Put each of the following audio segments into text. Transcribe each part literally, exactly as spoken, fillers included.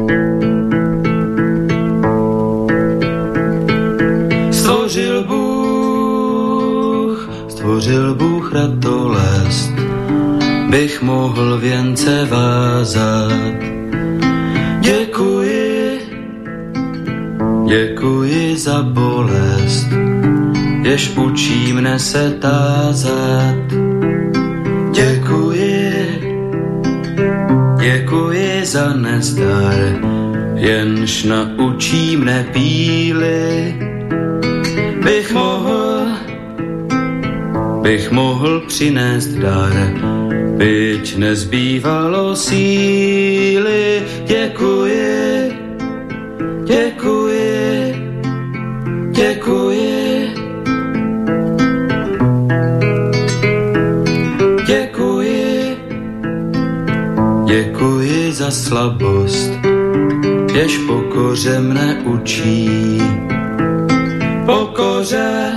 Stvořil Bůh, stvořil Bůh ratolest, bych mohl věnce vázat. Děkuji, děkuji za bolest, jež učí mne se tázat. Děkuji, děkuji za nezdar, jenž naučí mne píly. Bych mohl, bych mohl přinést dar, byť nezbývalo síly. Děkuji, děkuji, děkuji, děkuji, děkuji za slabost, jež pokoře mne učí. Pokoře,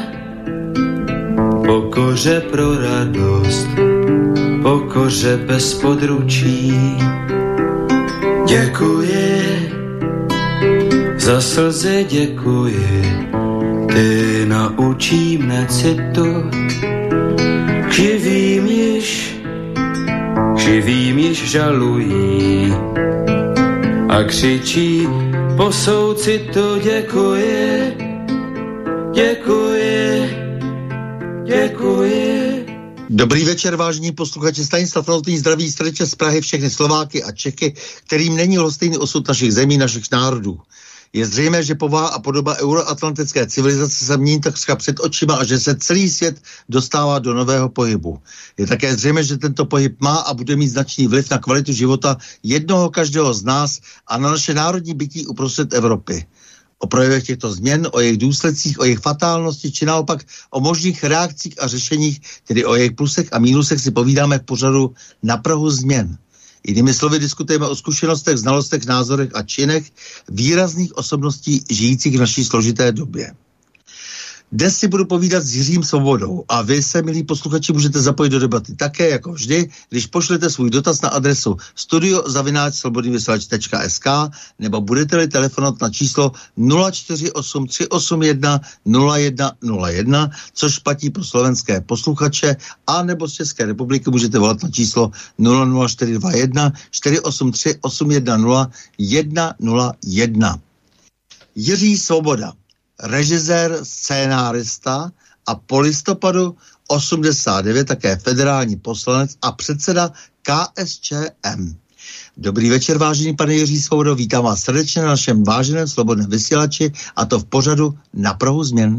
pokoře pro radost, pokoře bez područí. Děkuji, za slzy děkuji, ty naučí mne citu. Živým již, živým již žalují a křičí po soucitu. Děkuji, děkuji, děkuji. Dobrý večer, vážení posluchači. Stanislav Novotný zdraví srdečně z Prahy všechny Slováky a Čechy, kterým není lhostejný osud našich zemí, našich národů. Je zřejmé, že povaha a podoba euroatlantické civilizace se mění takřka před očima a že se celý svět dostává do nového pohybu. Je také zřejmé, že tento pohyb má a bude mít značný vliv na kvalitu života jednoho každého z nás a na naše národní bytí uprostřed Evropy. O projevech těchto změn, o jejich důsledcích, o jejich fatálnosti, či naopak o možných reakcích a řešeních, tedy o jejich plusech a mínusech, si povídáme v pořadu Na prahu změn. Jinými slovy diskutujeme o zkušenostech, znalostech, názorech a činech výrazných osobností žijících v naší složité době. Dnes si budu povídat s Jiřím Svobodou a vy se, milí posluchači, můžete zapojit do debaty také jako vždy, když pošlete svůj dotaz na adresu studio zavináč slobodný vysílač tečka es ká nebo budete-li telefonovat na číslo nula čtyři osm tři osm jedna nula jedna nula jedna, což platí pro slovenské posluchače, a nebo z České republiky můžete volat na číslo nula nula čtyři dva jedna čtyři osm tři osm jedna nula jedna nula jedna. Jiří Svoboda, režisér, scénárista a po listopadu osmdesát devět také federální poslanec a předseda K S Č M. Dobrý večer, vážený pane Jiří Svobodo, vítám vás srdečně na našem váženém slobodném vysílači, a to v pořadu Na prahu změn.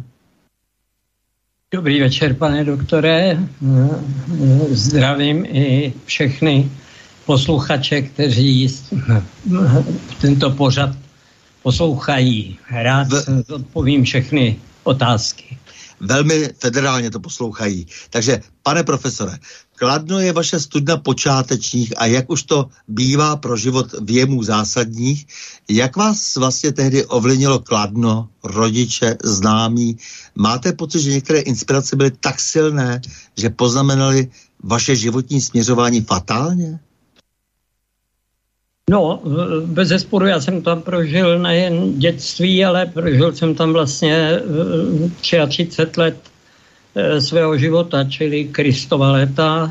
Dobrý večer, pane doktore, zdravím i všechny posluchače, kteří tento pořad poslouchají. Rád v... odpovím všechny otázky. Velmi federálně to poslouchají. Takže, pane profesore, Kladno je vaše studna počátečních a jak už to bývá pro život věmů zásadních, jak vás vlastně tehdy ovlivnilo Kladno, rodiče, známí? Máte pocit, že některé inspirace byly tak silné, že poznamenaly vaše životní směřování fatálně? No, bez zesporu, já jsem tam prožil nejen dětství, ale prožil jsem tam vlastně třicet tři let svého života, čili Kristova léta.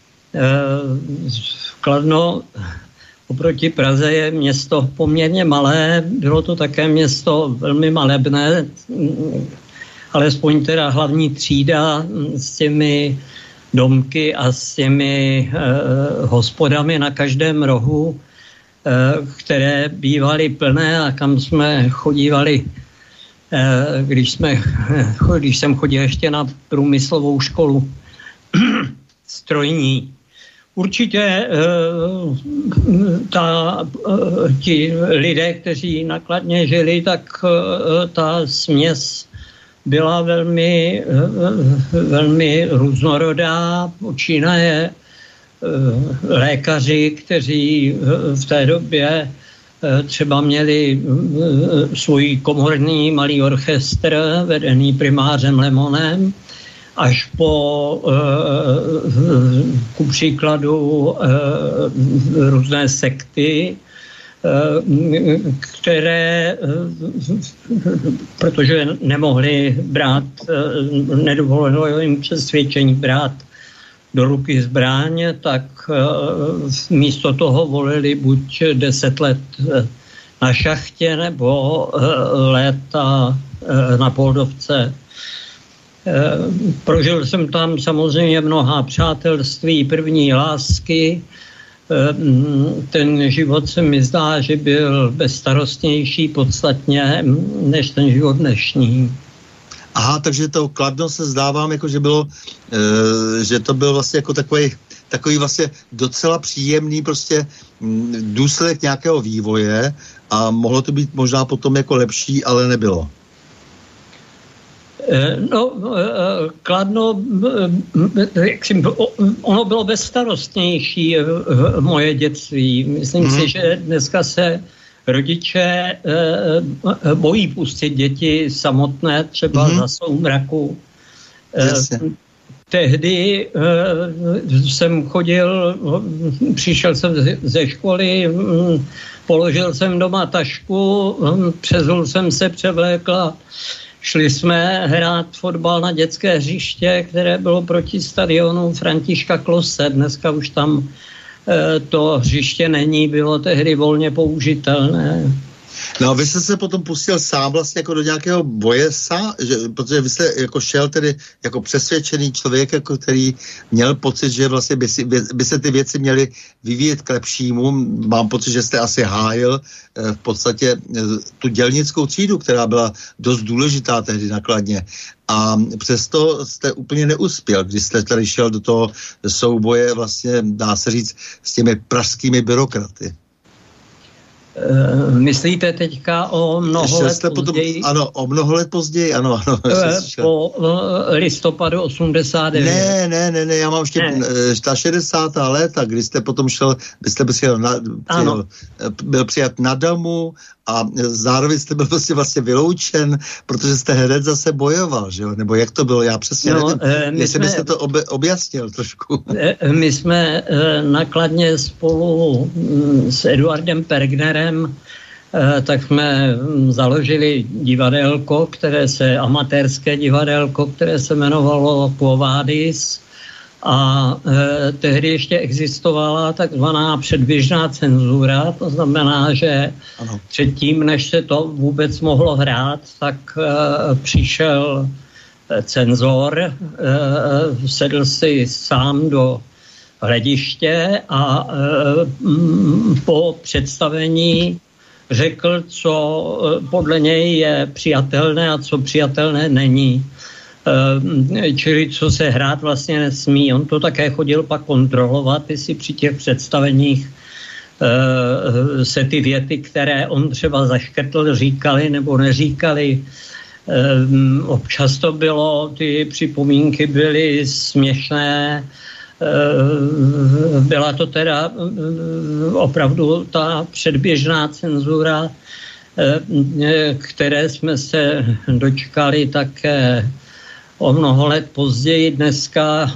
Kladno oproti Praze je město poměrně malé, bylo to také město velmi malebné, alespoň teda hlavní třída s těmi domky a s těmi hospodami na každém rohu, které bývaly plné a kam jsme chodívali, když, jsme, když jsem chodil ještě na průmyslovou školu strojní. Určitě ta, ti lidé, kteří na Kladně žili, tak ta směs byla velmi, velmi různorodá. Počínaje lékaři, kteří v té době třeba měli svůj komorní malý orchestr vedený primářem Lemonem, až po ku příkladu různé sekty, které, protože nemohli brát, nedovolilo jim přesvědčení brát do ruky zbraň, tak místo toho volili buď deset let na šachtě nebo léta na Poldovce. Prožil jsem tam samozřejmě mnoha přátelství, první lásky. Ten život se mi zdá, že byl bezstarostnější podstatně než ten život dnešní. Aha, takže to Kladno se zdávám, jako že bylo, e, že to byl vlastně jako takový, takový vlastně docela příjemný prostě důsledek nějakého vývoje a mohlo to být možná potom jako lepší, ale nebylo. No, Kladno, ono bylo bezstarostnější moje dětství. Myslím hmm. si, že dneska se rodiče bojí pustit děti samotné třeba hmm. za soumraku. Jasně. Tehdy jsem chodil, přišel jsem ze školy, položil jsem doma tašku, přezul jsem se, převlékla. Šli jsme hrát fotbal na dětské hřiště, které bylo proti stadionu Františka Klose. Dneska už tam e, to hřiště není, bylo tehdy volně použitelné. No a vy jste se potom pustil sám vlastně jako do nějakého boje sám, že, protože vy jste jako šel tedy jako přesvědčený člověk, jako který měl pocit, že vlastně by, si, by, by se ty věci měly vyvíjet k lepšímu. Mám pocit, že jste asi hájil eh, v podstatě eh, tu dělnickou třídu, která byla dost důležitá tehdy na Kladně. A přesto jste úplně neuspěl, když jste tady šel do toho souboje vlastně, dá se říct, s těmi pražskými byrokraty. Myslíte teďka o mnoho let později? Potom, ano, o mnoho let později, ano, ano. Po listopadu osmdesát devět. Ne, ne, ne, ne, já mám ještě ne. ta šedesátá léta, kdy jste potom šel, byste přijel na, přijel, byl přijat na Damu a zároveň jste byl vlastně, vlastně vyloučen, protože jste hned zase bojoval, že jo? Nebo jak to bylo, já přesně no, nevím, jestli jsme, byste to ob, objasnil trošku. My jsme nakladně spolu s Eduardem Pergnerem, tak jsme založili divadelko, které se, amatérské divadelko, které se jmenovalo Quo Vadis. A e, tehdy ještě existovala takzvaná předběžná cenzura, to znamená, že ano. Předtím, než se to vůbec mohlo hrát, tak e, přišel cenzor, e, sedl si sám do hlediště a e, m, po představení řekl, co podle něj je přijatelné a co přijatelné není. Čili co se hrát vlastně nesmí. On to také chodil pak kontrolovat, jestli při těch představeních se ty věty, které on třeba zaškrtl, říkali nebo neříkali. Občas to bylo, ty připomínky byly směšné. Byla to teda opravdu ta předběžná cenzura, které jsme se dočkali také o mnoho let později. Dneska,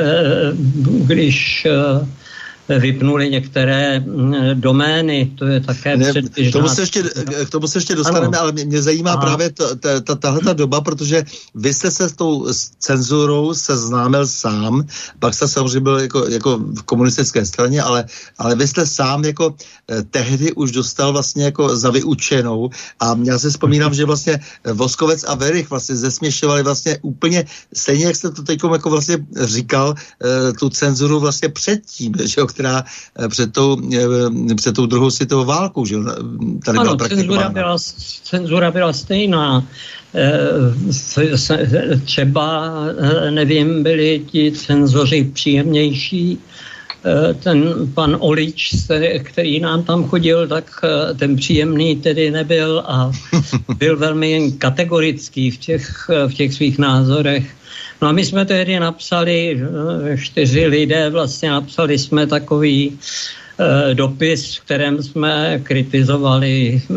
když vypnuli některé domény, to je také ne, předběžná. K tomu se ještě, k tomu se ještě dostaneme, ano. Ale mě, mě zajímá Aha. právě to, ta, ta, tahleta doba, protože vy jste se s tou cenzurou seznámil sám, pak jste samozřejmě byl jako, jako v komunistické straně, ale, ale vy jste sám jako eh, tehdy už dostal vlastně jako za vyučenou a já si vzpomínám, že vlastně Voskovec a Werich vlastně zesměšovali vlastně úplně stejně, jak jste to teď jako vlastně říkal, eh, tu cenzuru vlastně předtím, že jo, která před tou, před tou druhou světovou válkou, že tady ano, byla cenzura byla, cenzura byla stejná. Třeba, nevím, byli ti cenzoři příjemnější. Ten pan Olič, který nám tam chodil, tak ten příjemný tedy nebyl a byl velmi kategorický v těch, v těch svých názorech. No a my jsme tehdy napsali, čtyři lidé, vlastně napsali jsme takový eh, dopis, v kterém jsme kritizovali eh,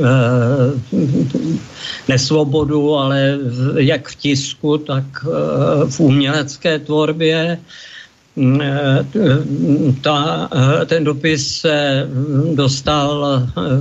nesvobodu, ale v, jak v tisku, tak eh, v umělecké tvorbě. ta, ten dopis se dostal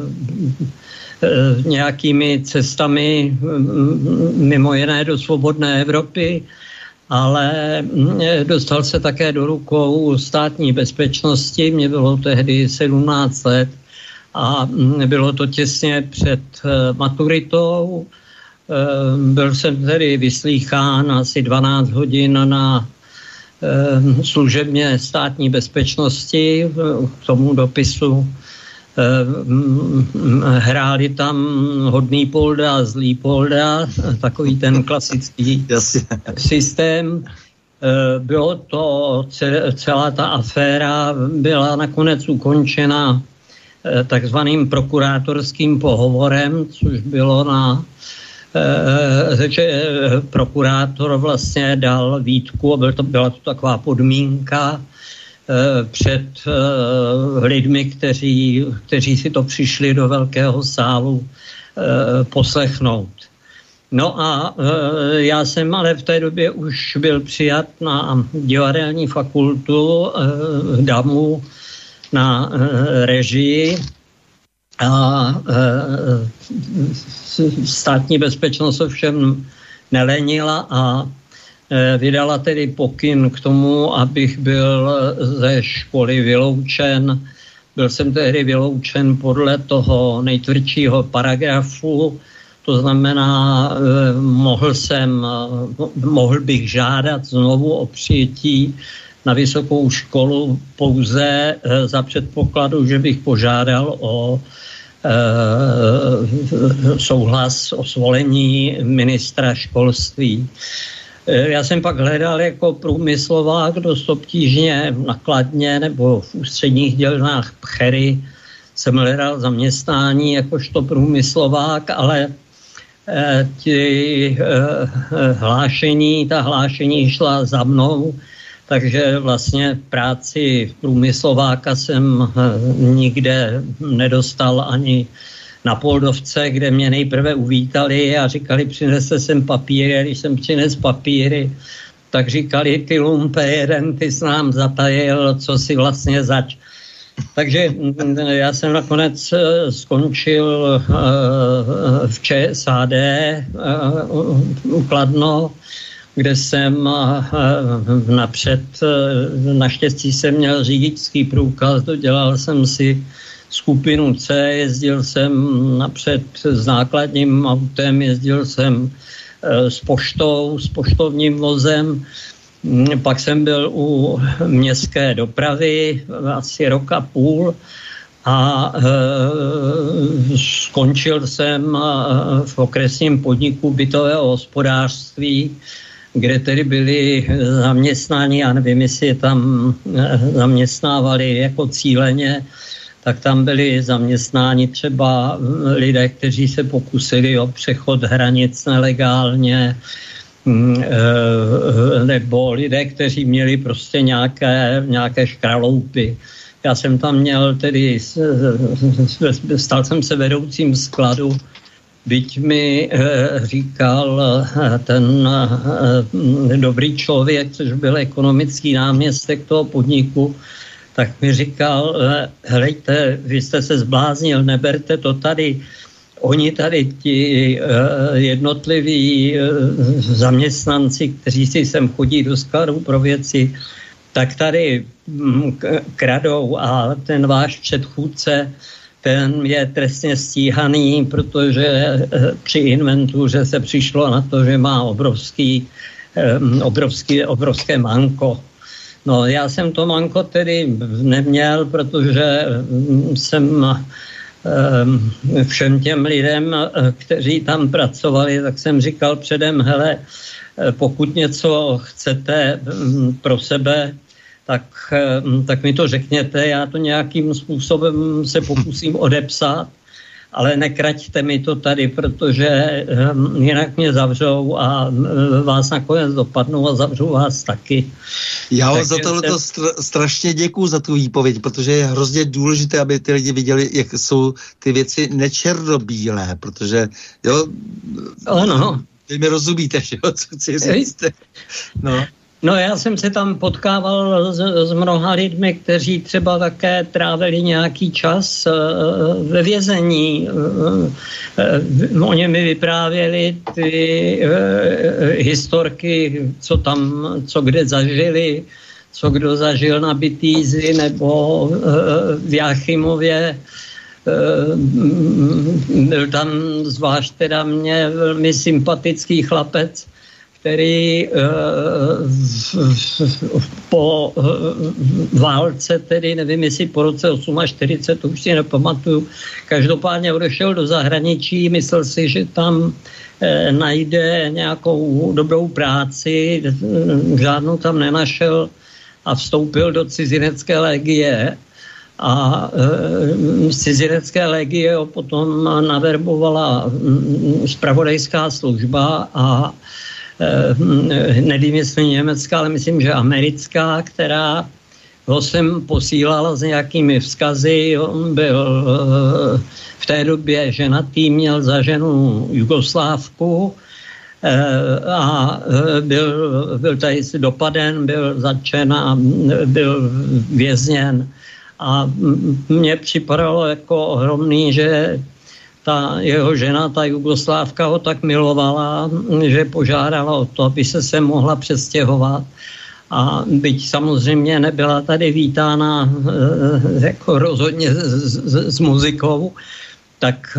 nějakými cestami mimo jiné do svobodné Evropy, ale dostal se také do rukou státní bezpečnosti. Mně bylo tehdy sedmnáct let a bylo to těsně před maturitou. Byl jsem tedy vyslýchán asi dvanáct hodin na služebně státní bezpečnosti. K tomu dopisu hráli tam hodný polda, zlý polda, takový ten klasický systém. Bylo to, celá ta aféra byla nakonec ukončena takzvaným prokurátorským pohovorem, což bylo na že prokurátor vlastně dal výtku, byl to, byla to taková podmínka před lidmi, kteří, kteří si to přišli do velkého sálu poslechnout. No a já jsem ale v té době už byl přijat na divadelní fakultu DAMu na režii a státní bezpečnost ovšem nelenila a vydala tedy pokyn k tomu, abych byl ze školy vyloučen. Byl jsem tehdy vyloučen podle toho nejtvrdšího paragrafu, to znamená, mohl jsem, mohl bych žádat znovu o přijetí na vysokou školu pouze za předpokladu, že bych požádal o souhlas, o svolení ministra školství. Já jsem pak hledal jako průmyslovák dost obtížně nakladně nebo v ústředních dělnách Pchery jsem hledal zaměstnání jakožto průmyslovák, ale ti hlášení, ta hlášení šla za mnou, takže vlastně práci průmyslováka jsem nikde nedostal ani na Poldovce, kde mě nejprve uvítali a říkali, přineste sem papíry. Když jsem přines papíry, tak říkali, ty lumpe jeden, ty jsi nám zatajil, co si vlastně zač. Takže já jsem nakonec skončil v ČSAD u Kladno, kde jsem napřed, naštěstí jsem měl řidičský průkaz, dodělal jsem si skupinu C, jezdil jsem napřed s nákladním autem, jezdil jsem s poštou, s poštovním vozem, pak jsem byl u městské dopravy asi rok a půl a e, skončil jsem v okresním podniku bytového hospodářství, kde tedy byli zaměstnáni, já nevím, jestli je tam zaměstnávali jako cíleně, tak tam byli zaměstnáni třeba lidé, kteří se pokusili o přechod hranic nelegálně, nebo lidé, kteří měli prostě nějaké, nějaké škraloupy. Já jsem tam měl tedy, stal jsem se vedoucím skladu, byť mi říkal ten dobrý člověk, což byl ekonomický náměstek toho podniku, tak mi říkal, helejte, vy jste se zbláznil, neberte to tady. Oni tady ti jednotliví zaměstnanci, kteří si sem chodí do skladu pro věci, tak tady kradou a ten váš předchůdce, ten je trestně stíhaný, protože při inventuře se přišlo na to, že má obrovský, obrovský, obrovské manko. No, já jsem to manko tedy neměl, protože jsem všem těm lidem, kteří tam pracovali, tak jsem říkal předem, hele, pokud něco chcete pro sebe, tak, tak mi to řekněte, já to nějakým způsobem se pokusím odepsat, ale nekraťte mi to tady, protože jinak mě zavřou a vás nakonec dopadnou a zavřou vás taky. Já vám za tohle to se... strašně děkuju za tu výpověď, protože je hrozně důležité, aby ty lidi viděli, jak jsou ty věci nečernobílé, protože jo, ano. Vy mi rozumíte, že jo, co chci říct. No. No já jsem se tam potkával s, s mnoha lidmi, kteří třeba také trávili nějaký čas uh, ve vězení. Uh, uh, oni mi vyprávěli ty uh, historky, co tam, co kde zažili, co kdo zažil na Bitýzi nebo uh, v Jáchymově. Uh, byl tam zvlášť teda mě velmi sympatický chlapec, který uh, po uh, válce, tedy nevím, jestli po roce čtyřicet osm, to už si nepamatuju, každopádně odešel do zahraničí, myslel si, že tam uh, najde nějakou dobrou práci, žádnou tam nenašel a vstoupil do cizinecké legie. A e, z cizinecké legie ho potom naverbovala zpravodajská služba a e, nevím, jestli německá, ale myslím, že americká, která ho sem posílala s nějakými vzkazy. On byl e, v té době ženatý, měl za ženu Jugoslávku e, a e, byl, byl tady dopaden, byl zatčen a byl vězněn. A mně připadalo jako ohromný, že ta jeho žena, ta Jugoslávka, ho tak milovala, že požádala o to, aby se sem mohla přestěhovat. A byť samozřejmě nebyla tady vítána jako rozhodně s, s, s muzikou, tak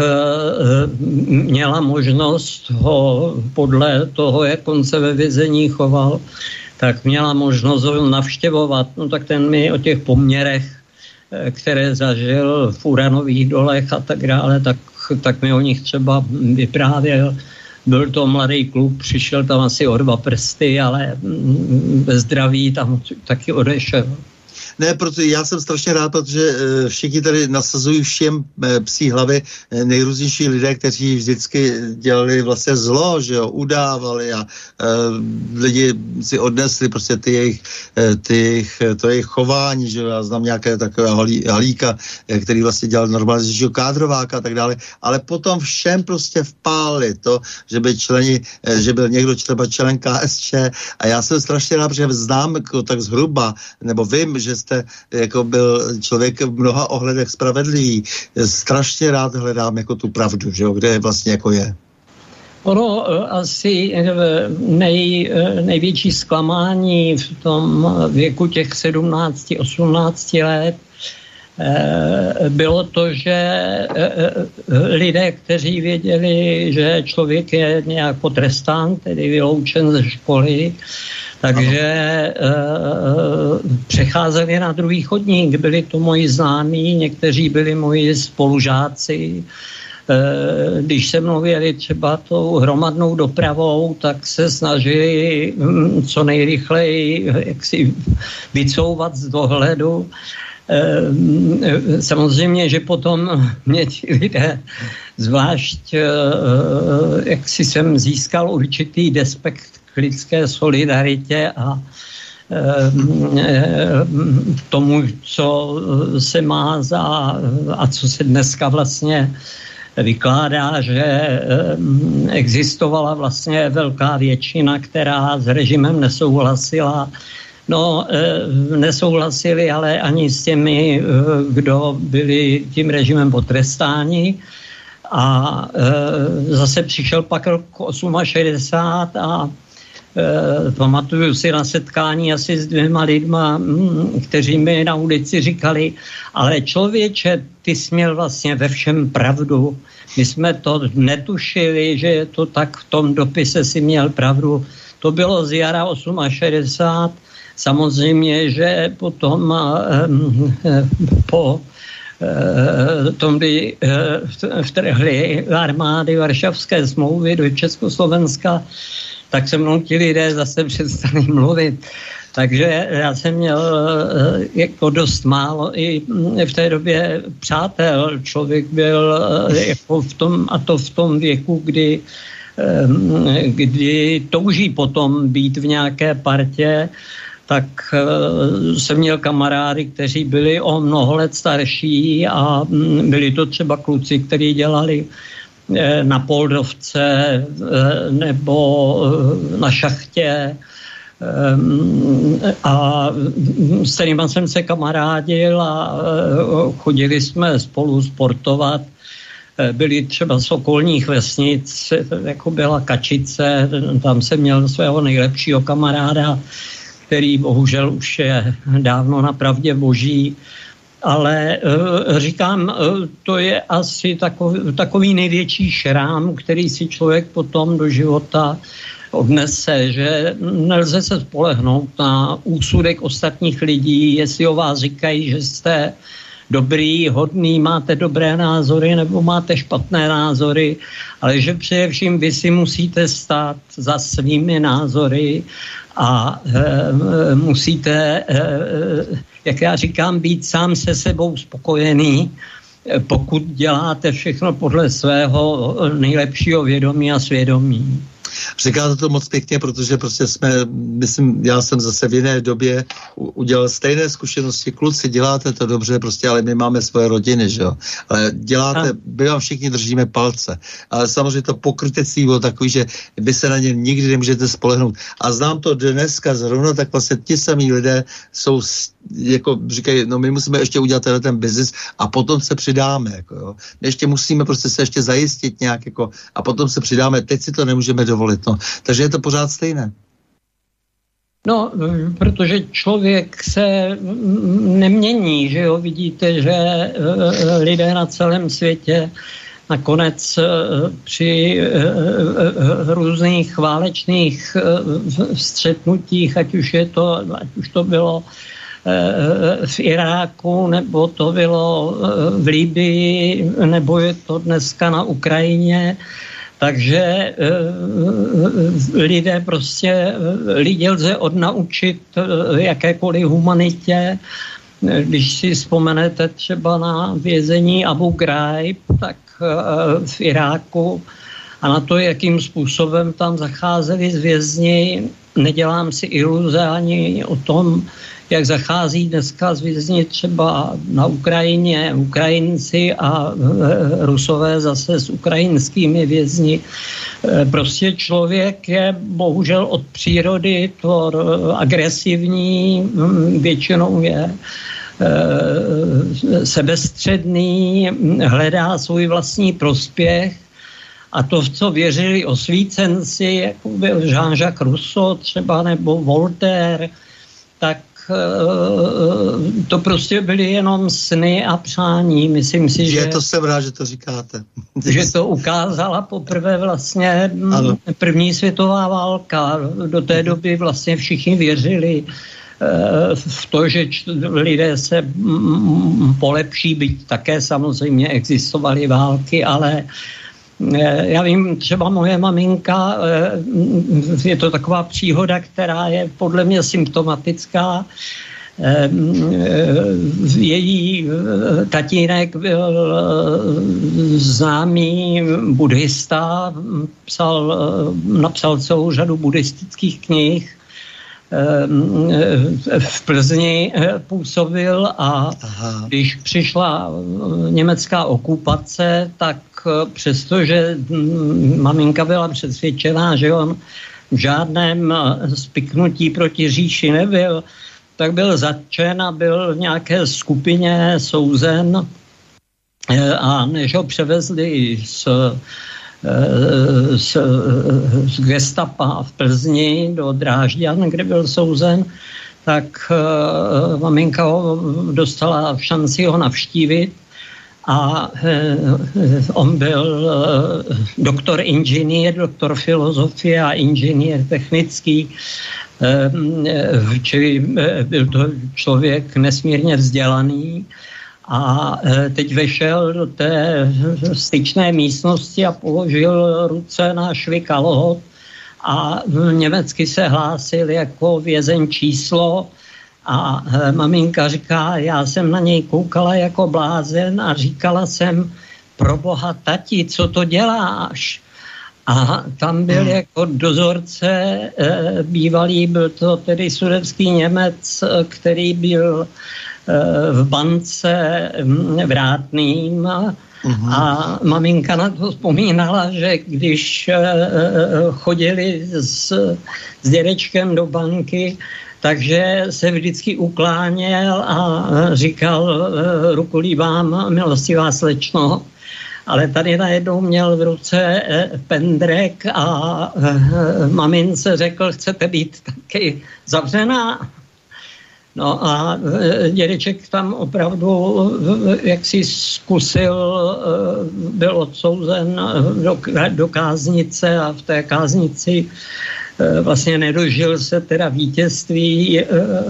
měla možnost ho podle toho, jak on se ve vězení choval, tak měla možnost ho navštěvovat. No tak ten mi o těch poměrech, které zažil v uranových dolech a tak dále, tak, tak mi o nich třeba vyprávěl. Byl to mladý kluk, přišel tam asi o dva prsty, ale ve zdraví tam taky odešel. Ne, protože já jsem strašně rád, protože všichni tady nasazují všem psí hlavy nejrůznější lidé, kteří vždycky dělali vlastně zlo, že jo, udávali a uh, lidi si odnesli prostě ty jejich, ty jejich, to jejich chování, že jo, já znám nějaké takové halí, halíka, který vlastně dělal normálně, že jo, kádrováka a tak dále, ale potom všem prostě vpálili to, že by členi, že byl někdo třeba člen K S Č a já jsem strašně rád, že znám jako tak zhruba, nebo vím, že jste jako byl člověk v mnoha ohledech spravedlivý. Strašně rád hledám jako tu pravdu, že jo, kde vlastně jako je. Ono asi nej, největší zklamání v tom věku těch sedmnáct osmnáct let bylo to, že lidé, kteří věděli, že člověk je nějak potrestán, tedy vyloučen ze školy, takže uh, přecházeli na druhý chodník. Byli to moji známí, někteří byli moji spolužáci. Uh, když se mluvili třeba tou hromadnou dopravou, tak se snažili um, co nejrychleji jak si vycouvat z dohledu. Uh, samozřejmě, že potom mě ti lidé, zvlášť uh, jak si jsem získal určitý despekt lidské solidaritě a e, tomu, co se má za a co se dneska vlastně vykládá, že e, existovala vlastně velká většina, která s režimem nesouhlasila. No, e, nesouhlasili ale ani s těmi, e, kdo byli tím režimem potrestáni. A e, zase přišel pak rok šedesát osm a e, pamatuju si na setkání asi s dvěma lidma, m, kteří mi na ulici říkali, ale člověče, ty jsi měl vlastně ve všem pravdu. My jsme to netušili, že je to tak, v tom dopise si měl pravdu. To bylo z jara šedesát osm. Samozřejmě, že potom e, e, po tom, kdy vtrhly armády Varšavské smlouvy do Československa, tak se mnou ti lidé zase přestali mluvit. Takže já jsem měl jako dost málo i v té době přátel. Člověk byl jako v tom, a to v tom věku, kdy, kdy touží potom být v nějaké partě, tak uh, jsem měl kamarády, kteří byli o mnoho let starší a um, byli to třeba kluci, kteří dělali uh, na Poldovce uh, nebo uh, na šachtě. a s kterýma jsem se kamarádil a chodili jsme spolu sportovat. Byli třeba z okolních vesnic, jako byla Kačice, tam jsem měl svého nejlepšího kamaráda, který bohužel už je dávno na pravdě boží. Ale říkám, to je asi takový, takový největší šrám, který si člověk potom do života odnese, že nelze se spolehnout na úsudek ostatních lidí, jestli o vás říkají, že jste dobrý, hodný, máte dobré názory nebo máte špatné názory, ale že především vy si musíte stát za svými názory a e, musíte, e, jak já říkám, být sám se sebou spokojený, pokud děláte všechno podle svého nejlepšího vědomí a svědomí. Říkáte to moc pěkně, protože prostě jsme, myslím, já jsem zase v jiné době udělal stejné zkušenosti. Kluci, děláte to dobře, prostě, ale my máme svoje rodiny, že jo. Ale děláte, my vám všichni držíme palce. Ale samozřejmě to pokrytectví bylo takový, že vy se na ně nikdy nemůžete spolehnout. A znám to dneska zrovna, tak vlastně ti samí lidé jsou, jako říkají, no my musíme ještě udělat tenhle ten biznis a potom se přidáme, jako jo. My ještě musíme prostě se ještě zajistit nějak, jako, a potom se přidáme, teď si to nemůžeme dovolit. No. Takže je to pořád stejné. No, protože člověk se nemění, že jo, vidíte, že lidé na celém světě nakonec při různých válečných střetnutích, ať už je to, ať už to bylo v Iráku, nebo to bylo v Libyi, nebo je to dneska na Ukrajině. Takže e, lidé prostě, lidi lze odnaučit jakékoliv humanitě. Když si vzpomenete třeba na vězení Abu Ghraib, tak e, v Iráku a na to, jakým způsobem tam zacházeli s vězni, nedělám si iluze ani o tom, jak zachází dneska z vězni třeba na Ukrajině, Ukrajinci a Rusové zase s ukrajinskými vězni. Prostě člověk je bohužel od přírody tvor agresivní, většinou je sebestředný, hledá svůj vlastní prospěch. A to, v co věřili osvícenci, jako byl Jean-Jacques Rousseau třeba nebo Voltaire, tak to prostě byly jenom sny a přání. Myslím si, že... Je to jsem rád, že to říkáte. Že to ukázala poprvé vlastně ano. První světová válka. Do té doby vlastně všichni věřili v to, že lidé se polepší, byť také samozřejmě existovaly války, ale já vím, třeba moje maminka, je to taková příhoda, která je podle mě symptomatická. Její tatínek byl známý buddhista, psal, napsal celou řadu buddhistických knih. V Plzni působil a Aha. když přišla německá okupace, tak přestože maminka byla přesvědčená, že on v žádném spiknutí proti říši nebyl, tak byl zatčen a byl v nějaké skupině souzen a než ho převezli z Z, z gestapa v Plzni do Drážďan, kde byl souzen, tak uh, maminka ho dostala šanci ho navštívit a uh, on byl uh, doktor inženýr, doktor filozofie a inženýr technický, uh, čili uh, byl to člověk nesmírně vzdělaný. A teď vešel do té styčné místnosti a položil ruce na švikalhot a německy se hlásil jako vězeň číslo a maminka říká, já jsem na něj koukala jako blázen a říkala jsem, proboha tati, co to děláš? A tam byl hmm. jako dozorce bývalý, byl to tedy sudetský Němec, který byl v bance Vrátným Uhum. A maminka na to vzpomínala, že když chodili s, s dědečkem do banky, takže se vždycky ukláněl a říkal: rukolíbám, milostivá slečno. Ale tady najednou měl v ruce pendrek a mamince řekl: chcete být taky zavřená? No a dědeček tam opravdu, jak si zkusil, byl odsouzen do, do káznice a v té káznici vlastně nedožil se teda vítězství,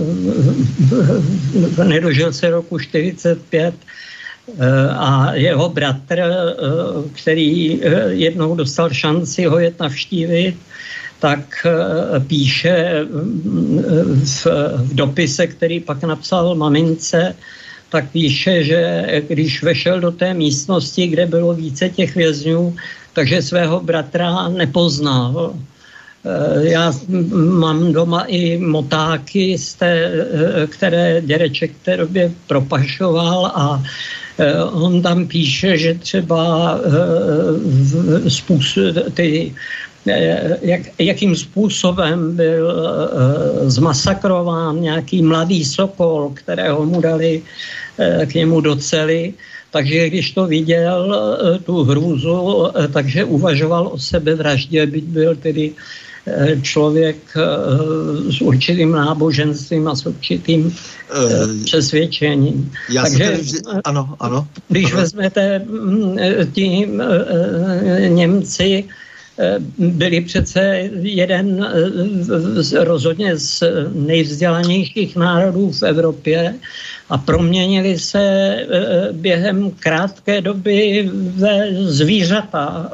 nedožil se roku čtyřicet pět a jeho bratr, který jednou dostal šanci ho jet navštívit, tak píše v, v dopise, který pak napsal mamince, tak píše, že když vešel do té místnosti, kde bylo více těch vězňů, takže svého bratra nepoznal. Já mám doma i motáky, z té, které dědeček v té době propašoval, a on tam píše, že třeba způsob, ty, jak, jakým způsobem byl zmasakrován nějaký mladý sokol, kterého mu dali k němu do cely. Takže když to viděl, tu hrůzu, takže uvažoval o sebevraždě, byť byl tedy člověk s určitým náboženstvím a s určitým uh, přesvědčením. Já Takže vždy, ano, ano. Když vezmete ti Němci, byli přece jeden z, rozhodně z nejvzdělanějších národů v Evropě a proměnili se během krátké doby ve zvířata.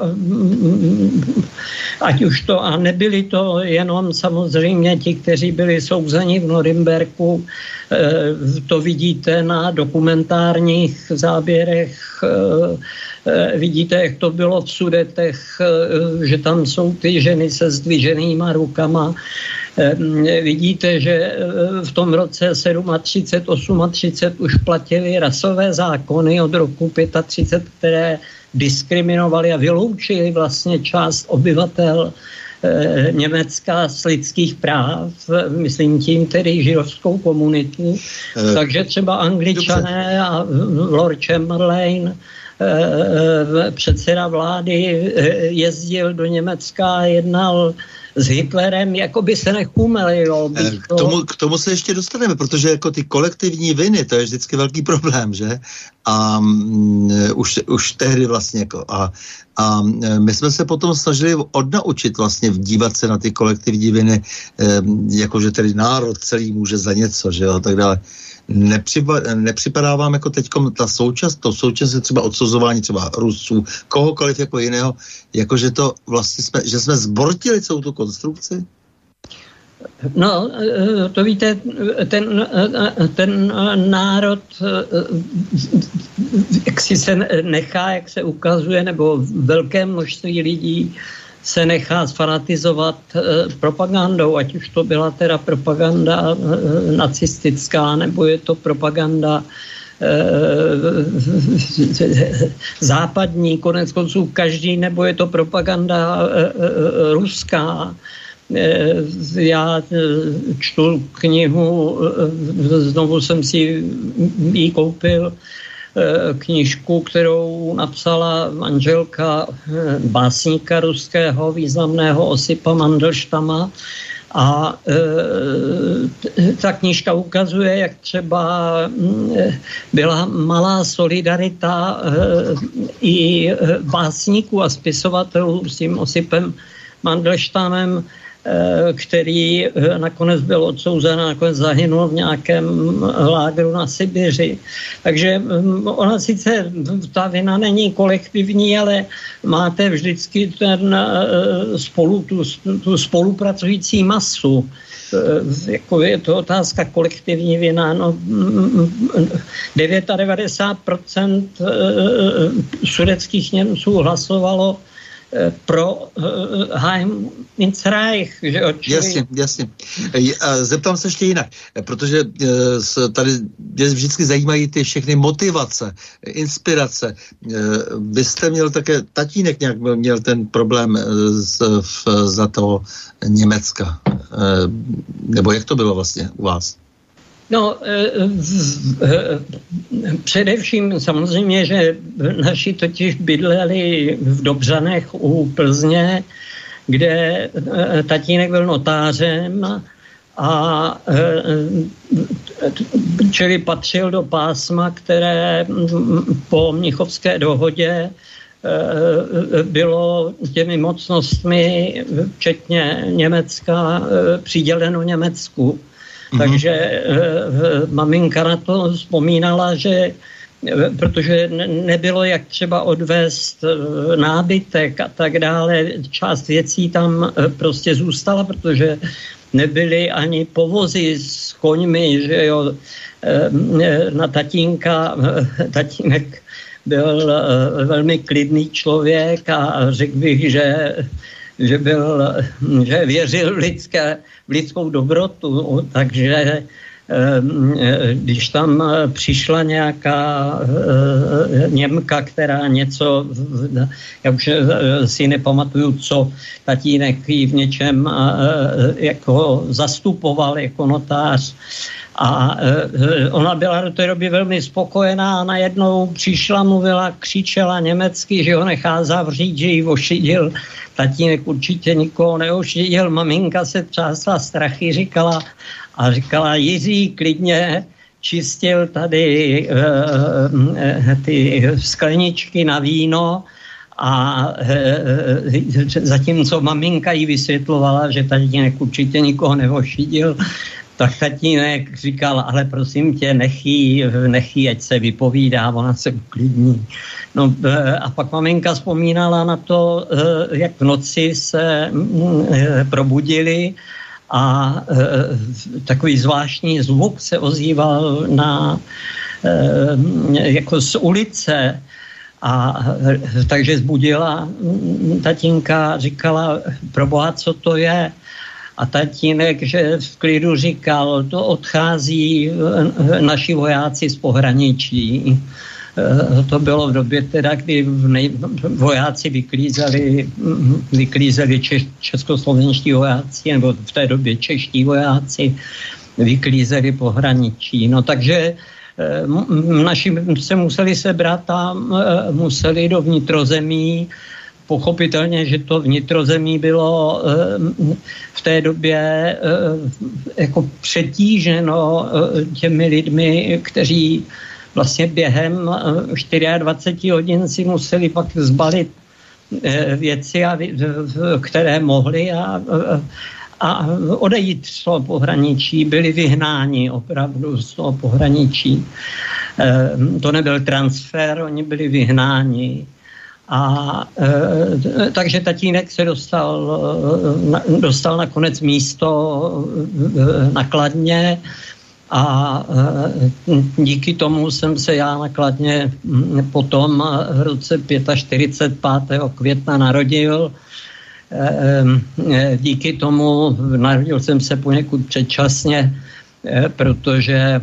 Ať už to, a nebyli to jenom samozřejmě ti, kteří byli souzeni v Norimberku, to vidíte na dokumentárních záběrech, vidíte, jak to bylo v Sudetech, že tam jsou ty ženy se zdviženýma rukama. Vidíte, že v tom roce třicet sedm, třicet osm už platily rasové zákony od roku třicet pět, které diskriminovaly a vyloučily vlastně část obyvatel Německa z lidských práv, myslím tím tedy židovskou komunitu. E, Takže třeba Angličané dobře. A Lord Chamberlain, předseda vlády, jezdil do Německa a jednal s Hitlerem, jako by se nechumelilo. K tomu, k tomu se ještě dostaneme, protože jako ty kolektivní viny, to je vždycky velký problém, že? A um, už, už tehdy vlastně jako a, a my jsme se potom snažili odnaučit vlastně dívat se na ty kolektivní viny, um, jakože tedy národ celý může za něco, že jo, a tak dále. Nepřipa, nepřipadá vám jako teďkom ta současnost, to současně třeba odsuzování třeba Rusů, kohokoliv jako jiného, jakože to vlastně jsme, že jsme zbortili celou tu konstrukci? No, to víte, ten, ten národ, jak si se nechá, jak se ukazuje, nebo velké množství lidí se nechá sfanatizovat eh, propagandou, ať už to byla teda propaganda eh, nacistická, nebo je to propaganda eh, západní, konec konců každý, nebo je to propaganda eh, eh, ruská. Eh, já eh, čtu knihu, eh, znovu jsem si ji koupil, knížku, kterou napsala manželka básníka ruského, významného Osipa Mandelštama. A e, ta knížka ukazuje, jak třeba byla malá solidarita e, i básníků a spisovatelů s tím Osipem Mandelštamem, který nakonec byl odsouzen a nakonec zahynul v nějakém lágru na Sibiři. Takže ona sice, ta vina není kolektivní, ale máte vždycky ten spolu, tu, tu spolupracující masu. Jako je to otázka kolektivní vina. No, devadesát devět procent sudetských Němců hlasovalo pro Heim ins Reich. Že jasně, jasně. Zeptám se ještě jinak, protože tady vždycky zajímají ty všechny motivace, inspirace. Vy jste měl také, tatínek nějak měl ten problém z, v, za toho Německa. Nebo jak to bylo vlastně u vás? No, především samozřejmě, že naši totiž bydleli v Dobřanech u Plzně, kde tatínek byl notářem a čili patřil do pásma, které po Mnichovské dohodě bylo těmi mocnostmi, včetně Německa, přiděleno Německu. Mm-hmm. Takže e, maminka na to vzpomínala, že e, protože ne, nebylo jak třeba odvést e, nábytek a tak dále, část věcí tam e, prostě zůstala, protože nebyly ani povozy s koňmi, že jo, e, na tatínka, e, tatínek byl e, velmi klidný člověk a řekl bych, že že byl, že věřil v, lidské, v lidskou dobrotu, takže když tam přišla nějaká Němka, která něco, já už si nepamatuju, co tatínek jí v něčem jako zastupoval jako notář, a ona byla do té doby velmi spokojená a najednou přišla, mluvila, křičela německy, že ho nechá zavřít, že ji ošidil. Tatínek určitě nikoho neošidil, maminka se třásla strachy, říkala a říkala, Jiří, klidně čistil tady uh, ty skleničky na víno a uh, zatímco maminka jí vysvětlovala, že tatínek určitě nikoho neošidil, tak tatínek říkal, ale prosím tě, nechý, nechý, ať se vypovídá, ona se uklidní. No a pak maminka vzpomínala na to, jak v noci se probudili a takový zvláštní zvuk se ozýval na, jako z ulice. A takže zbudila tatínka, říkala, proboha, co to je? A tatínek, že v klidu říkal, to odchází naši vojáci z pohraničí. To bylo v době teda, kdy vojáci vyklízeli, vyklízeli češ, českoslovenští vojáci, nebo v té době čeští vojáci vyklízeli pohraničí. No takže naši se museli sebrat a museli do vnitrozemí. Pochopitelně, že to vnitrozemí bylo v té době jako přetíženo těmi lidmi, kteří vlastně během dvacet čtyři hodin si museli pak zbalit věci, které mohli a, a odejít z toho pohraničí. Byli vyhnáni opravdu z toho pohraničí. To nebyl transfer, oni byli vyhnáni. A e, takže tatínek se dostal, na, dostal nakonec místo e, na Kladně a e, díky tomu jsem se já na Kladně potom v roce čtyřicet pět pátého května narodil. E, e, díky tomu narodil jsem se poněkud předčasně, e, protože e,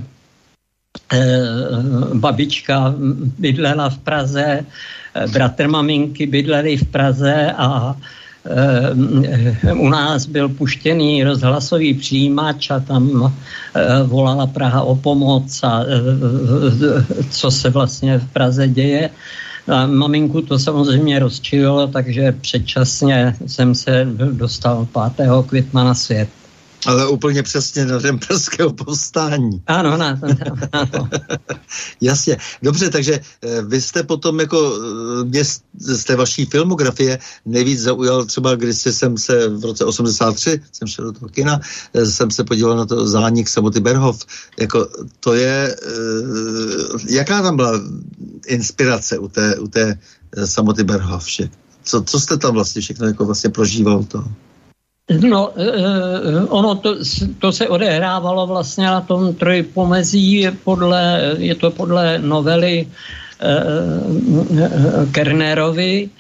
babička bydlela v Praze, bratr maminky bydleli v Praze a e, u nás byl puštěný rozhlasový přijímač a tam e, volala Praha o pomoc a e, co se vlastně v Praze děje. A maminku to samozřejmě rozčililo, takže předčasně jsem se dostal pátého května na svět. Ale úplně přesně na den pražského povstání. Ano, ano, ano. Jasně. Dobře, takže vy jste potom jako mě z té vaší filmografie nejvíc zaujal třeba, když jsem se v roce osmdesát tři, jsem šel do toho kina, jsem se podíval na to Zánik Samoty Berhof. Jako to je, jaká tam byla inspirace u té, u té Samoty Berhof? Co, co jste tam vlastně všechno jako vlastně prožíval to? No, ono to, to se odehrávalo vlastně na tom trojpomezí, podle, je to podle novely Kernerovi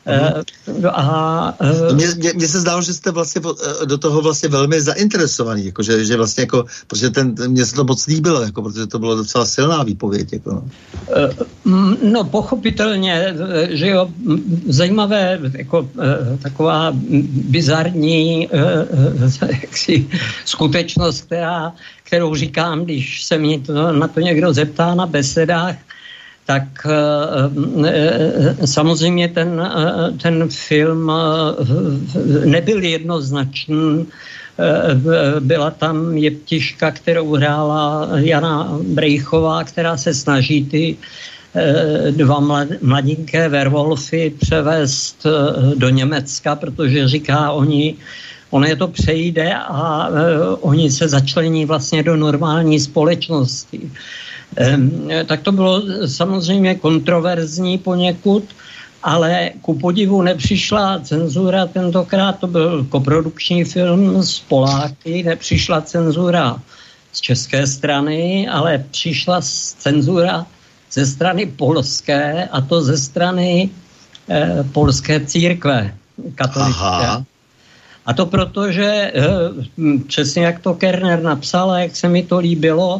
Uh, a, uh, mně, mě, mně se zdálo, že jste vlastně do toho vlastně velmi zainteresovaný, jako, že, že vlastně jako, protože ten, mně se to moc líbilo, jako, protože to bylo docela silná výpověď. Jako, no. Uh, no pochopitelně, že jo, zajímavé, jako uh, taková bizarní uh, jaksi, skutečnost, která, kterou říkám, když se mě to, na to někdo zeptá na besedách, tak samozřejmě ten, ten film nebyl jednoznačný. Byla tam jeptiška, kterou hrála Jana Brejchová, která se snaží ty dva mladinké werwolfy převést do Německa, protože říká, oni, ono je to přejde a oni se začlení vlastně do normální společnosti. Tak to bylo samozřejmě kontroverzní poněkud, ale ku podivu nepřišla cenzura, tentokrát to byl koprodukční film z Poláky, nepřišla cenzura z české strany, ale přišla cenzura ze strany polské, a to ze strany eh, polské církve katolické. Aha. A to proto, že eh, přesně jak to Kerner napsal, a jak se mi to líbilo,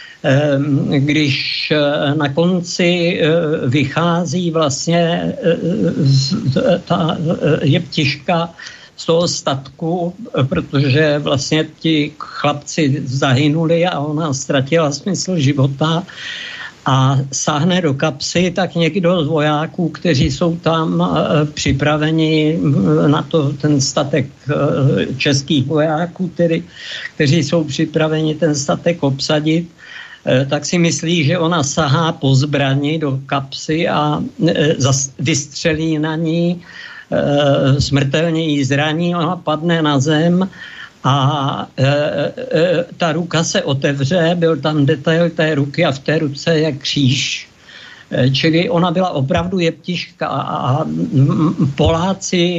když na konci vychází vlastně ta jeptiška z toho statku, protože vlastně ti chlapci zahynuli a ona ztratila smysl života a sáhne do kapsy, tak někdo z vojáků, kteří jsou tam připraveni na to, ten statek českých vojáků, tedy, kteří jsou připraveni ten statek obsadit, tak si myslí, že ona sahá po zbrani do kapsy a vystřelí na ní, smrtelně jí zraní, ona padne na zem a ta ruka se otevře, byl tam detail té ruky a v té ruce je kříž. Čili ona byla opravdu jeptiška a Poláci,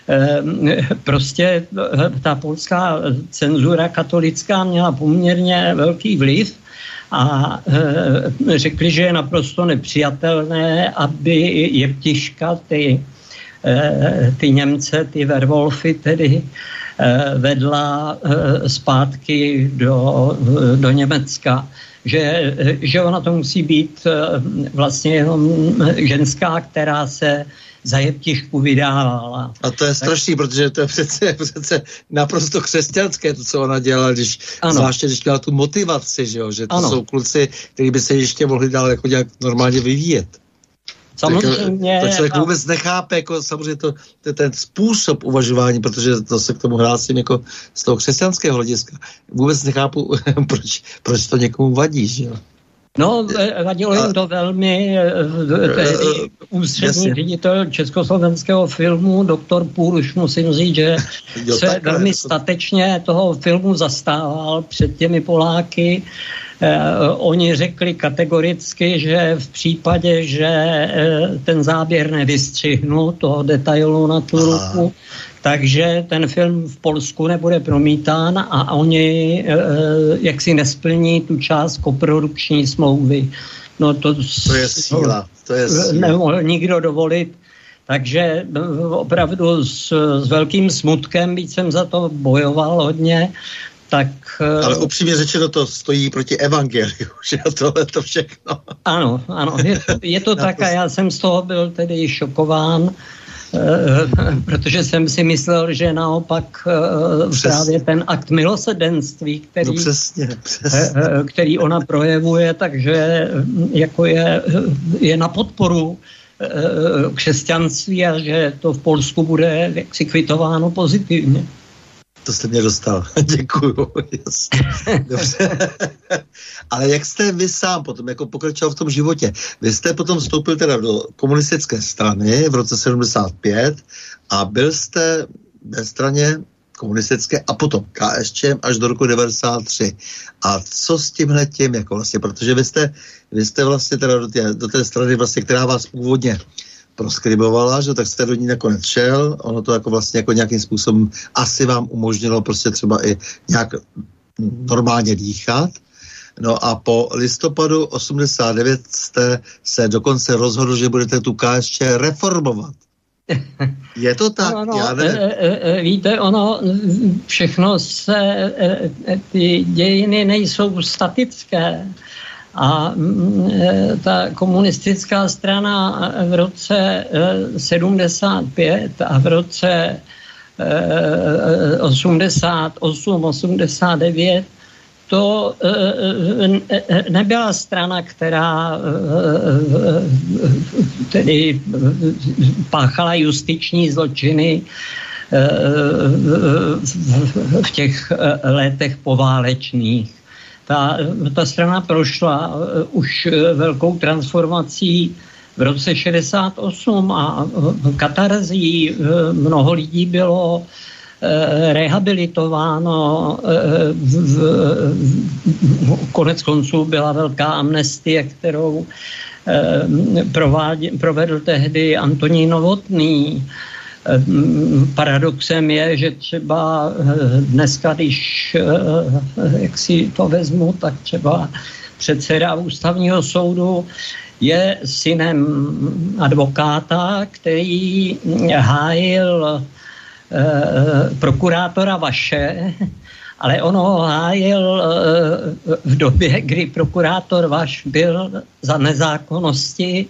prostě ta polská cenzura katolická měla poměrně velký vliv a e, řekli, že je naprosto nepřijatelné, aby jeptiška ty, e, ty Němce, ty werwolfy tedy e, vedla e, zpátky do, do Německa. Že, že ona to musí být e, vlastně jenom ženská, která se za jeptišku vydávala. A to je strašný, tak, protože to je přece, přece naprosto křesťanské, to, co ona dělala, když, zvláště když měla tu motivaci, že, jo, že to ano. jsou kluci, kteří by se ještě mohli dál jako nějak normálně vyvíjet. Samozřejmě. To člověk vůbec nechápe, jako samozřejmě to, to, ten způsob uvažování, protože to se k tomu hlásím jako z toho křesťanského hlediska. Vůbec nechápu, proč, proč to někomu vadí, že jo. No, vadilo jim to velmi. Ústřední ředitel československého filmu, doktor Půruš, musím říct, že se jo, velmi statečně toho filmu zastával před těmi Poláky. Eh, oni řekli kategoricky, že v případě, že eh, ten záběr nevystřihnu toho detailu na tu ruku, takže ten film v Polsku nebude promítán a oni eh, jaksi nesplní tu část koprodukční smlouvy. No to, to je síla. To je síla. Nemohl nikdo dovolit. Takže opravdu s, s velkým smutkem, byť jsem za to bojoval hodně, tak... Ale upřímně řečeno to stojí proti evangeliu, že tohle to všechno. Ano, ano, je to, je to tak a já jsem z toho byl tedy šokován, protože jsem si myslel, že naopak přesně. Právě ten akt milosrdenství, který, no přesně, přesně. který ona projevuje, takže jako je, je na podporu křesťanství a že to v Polsku bude jaksi kvitováno pozitivně. To jste mě dostal. Děkuju. Dobře. Ale jak jste vy sám potom jako pokračoval v tom životě? Vy jste potom vstoupil teda do komunistické strany v roce sedmdesát pět a byl jste ve straně komunistické a potom K S Č M až do roku devadesát tři. A co s tímhle tím, jako vlastně, protože vy jste, vy jste vlastně teda do té, do té strany vlastně, která vás původně proskribovala, že tak jste do ní nakonec šel, ono to jako vlastně jako nějakým způsobem asi vám umožnilo prostě třeba i nějak normálně dýchat. No a po listopadu osmdesát devět jste se dokonce rozhodl, že budete tu K S Č reformovat. Je to tak? No, no, Já nevím. Víte, ono všechno se, ty dějiny nejsou statické. A ta komunistická strana v roce sedmdesát pět a v roce osmdesát osm osmdesát devět to nebyla strana, která tedy páchala justiční zločiny v těch letech poválečných. Ta, ta strana prošla už velkou transformací v roce šedesát osm a katarzí mnoho lidí bylo rehabilitováno. Konec konců byla velká amnestie, kterou provádě, provedl tehdy Antonín Novotný. Paradoxem je, že třeba dneska, když jak si to vezmu, tak třeba předseda ústavního soudu je synem advokáta, který hájil prokurátora Vaše, ale on ho hájil v době, kdy prokurátor Vaš byl za nezákonnosti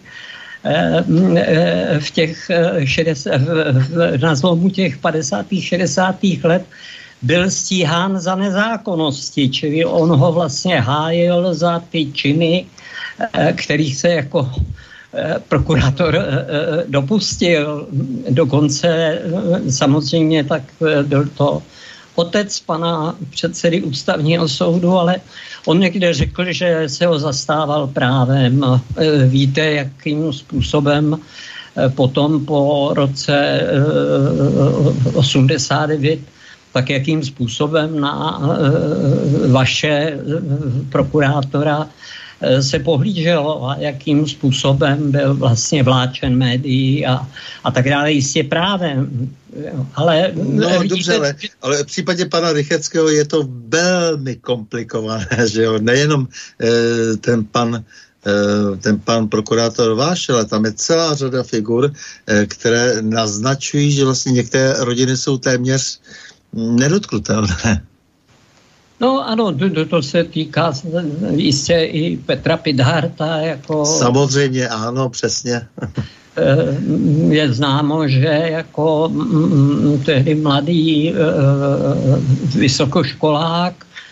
v těch šedesátých, na zlomu těch padesátých šedesátých let byl stíhán za nezákonnosti, čili on ho vlastně hájil za ty činy, kterých se jako prokurátor dopustil. Dokonce samozřejmě tak byl to otec pana předsedy ústavního soudu, ale on někde řekl, že se ho zastával právem. Víte, jakým způsobem potom po roce osmdesát devět, tak jakým způsobem na Vaše prokurátora se pohlíželo a jakým způsobem byl vlastně vláčen médií a, a tak dále, jistě právem. Ale, no vidíte, dobře, ale, ale v případě pana Rycheckého je to velmi komplikované, že jo, nejenom eh, ten pan eh, ten pan prokurátor Váš, ale tam je celá řada figur, eh, které naznačují, že vlastně některé rodiny jsou téměř nedotknutelné. No ano, to, to se týká jistě i Petra Pidharta. Jako, samozřejmě, ano, přesně. Je známo, že jako tehdy mladý vysokoškolák,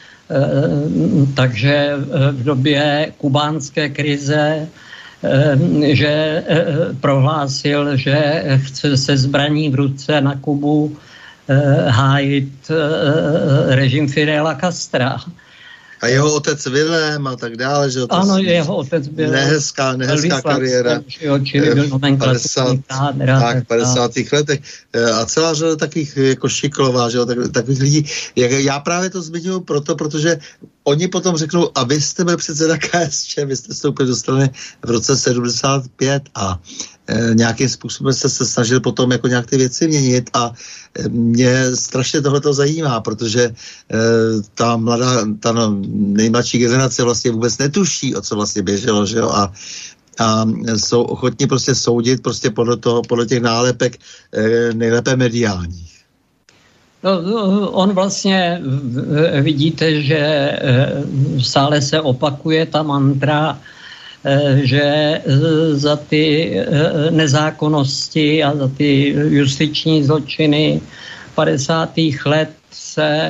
takže v době kubánské krize, že prohlásil, že chce se zbraní v ruce na Kubu hájit režim Fidela Castra. A jeho otec Vilém a tak dále, že to ano, jeho otec byl nehezká, nehezká kariéra v padesátých letech. A celá řada takových jako Šiklová, že jo, tak, takových lidí. Já právě to zmiňuji proto, protože oni potom řeknou, a vy jste byl předseda K S Č, vy jste vstoupili do strany v roce sedmdesát pět a e, nějakým způsobem jste se snažil potom jako nějak ty věci měnit a e, mě strašně tohleto zajímá, protože e, ta mladá, ta no, nejmladší generace vlastně vůbec netuší, o co vlastně běželo, že jo, a a jsou ochotní prostě soudit prostě podle toho, podle těch nálepek e, nejlépe mediálních. No, on vlastně, vidíte, že stále se opakuje ta mantra, že za ty nezákonnosti a za ty justiční zločiny padesátých let se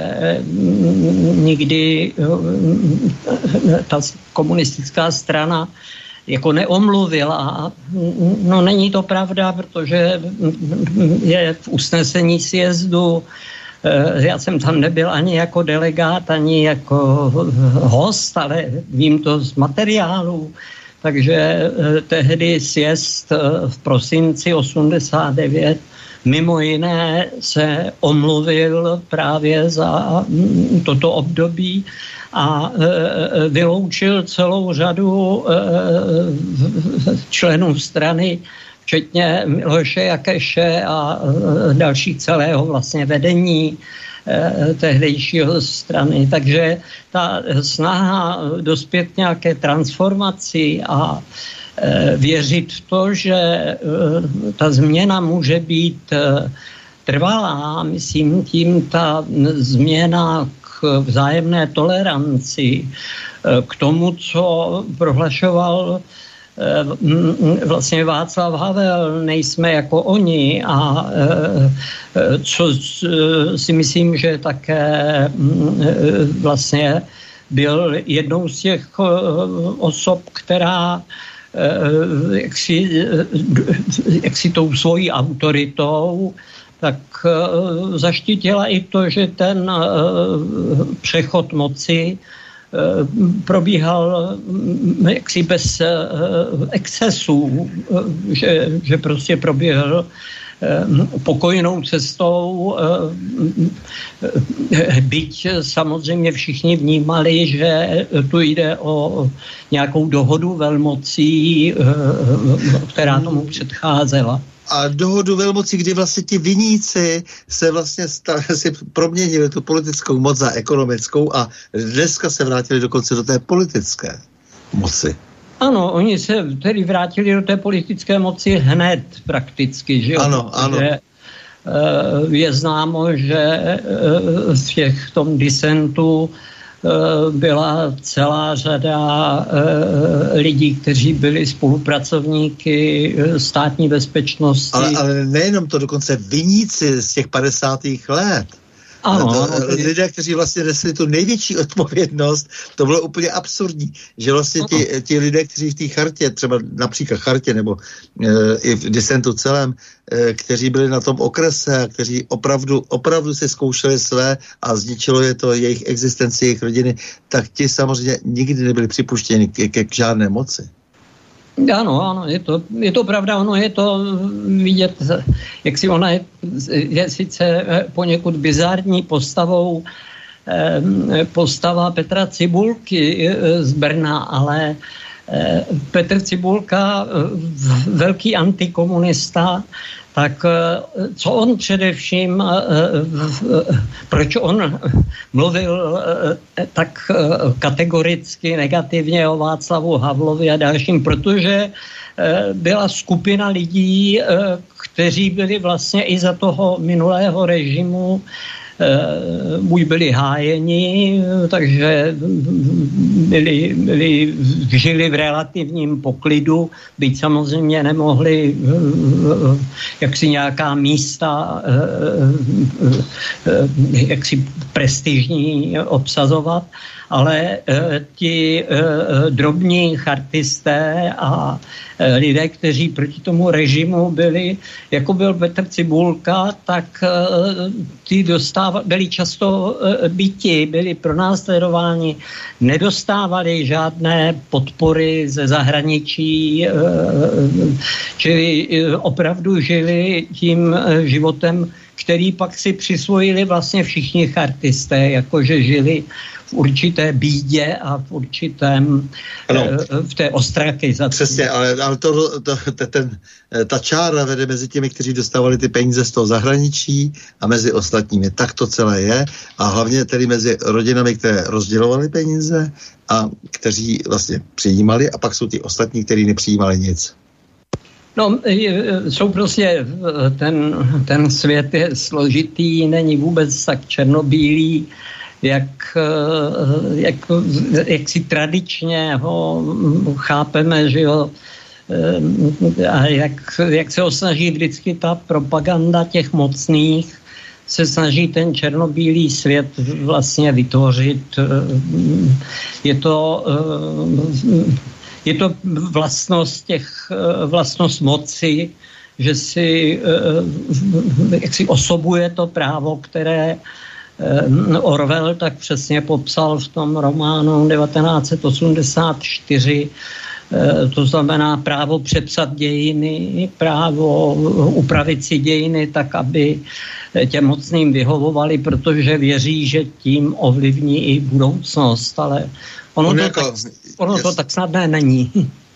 nikdy ta komunistická strana jako neomluvila. No není to pravda, protože je v usnesení sjezdu. Já jsem tam nebyl ani jako delegát, ani jako host, ale vím to z materiálu. Takže tehdy sjezd v prosinci osmdesát devět mimo jiné se omluvil právě za toto období a vyloučil celou řadu členů strany, včetně Miloše Jakeše a dalších celého vlastně vedení tehdejšího strany. Takže ta snaha dospět nějaké transformaci a věřit v to, že ta změna může být trvalá. Myslím tím ta změna k vzájemné toleranci, k tomu, co prohlašoval vlastně Václav Havel, nejsme jako oni, a co si myslím, že také vlastně byl jednou z těch osob, která jak si, jak si tou svojí autoritou tak zaštítila i to, že ten přechod moci probíhal jaksi bez excesů, že, že prostě probíhal pokojnou cestou, byť samozřejmě všichni vnímali, že tu jde o nějakou dohodu velmocí, která tomu předcházela. A dohodu velmocí, kdy vlastně ti viníci se vlastně stali, si proměnili tu politickou moc za ekonomickou a dneska se vrátili dokonce do té politické moci. Ano, oni se tedy vrátili do té politické moci hned prakticky, že jo? Ano, ano. Že, je známo, že v těch tom disentu byla celá řada lidí, kteří byli spolupracovníky státní bezpečnosti. Ale, ale nejenom to, dokonce viníci z těch padesátých let. Ano, to, ano, lidé, kteří vlastně nesli tu největší odpovědnost, to bylo úplně absurdní, že vlastně ti, ti lidé, kteří v té chartě, třeba například chartě nebo e, i v disentu celém, e, kteří byli na tom okrese a kteří opravdu, opravdu si zkoušeli své a zničilo je to jejich existenci, jejich rodiny, tak ti samozřejmě nikdy nebyli připuštěni k, k, k žádné moci. Ano, ano, je to, je to pravda, ono je to vidět, jak si ona je, je sice poněkud bizarní postavou, postava Petra Cibulky z Brna, ale Petr Cibulka, velký antikomunista, tak co on především, proč on mluvil tak kategoricky negativně o Václavu Havlovi a dalším, protože byla skupina lidí, kteří byli vlastně i za toho minulého režimu buď byli hájeni, takže byli, byli, žili v relativním poklidu, byť samozřejmě nemohli jaksi nějaká místa jaksi prestižní obsazovat, ale ti drobní chartisté a lidé, kteří proti tomu režimu byli, jako byl Petr Cibulka, tak ty dostávali, byli často byti, byli pronásledováni, nedostávali žádné podpory ze zahraničí, čili opravdu žili tím životem, který pak si přisvojili vlastně všichni chartisté, jakože žili v určité bídě a v určitém, ano, v té ostrakizaci. Přesně, ale, ale to, to, to, ten, ta čára vede mezi těmi, kteří dostávali ty peníze z toho zahraničí a mezi ostatními. Tak to celé je. A hlavně tedy mezi rodinami, které rozdělovaly peníze a kteří vlastně přijímali, a pak jsou ty ostatní, kteří nepřijímali nic. No, jsou prostě, ten, ten svět je složitý, není vůbec tak černobílý, jak, jak, jak si tradičně ho chápeme, že jo, a jak, jak se ho snaží vždycky ta propaganda těch mocných, se snaží ten černobílý svět vlastně vytvořit. Je to... Je to vlastnost těch, vlastnost moci, že si, jak si osobuje to právo, které Orwell tak přesně popsal v tom románu devatenáct set osmdesát čtyři, to znamená právo přepsat dějiny, právo upravit si dějiny tak, aby těm mocným vyhovovali, protože věří, že tím ovlivní i budoucnost, ale ono, to, jako, tak, ono to tak snadné není.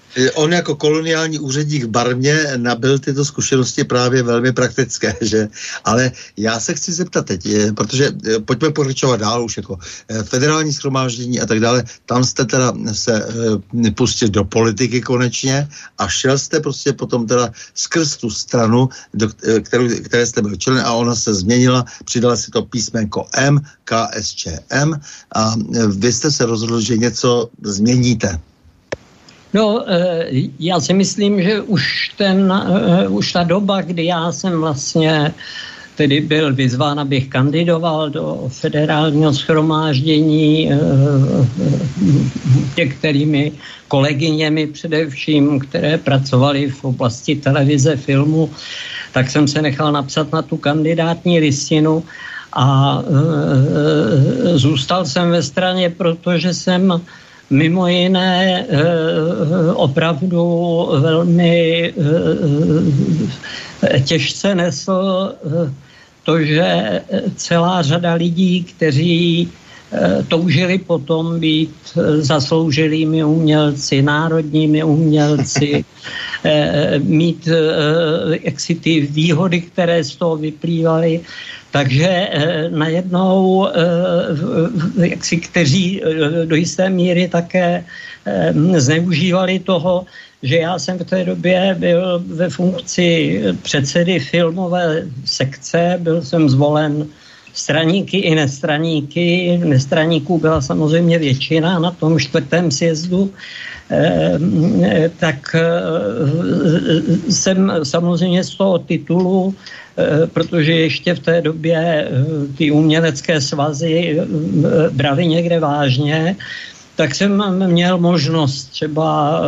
On jako koloniální úředník v Barmě nabyl tyto zkušenosti právě velmi praktické, že? Ale já se chci zeptat teď, protože pojďme pokračovat dál už jako federální shromáždění a tak dále, tam jste teda se pustil do politiky konečně a šel jste prostě potom teda skrz tu stranu, do kterou, které jste byl člen a ona se změnila, přidala si to písmenko M, K S Č M a vy jste se rozhodl, že něco změníte. No, já si myslím, že už, ten, už ta doba, kdy já jsem vlastně tedy byl vyzván, abych kandidoval do federálního shromáždění některými kolegyněmi především, které pracovaly v oblasti televize, filmu, tak jsem se nechal napsat na tu kandidátní listinu a zůstal jsem ve straně, protože jsem mimo jiné opravdu velmi těžce nesl to, že celá řada lidí, kteří toužili potom být zasloužilými umělci, národními umělci, mít jaksi ty výhody, které z toho vyplývaly. Takže najednou, jaksi, kteří do jisté míry také zneužívali toho, že já jsem v té době byl ve funkci předsedy filmové sekce, byl jsem zvolen straníky i nestraníky. Nestraníků byla samozřejmě většina na tom čtvrtém sjezdu, tak jsem samozřejmě z toho titulu, protože ještě v té době ty umělecké svazy brali někde vážně, tak jsem měl možnost třeba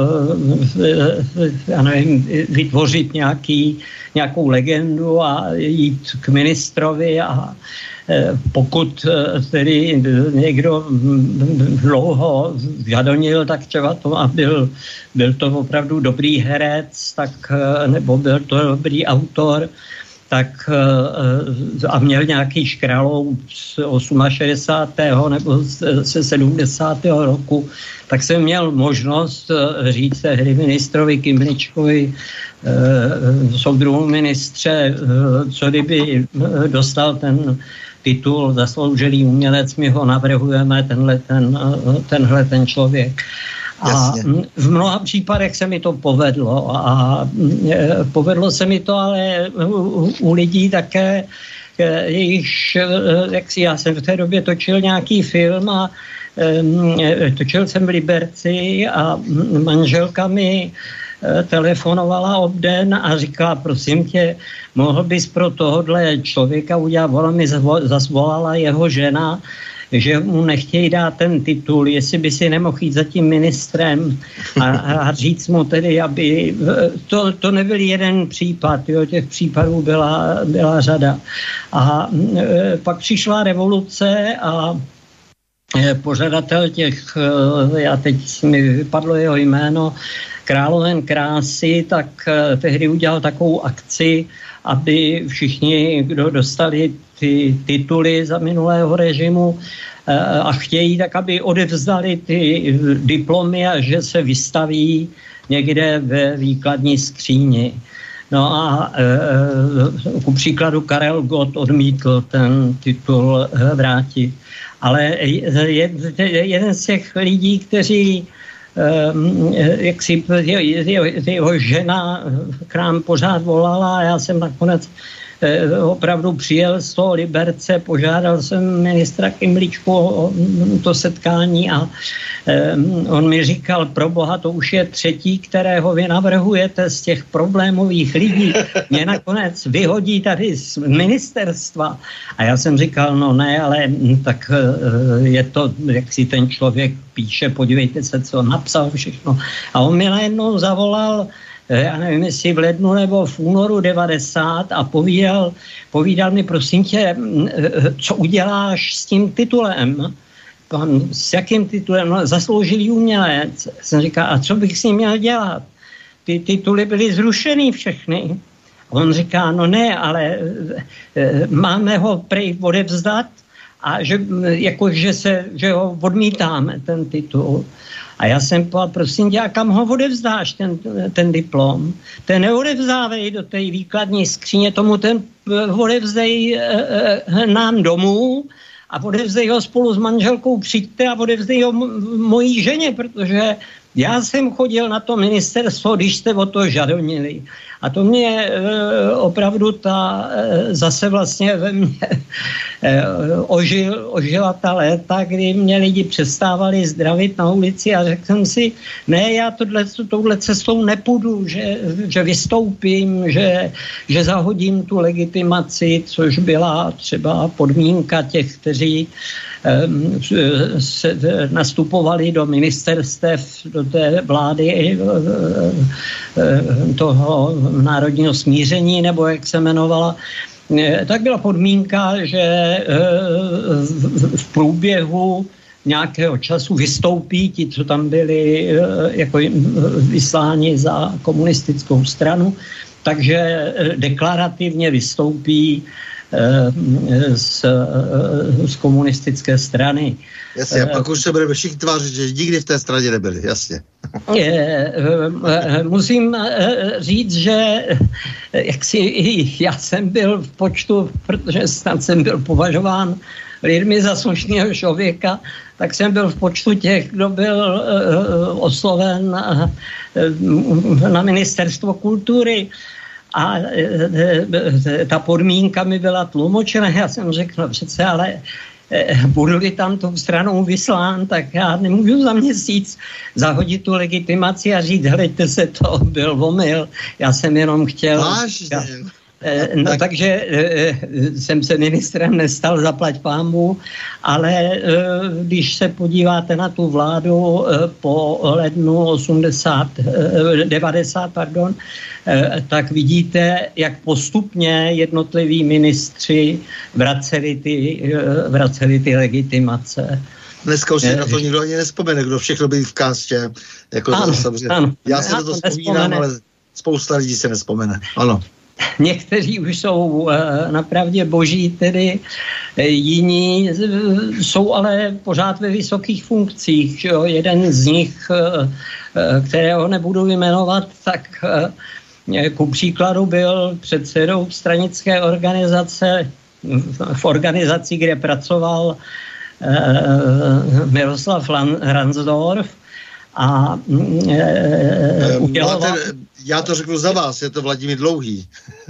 já nevím, vytvořit nějaký, nějakou legendu a jít k ministrovi a pokud tedy někdo dlouho žadonil, tak třeba to a byl, byl to opravdu dobrý herec, tak, nebo byl to dobrý autor, tak a měl nějaký škraloup z šedesátého osmého nebo ze sedmdesátého roku, tak jsem měl možnost říct tehdy ministrovi Kymličkovi, soudruhu ministře, co kdyby dostal ten titul zasloužilý umělec, my ho navrhujeme, tenhle ten, tenhle ten člověk. A Jasně. v mnoha případech se mi to povedlo a povedlo se mi to ale u, u lidí také, jejichž, jak si já jsem v té době točil nějaký film a točil jsem v Liberci a manželka mi telefonovala obden a říkala, prosím tě, mohl bys pro tohodle člověka udělat, ona mi zasvolala jeho žena, že mu nechtějí dát ten titul, jestli by si nemohl jít za tím ministrem a, a říct mu tedy, aby... To, to nebyl jeden případ, jo, těch případů byla, byla řada. A e, pak přišla revoluce a e, pořadatel těch, e, já teď mi vypadlo jeho jméno, Královen krásy, tak e, tehdy udělal takovou akci, aby všichni, kdo dostali ty tituly za minulého režimu a chtějí, tak aby odevzdali ty diplomy a že se vystaví někde ve výkladní skříni. No a e, ku příkladu Karel Gott odmítl ten titul vrátit. Ale je, jeden z těch lidí, kteří jak si jeho, jeho žena k nám pořád volala a já jsem nakonec opravdu přijel z toho Liberce, požádal jsem ministra Kymličku o to setkání a on mi říkal, pro boha, to už je třetí, kterého vy navrhujete z těch problémových lidí. Mě nakonec vyhodí tady z ministerstva. A já jsem říkal, no ne, ale tak je to, jak si ten člověk píše, podívejte se, co napsal všechno. A on mi najednou zavolal, já nevím, jestli v lednu nebo v únoru devadesát a povídal, povídal mi, prosím tě, co uděláš s tím titulem? Pan, s jakým titulem? No, zasloužilý umělec. Jsem říkal, a co bych s ním měl dělat? Ty tituly byly zrušený všechny. A on říká, no ne, ale máme ho prej odevzdat a že, jako, že, se, že ho odmítáme, ten titul. A já jsem povedal, prosím tě, a kam ho odevzdáš, ten, ten diplom? Ten neodevzdávej do té výkladní skříně, tomu ten odevzdej nám domů a odevzdej ho spolu s manželkou, přijďte a odevzdej ho mojí ženě, protože já jsem chodil na to ministerstvo, když jste o to žadonili. A to mě e, opravdu ta, e, zase vlastně ve mně e, ožil, ožila ta léta, kdy mě lidi přestávali zdravit na ulici a řekl jsem si, ne, já tohle, touhle cestou nepůjdu, že, že vystoupím, že, že zahodím tu legitimaci, což byla třeba podmínka těch, kteří se nastupovali do ministerstev, do té vlády toho národního smíření, nebo jak se jmenovala, tak byla podmínka, že v průběhu nějakého času vystoupí ti, co tam byli jako vysláni za komunistickou stranu, takže deklarativně vystoupí Z, z komunistické strany. Jasně, a pak už se budeme všichni tvářit, že nikdy v té straně nebyli, jasně. Je, musím říct, že jak si, já jsem byl v počtu, protože snad jsem byl považován lidmi za slušného člověka, tak jsem byl v počtu těch, kdo byl osloven na ministerstvo kultury. A ta podmínka mi byla tlumočena. Já jsem řekl, no přece, ale budu-li tam tou stranou vyslán, tak já nemůžu za měsíc zahodit tu legitimaci a říct, hleďte se, to byl omyl. Já jsem jenom chtěl... Vážně. No, tak... Takže e, jsem se ministrem nestal, zaplať pánbu, ale e, když se podíváte na tu vládu e, po lednu osmdesát, e, devadesát, pardon, e, tak vidíte, jak postupně jednotliví ministři vraceli ty, e, vraceli ty legitimace. Dneska už si na to nikdo ani nespomene, kdo všechno byl v kástě. Jako ano, to, ano, já se na to vzpomínám, ale spousta lidí se nespomene. Ano. Někteří už jsou na pravdě boží, tedy jiní jsou ale pořád ve vysokých funkcích. Jo? Jeden z nich, kterého nebudu vyjmenovat, tak ku příkladu byl předsedou stranické organizace, v organizaci, kde pracoval Miroslav Ransdorf a e, uděloval... Máte, já to řeknu za vás, je to Vladimír Dlouhý.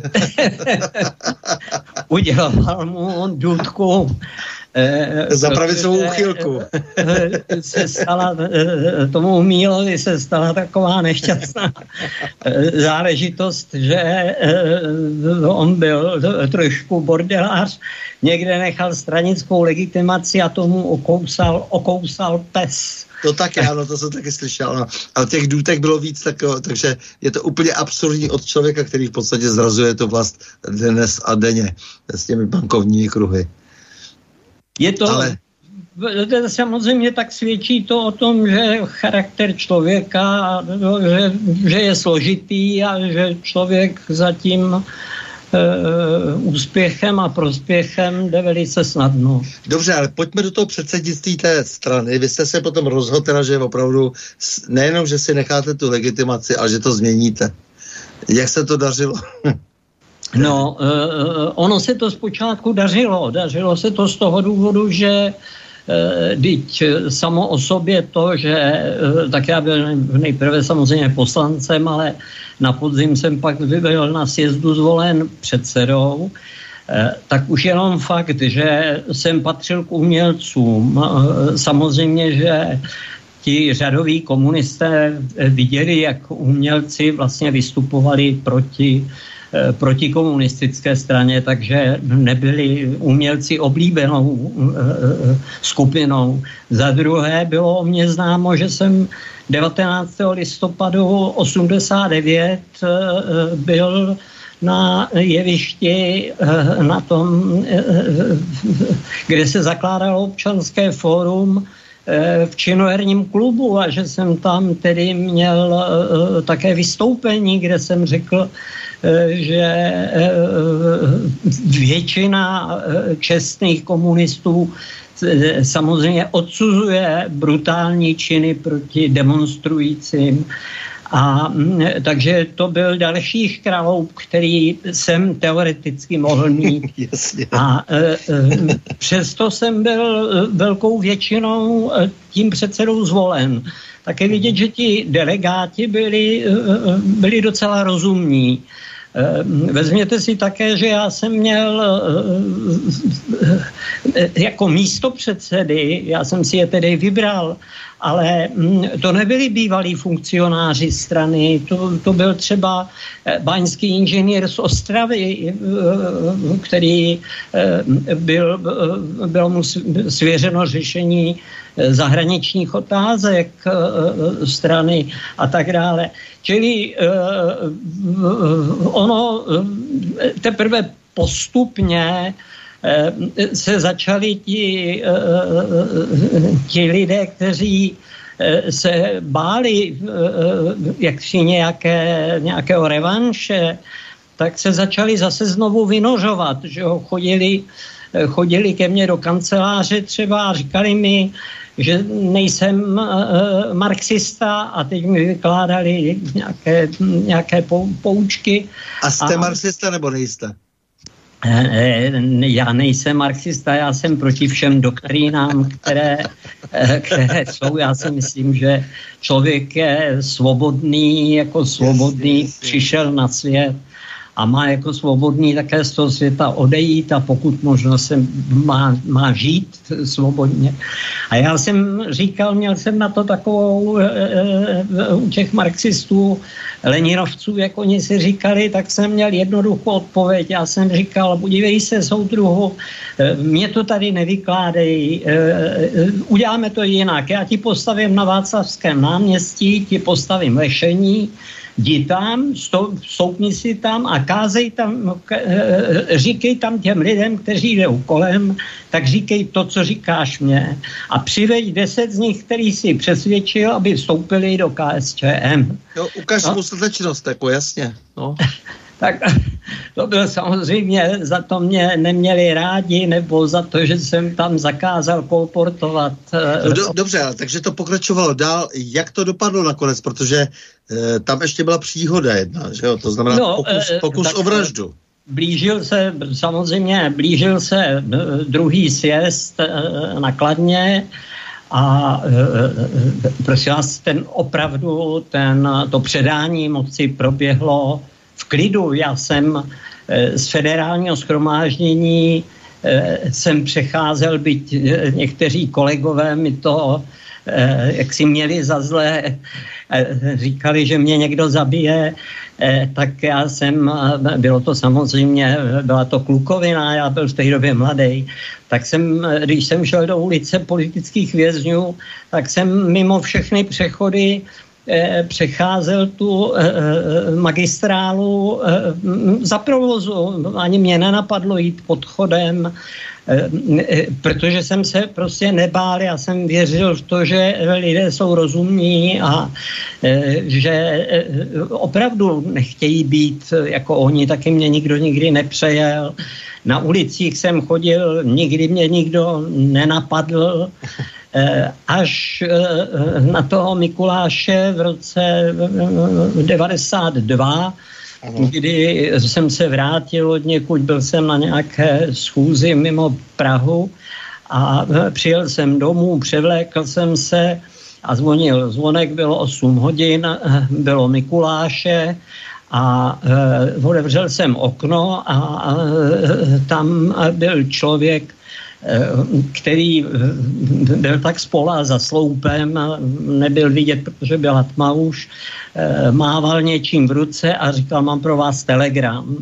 Uděloval mu důdku. E, za pravicovou úchylku. Se stala, tomu Mílovi se stala taková nešťastná záležitost, že on byl trošku bordelář, někde nechal stranickou legitimaci a tomu okousal, okousal pes. To taky, ano, to jsem taky slyšel. No. Ale těch důtek bylo víc, tak, takže je to úplně absurdní od člověka, který v podstatě zrazuje to vlast dnes a denně s těmi bankovními kruhy. Je to, Ale... samozřejmě tak svědčí to o tom, že charakter člověka, že, že je složitý a že člověk zatím Uh, úspěchem a prospěchem jde velice snadno. Dobře, ale pojďme do toho předsednictví té strany. Vy jste se potom rozhodl, teda, že opravdu nejenom, že si necháte tu legitimaci, ale že to změníte. Jak se to dařilo? No, uh, ono se to zpočátku dařilo. Dařilo se to z toho důvodu, že Vždyť samo o sobě to, že tak já byl nejprve samozřejmě poslancem, ale na podzim jsem pak byl na sjezdu zvolen předsedou, tak už jenom fakt, že jsem patřil k umělcům. Samozřejmě, že ti řadoví komunisté viděli, jak umělci vlastně vystupovali proti proti komunistické straně, takže nebyli umělci oblíbenou skupinou. Za druhé bylo o mně známo, že jsem devatenáctého listopadu osmdesát devět byl na jevišti na tom, kde se zakládalo občanské fórum v činoherním klubu a že jsem tam tedy měl také vystoupení, kde jsem řekl, že většina čestných komunistů samozřejmě odsuzuje brutální činy proti demonstrujícím. A takže to byl další škraloup, který jsem teoreticky mohl mít. A e, e, přesto jsem byl velkou většinou tím předsedou zvolen. Tak je vidět, že ti delegáti byli, byli docela rozumní. Vezměte si také, že já jsem měl jako místo předsedy, já jsem si je tedy vybral, ale to nebyli bývalí funkcionáři strany, to, to byl třeba báňský inženýr z Ostravy, který byl, bylo mu svěřeno řešení zahraničních otázek strany a tak dále. Čili ono teprve postupně se začali ti, ti lidé, kteří se báli jaksi nějaké, nějakého revanše, tak se začali zase znovu vynožovat, že ho chodili, chodili ke mně do kanceláře třeba a říkali mi, že nejsem uh, marxista a teď mi vykládali nějaké, nějaké poučky. A jste a, marxista nebo nejste? Já nejsem marxista, já jsem proti všem doktrínám, které, které jsou. Já si myslím, že člověk je svobodný, jako svobodný přišel na svět a má jako svobodný také z toho světa odejít a pokud možno se má, má žít svobodně. A já jsem říkal, měl jsem na to takovou e, e, u těch marxistů, leninovců, jak oni si říkali, tak jsem měl jednoduchou odpověď. Já jsem říkal, podívej se, soudruhu, e, mě to tady nevykládej, e, e, uděláme to jinak. Já ti postavím na Václavském náměstí, ti postavím lešení, jdi tam, stoupni si tam a kázej tam, říkej tam těm lidem, kteří jdou kolem, tak říkej to, co říkáš mě. A přiveď deset z nich, který si přesvědčil, aby vstoupili do K S Č M. Jo, ukaž no. mu srdečnost, jako jasně. No. Tak to bylo samozřejmě, za to mě neměli rádi, nebo za to, že jsem tam zakázal kolportovat. No do, dobře, takže to pokračovalo dál. Jak to dopadlo nakonec, protože e, tam ještě byla příhoda jedna, že jo? To znamená no, pokus, pokus o vraždu. Blížil se, samozřejmě, blížil se druhý sjezd na Kladně a prosím vás, ten opravdu, ten, to předání moci proběhlo v klidu. Já jsem z federálního shromáždění jsem přecházel, byť někteří kolegové mi to jak si měli za zlé, říkali, že mě někdo zabije, tak já jsem, bylo to samozřejmě, byla to klukovina, já byl v té době mladý, tak jsem, když jsem šel do ulice politických vězňů, tak jsem mimo všechny přechody přecházel tu magistrálu za provozu. Ani mě nenapadlo jít podchodem, protože jsem se prostě nebál, já jsem věřil v to, že lidé jsou rozumní a že opravdu nechtějí být jako oni, taky mě nikdo nikdy nepřejel. Na ulicích jsem chodil, nikdy mě nikdo nenapadl, až na toho Mikuláše v roce devadesát dva, ano. Kdy jsem se vrátil od někud, byl jsem na nějaké schůzi mimo Prahu a přijel jsem domů, převlékl jsem se a zvonil zvonek, bylo osm hodin, bylo Mikuláše a e, otevřel jsem okno a, a tam byl člověk, který byl tak spolá za sloupem, nebyl vidět, protože byla tma už, mával něčím v ruce a říkal, mám pro vás telegram.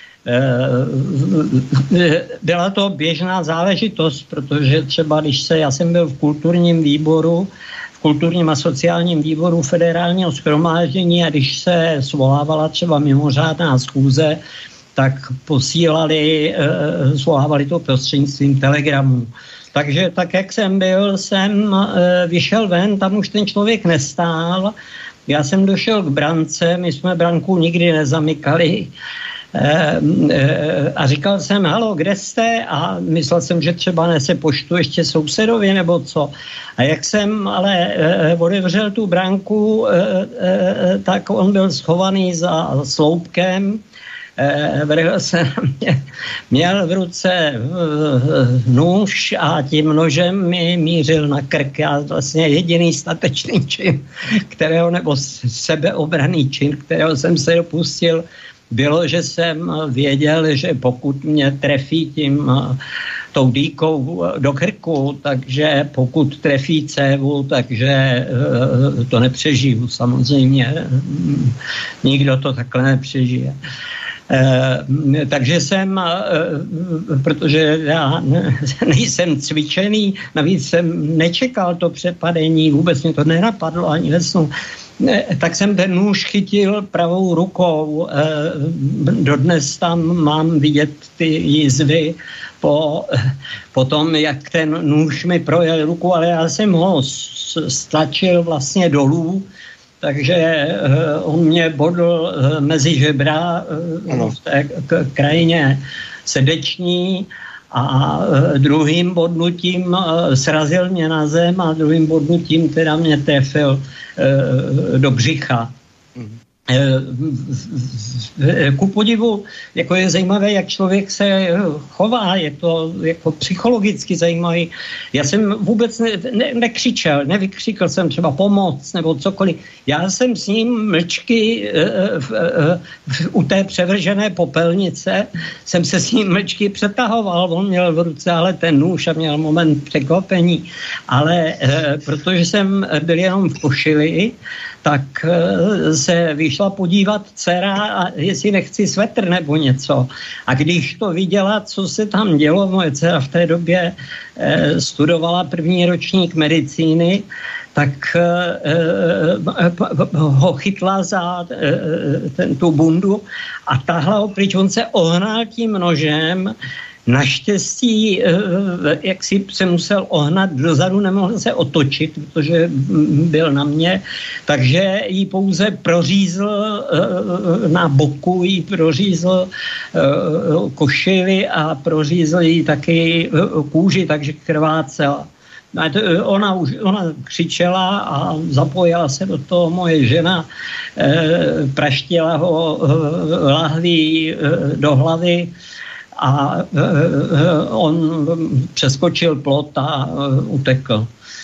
Byla to běžná záležitost, protože třeba když se, já jsem byl v kulturním výboru, v kulturním a sociálním výboru federálního shromáždění a když se svolávala třeba mimořádná schůze, tak posílali, zvolávali to prostřednictvím telegramů. Takže tak, jak jsem byl, jsem vyšel ven, tam už ten člověk nestál. Já jsem došel k brance, my jsme branku nikdy nezamykali. A říkal jsem, halo, kde jste? A myslel jsem, že třeba nese poštu ještě sousedovi nebo co. A jak jsem ale otevřel tu branku, tak on byl schovaný za sloupkem. Vrhl se na mě, měl v ruce nůž a tím nožem mi mířil na krk. Já vlastně jediný statečný čin, kterého, nebo sebeobranný čin, kterého jsem se dopustil, bylo, že jsem věděl, že pokud mě trefí tím tou dýkou do krku, takže pokud trefí cévu, takže to nepřežiju. Samozřejmě nikdo to takhle nepřežije. Uh, takže jsem, uh, protože já nejsem cvičený, navíc jsem nečekal to přepadení, vůbec mě to nenapadlo ani ve snu, tak jsem ten nůž chytil pravou rukou. Uh, dodnes tam mám vidět ty jizvy po, po tom, jak ten nůž mi projel ruku, ale já jsem ho stlačil vlastně dolů. Takže uh, on mě bodl uh, mezi žebra uh, v té k- krajině srdeční a uh, druhým bodnutím uh, srazil mě na zem a druhým bodnutím teda mě trefil uh, do břicha. Mm. Ku podivu, jako je zajímavé, jak člověk se chová, je to jako psychologicky zajímavý. Já jsem vůbec ne, ne, nekřičel, nevykřikl jsem třeba pomoc nebo cokoliv. Já jsem s ním mlčky v, v, v, u té převržené popelnice jsem se s ním mlčky přetahoval. On měl v ruce ale ten nůž a měl moment překvapení. Ale protože jsem byl jenom v košili, tak se vyšla podívat dcera, a jestli nechci svetr nebo něco. A když to viděla, co se tam dělo, moje dcera v té době eh, studovala první ročník medicíny, tak eh, ho chytla za eh, ten, tu bundu a tahla ho pryč. On se ohnal tím nožem. Naštěstí, jak si se musel ohnat dozadu, nemohl se otočit, protože byl na mě, takže jí pouze prořízl na boku, jí prořízl košili a prořízl jí taky kůži, takže krvácela. Ona, už, ona křičela a zapojila se do toho moje žena, praštila ho lahví do hlavy, a on přeskočil plot a utekl.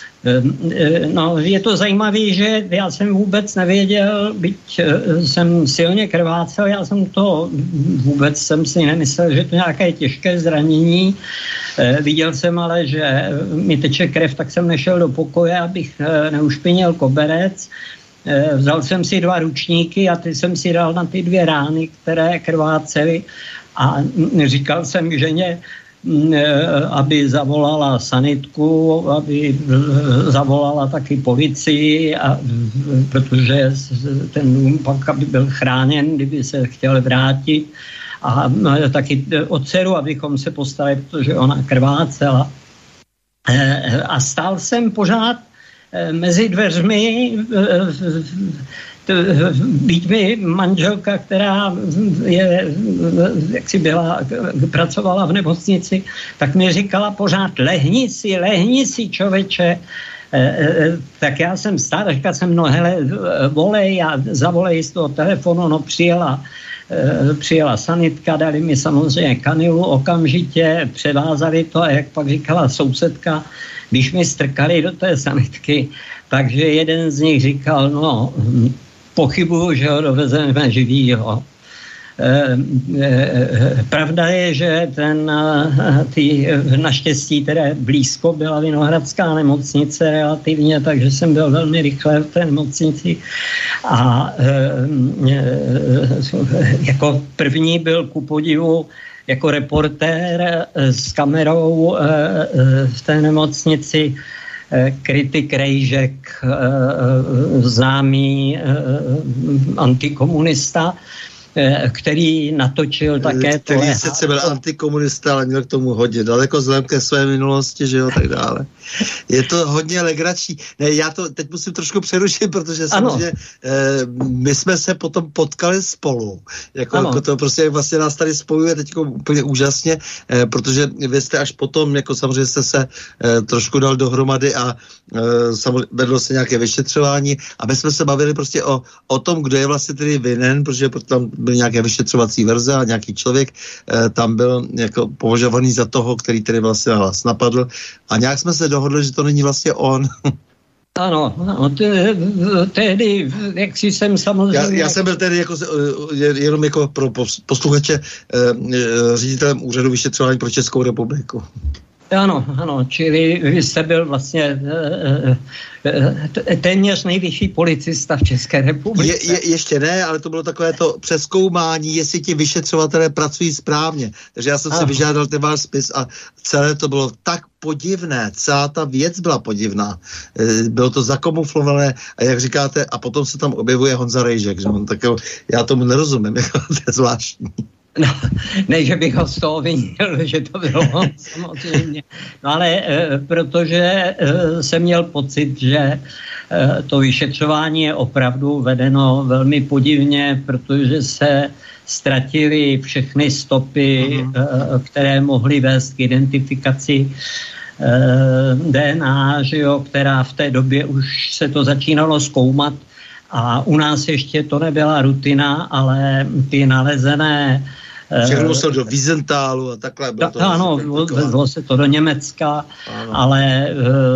No, je to zajímavé, že já jsem vůbec nevěděl, byť jsem silně krvácel, já jsem to vůbec jsem si nemyslel, že to nějaké těžké zranění. Viděl jsem ale, že mi teče krev, tak jsem nešel do pokoje, abych neušpinil koberec. Vzal jsem si dva ručníky a ty jsem si dal na ty dvě rány, které krvácely. A říkal jsem ženě, aby zavolala sanitku, aby zavolala taky policii, a, protože ten dům pak aby byl chráněn, kdyby se chtěl vrátit. A taky o dceru, abychom se postarali, protože ona krvácela. A stál jsem pořád mezi dveřmi, být mi manželka, která je, jak si byla, pracovala v nemocnici, tak mi říkala pořád, lehni si, lehni si, člověče. Tak já jsem stál, říkal jsem, no hele, volej a zavolej z toho telefonu, no přijela, přijela sanitka, dali mi samozřejmě kanilu okamžitě, převázali to a jak pak říkala sousedka, když mi strkali do té sanitky, takže jeden z nich říkal, no, pochybuju, že ho dovezeme živýho. E, e, pravda je, že ten ty, naštěstí teda blízko byla Vinohradská nemocnice relativně, takže jsem byl velmi rychle v té nemocnici a e, e, jako první byl ku podivu jako reportér s kamerou e, e, v té nemocnici kritik Rejžek, známý antikomunista. který natočil také který tohle. sice byl antikomunista, ale měl k tomu hodně daleko vzhledem ke své minulosti, že jo, tak dále. Je to hodně legrační. Ne, já to teď musím trošku přerušit, protože samozřejmě eh, my jsme se potom potkali spolu. Jako, jako to prostě vlastně nás tady spojuje teď úplně úžasně, eh, protože vy jste až potom, jako samozřejmě jste se eh, trošku dal dohromady a eh, samozřejmě vedlo se nějaké vyšetřování a my jsme se bavili prostě o, o tom, kdo je vlastně tedy vinen, protože tam byly nějaké vyšetřovací verze a nějaký člověk eh, tam byl jako považovaný za toho, který tedy vlastně hlas napadl a nějak jsme se dohodli, že to není vlastně on. Ano, no, tehdy, jak si jsem samozřejmě... Já, já jsem byl tedy jako, jenom jako pro posluchače eh, ředitelem úřadu vyšetřování pro Českou republiku. Ano, ano, čili vy jste byl vlastně téměř nejvyšší policista v České republice. Je, je, ještě ne, ale to bylo takové to přezkoumání, jestli ti vyšetřovatelé pracují správně. Takže já jsem ano. si vyžádal ten váš spis a celé to bylo tak podivné, celá ta věc byla podivná. Bylo to zakamuflované a jak říkáte, a potom se tam objevuje Honza Rejžek, že on takový, já tomu nerozumím, jako to je zvláštní. No, ne, že bych ho z toho vinil, že to bylo on, samozřejmě. No ale e, protože e, jsem měl pocit, že e, to vyšetřování je opravdu vedeno velmi podivně, protože se ztratily všechny stopy, uh-huh. e, které mohly vést k identifikaci e, D N A, že jo, která v té době už se to začínalo zkoumat. A u nás ještě to nebyla rutina, ale ty nalezené... Všechno musel do Wiesentálu a takhle. Bylo to ano, vezlo se to do Německa, ano. ale e,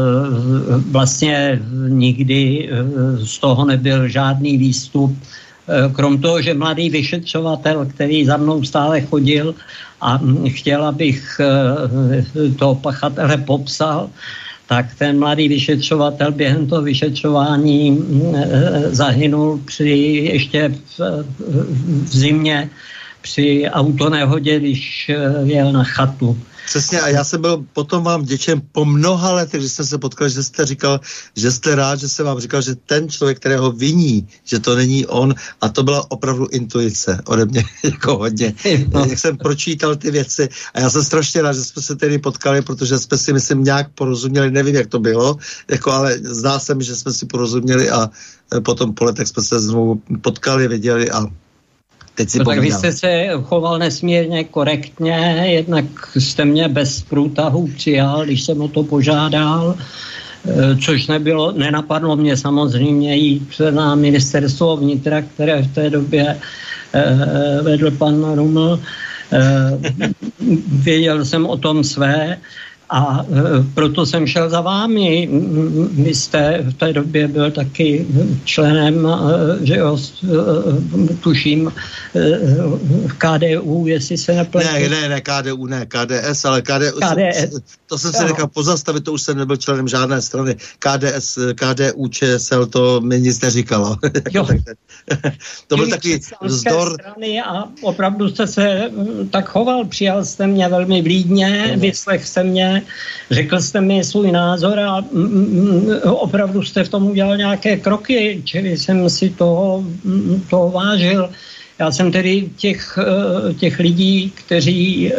vlastně nikdy e, z toho nebyl žádný výstup. E, krom toho, že mladý vyšetřovatel, který za mnou stále chodil a chtěl, abych e, toho pachatele popsal, tak ten mladý vyšetřovatel během toho vyšetřování e, zahynul při ještě v, v zimě při autonehodě, když jel na chatu. Přesně, a já jsem byl potom vám děčen po mnoha letech, když jsem se potkal, že jste říkal, že jste rád, že jsem vám říkal, že ten člověk, kterého viní, že to není on, a to byla opravdu intuice ode mě, jako hodně. No. Jak jsem pročítal ty věci a já jsem strašně rád, že jsme se tedy potkali, protože jsme si, myslím, nějak porozuměli, nevím, jak to bylo, jako, ale zdá se mi, že jsme si porozuměli a potom po letech jsme se znovu potkali, viděli a No, tak vy jste se choval nesmírně korektně, jednak jste mě bez průtahu přijal, když jsem o to požádal, což nebylo, nenapadlo mě samozřejmě jít na ministerstvo vnitra, které v té době eh, vedl pan Ruml. Eh, věděl jsem o tom své a e, proto jsem šel za vámi. Vy jste v té době byl taky členem, e, že jo, e, tuším, e, K D U, jestli se nepletu. Ne, ne, ne, K D U, ne, K D S, ale K D U, K D S. To jsem se nechal pozastavit, to už jsem nebyl členem žádné strany. K D S, K D U, Č S L, to mi nic neříkalo. Jo. To byl takový vzdor. Strany a opravdu jste se tak choval, přijal jste mě velmi vlídně, no. Vyslech jste mě, řekl jste mi svůj názor a mm, mm, opravdu jste v tom udělal nějaké kroky, čili jsem si toho, toho vážil. Já jsem tedy těch, těch lidí, kteří,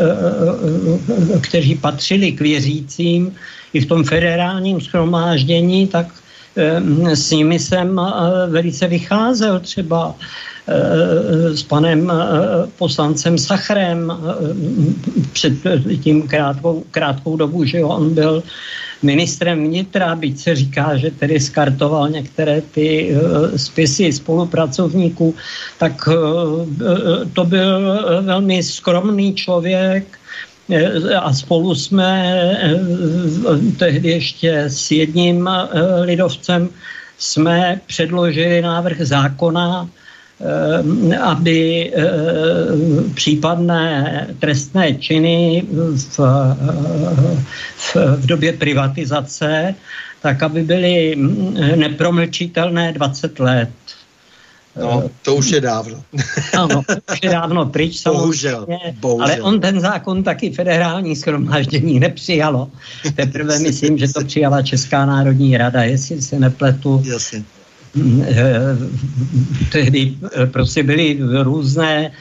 kteří patřili k věřícím i v tom federálním shromáždění, tak s nimi jsem velice vycházel, třeba s panem poslancem Sachrem před tím krátkou, krátkou dobu, že on byl ministrem vnitra, byť se říká, že tedy skartoval některé ty spisy spolupracovníků, tak to byl velmi skromný člověk a spolu jsme tehdy ještě s jedním lidovcem jsme předložili návrh zákona, aby případné trestné činy v, v, v době privatizace, tak aby byly nepromlčitelné dvacet let. No, to už je dávno. Ano, to už je dávno pryč, bohužel, bohužel. Ale on ten zákon taky federální shromáždění nepřijalo. Teprve myslím, že to přijala Česká národní rada, jestli se nepletu. Jasně. tehdy prostě byly různé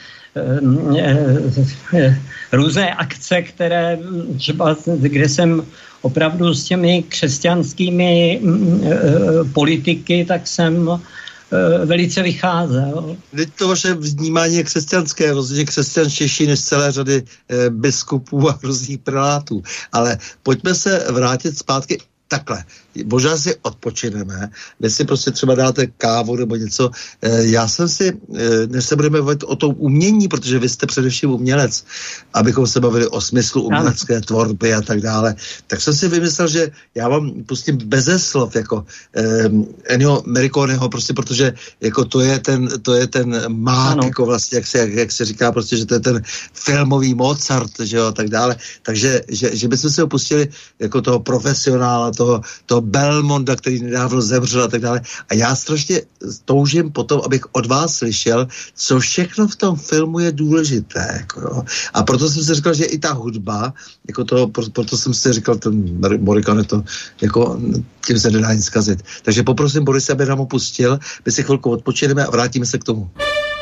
různé akce, které třeba, kde jsem opravdu s těmi křesťanskými politiky, tak jsem velice vycházel. Teď to vaše vnímání je křesťanské, rozhodně křesťanštější než celé řady biskupů a různých prelátů. Ale pojďme se vrátit zpátky takhle. Možná si odpočineme, vy si prostě třeba dáte kávu nebo něco. Já jsem si, než se budeme bavit o tom umění, protože vy jste především umělec, abychom se bavili o smyslu umělecké tvorby a tak dále, tak jsem si vymyslel, že já vám pustím beze slov, jako um, Ennio Morriconeho, prostě protože jako to je ten, to je ten mák, ano. Jako vlastně, jak se, jak, jak se říká, prostě, že to je ten filmový Mozart, že jo, a tak dále. Takže, že, že bychom si ho pustili jako toho profesionála, toho, toho Belmonda, který nedávno zemřel a tak dále. A já strašně toužím potom, abych od vás slyšel, co všechno v tom filmu je důležité. Jako jo. A proto jsem si říkal, že i ta hudba, jako to, proto jsem si říkal, ten Morricone, to jako tím se nedá nic zkazit. Takže poprosím Borise, aby nám ho pustil, my si chvilku odpočineme a vrátíme se k tomu.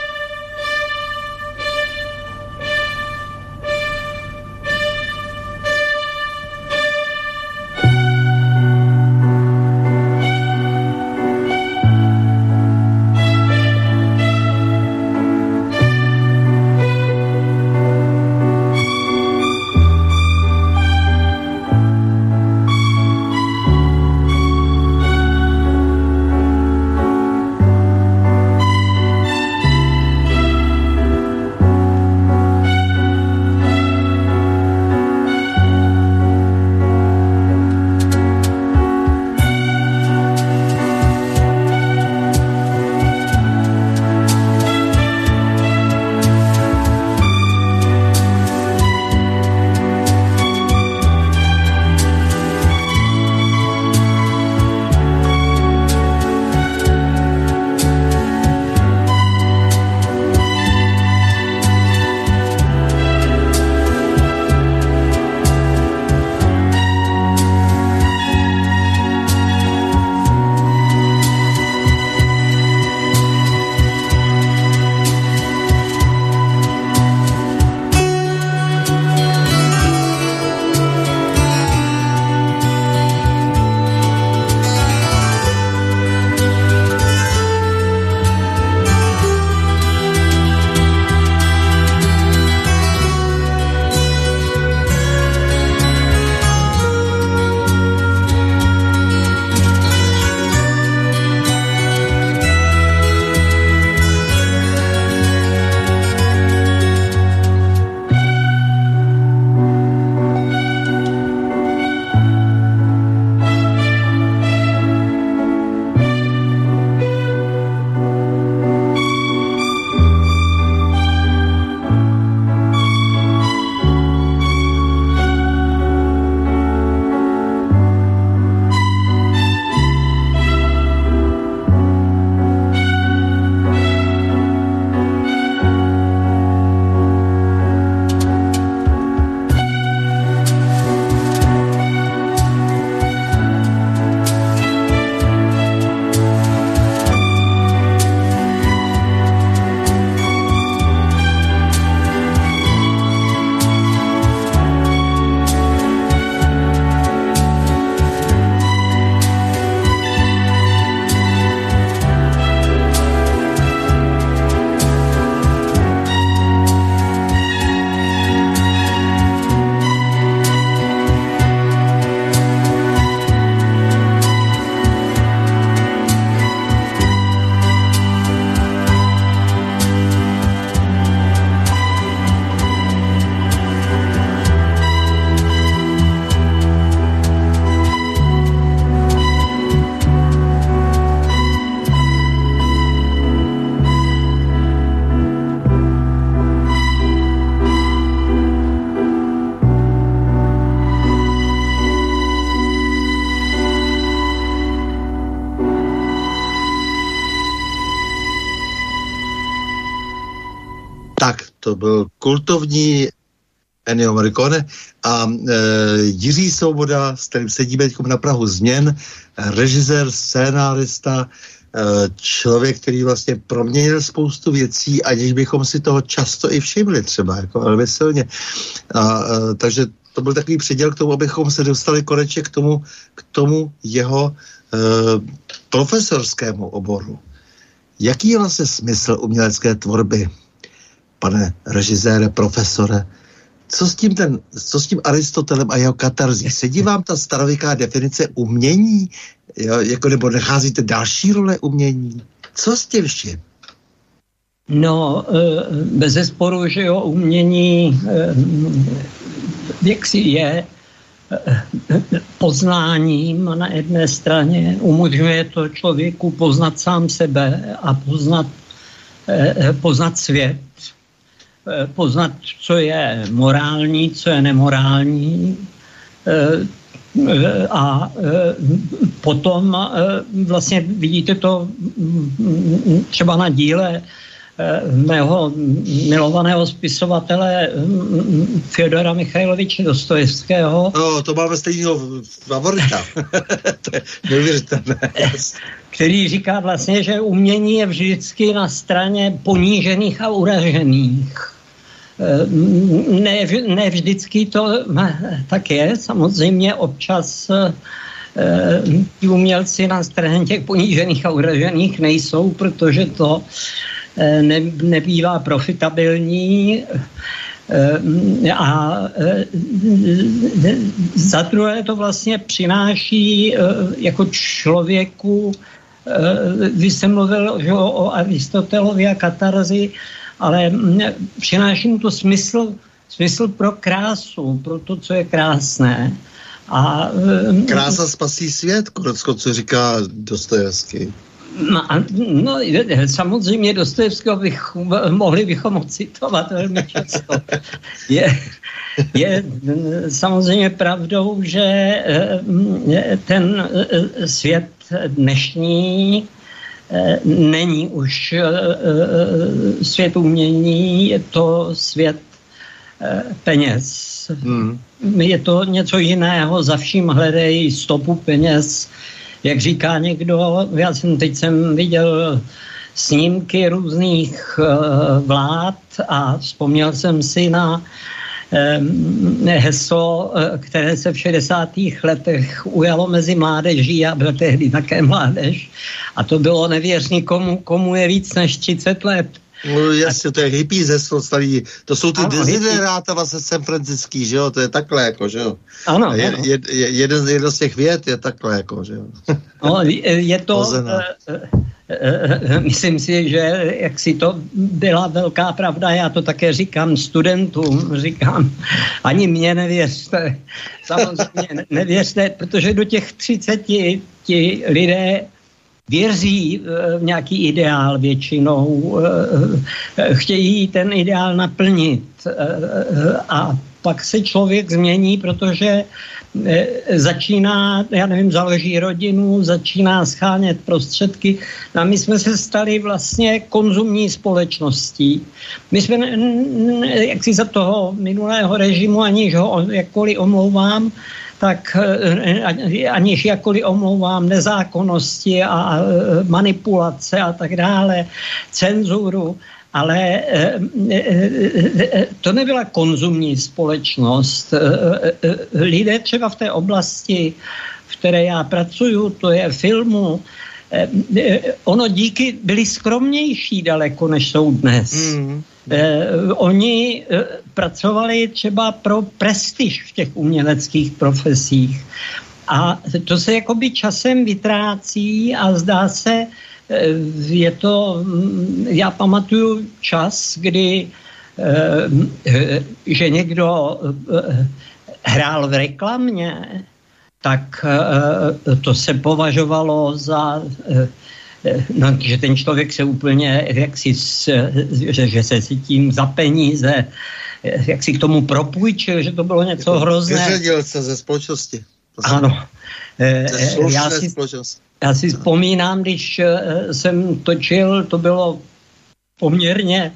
Tak, to byl kultovní Ennio Morricone a e, Jiří Svoboda, s kterým sedíme teď na prahu změn, režisér, scénárista, člověk, který vlastně proměnil spoustu věcí, aniž bychom si toho často i všimli třeba, jako velmi silně. A, takže to byl takový předěl k tomu, abychom se dostali konečně k tomu, k tomu jeho e, profesorskému oboru. Jaký je vlastně smysl umělecké tvorby, pane režisére, profesore? Co s tím, ten, co s tím Aristotelem a jeho katarzí? Sedí vám ta starověká definice umění? Jo, jako, nebo nacházíte další role umění? Co s tím vším? No, bez zesporu, že jo, umění jaksi je poznáním na jedné straně, umožňuje to člověku poznat sám sebe a poznat, poznat svět, poznat, co je morální, co je nemorální, a potom vlastně vidíte to třeba na díle mého milovaného spisovatele Fjodora Michajloviče Dostojevského. No, to máme stejného favorita. To je neuvěřitelné. Který říká vlastně, že umění je vždycky na straně ponížených a uražených. Ne, ne vždycky to tak je, samozřejmě občas ti umělci na straně těch ponížených a uražených nejsou, protože to ne, nebývá profitabilní a za druhé to vlastně přináší jako člověku, vy jste mluvil že o Aristotelovi a katarzi, ale přináší mu to smysl, smysl pro krásu, pro to, co je krásné. A, Krása spasí svět, konecko, co říká Dostojevský. No, no, samozřejmě Dostojevského bych, mohli bychom citovat velmi často. Je, je samozřejmě pravdou, že ten svět dnešní není už svět umění, je to svět peněz. Hmm. Je to něco jiného, za vším hledají stopu peněz. Jak říká někdo, já jsem teď jsem viděl snímky různých vlád a vzpomněl jsem si na heslo, které se v šedesátých letech ujalo mezi mládeží a byl tehdy také mládež. A to bylo nevěř nikomu, komu je víc než třicet let. No jasně, to je hippies heslo starý. To jsou ty dezideráta vlastně San Franciský, že jo? To je takhle jako, že jo? Ano, je, ano. Je, je, jeden, jeden z těch vět je takhle jako, že jo? No, je to... Myslím si, že jak si to byla velká pravda, já to také říkám studentům, říkám, ani mě nevěřte, samozřejmě nevěřte, protože do těch třiceti ti lidé věří v nějaký ideál většinou, chtějí ten ideál naplnit a pak se člověk změní, protože začíná, já nevím, založí rodinu, začíná schánět prostředky. A my jsme se stali vlastně konzumní společností. My jsme, jak si za toho minulého režimu, aniž ho jakkoliv omlouvám, tak aniž jakkoliv omlouvám nezákonnosti a manipulace a tak dále, cenzuru, ale to nebyla konzumní společnost. Lidé třeba v té oblasti, v které já pracuju, to je filmu, ono díky byli skromnější daleko, než jsou dnes. Mm. Oni pracovali třeba pro prestiž v těch uměleckých profesích. A to se jakoby časem vytrácí a zdá se, je to, já pamatuju čas, kdy že někdo hrál v reklamě, tak to se považovalo za, no, že ten člověk se úplně, jak si, že, že se si tím za peníze, jak si k tomu propůjčil, že to bylo něco jako hrozné. Vyřadil se ze společnosti. Ano. Já si, já si vzpomínám, když jsem točil, to bylo poměrně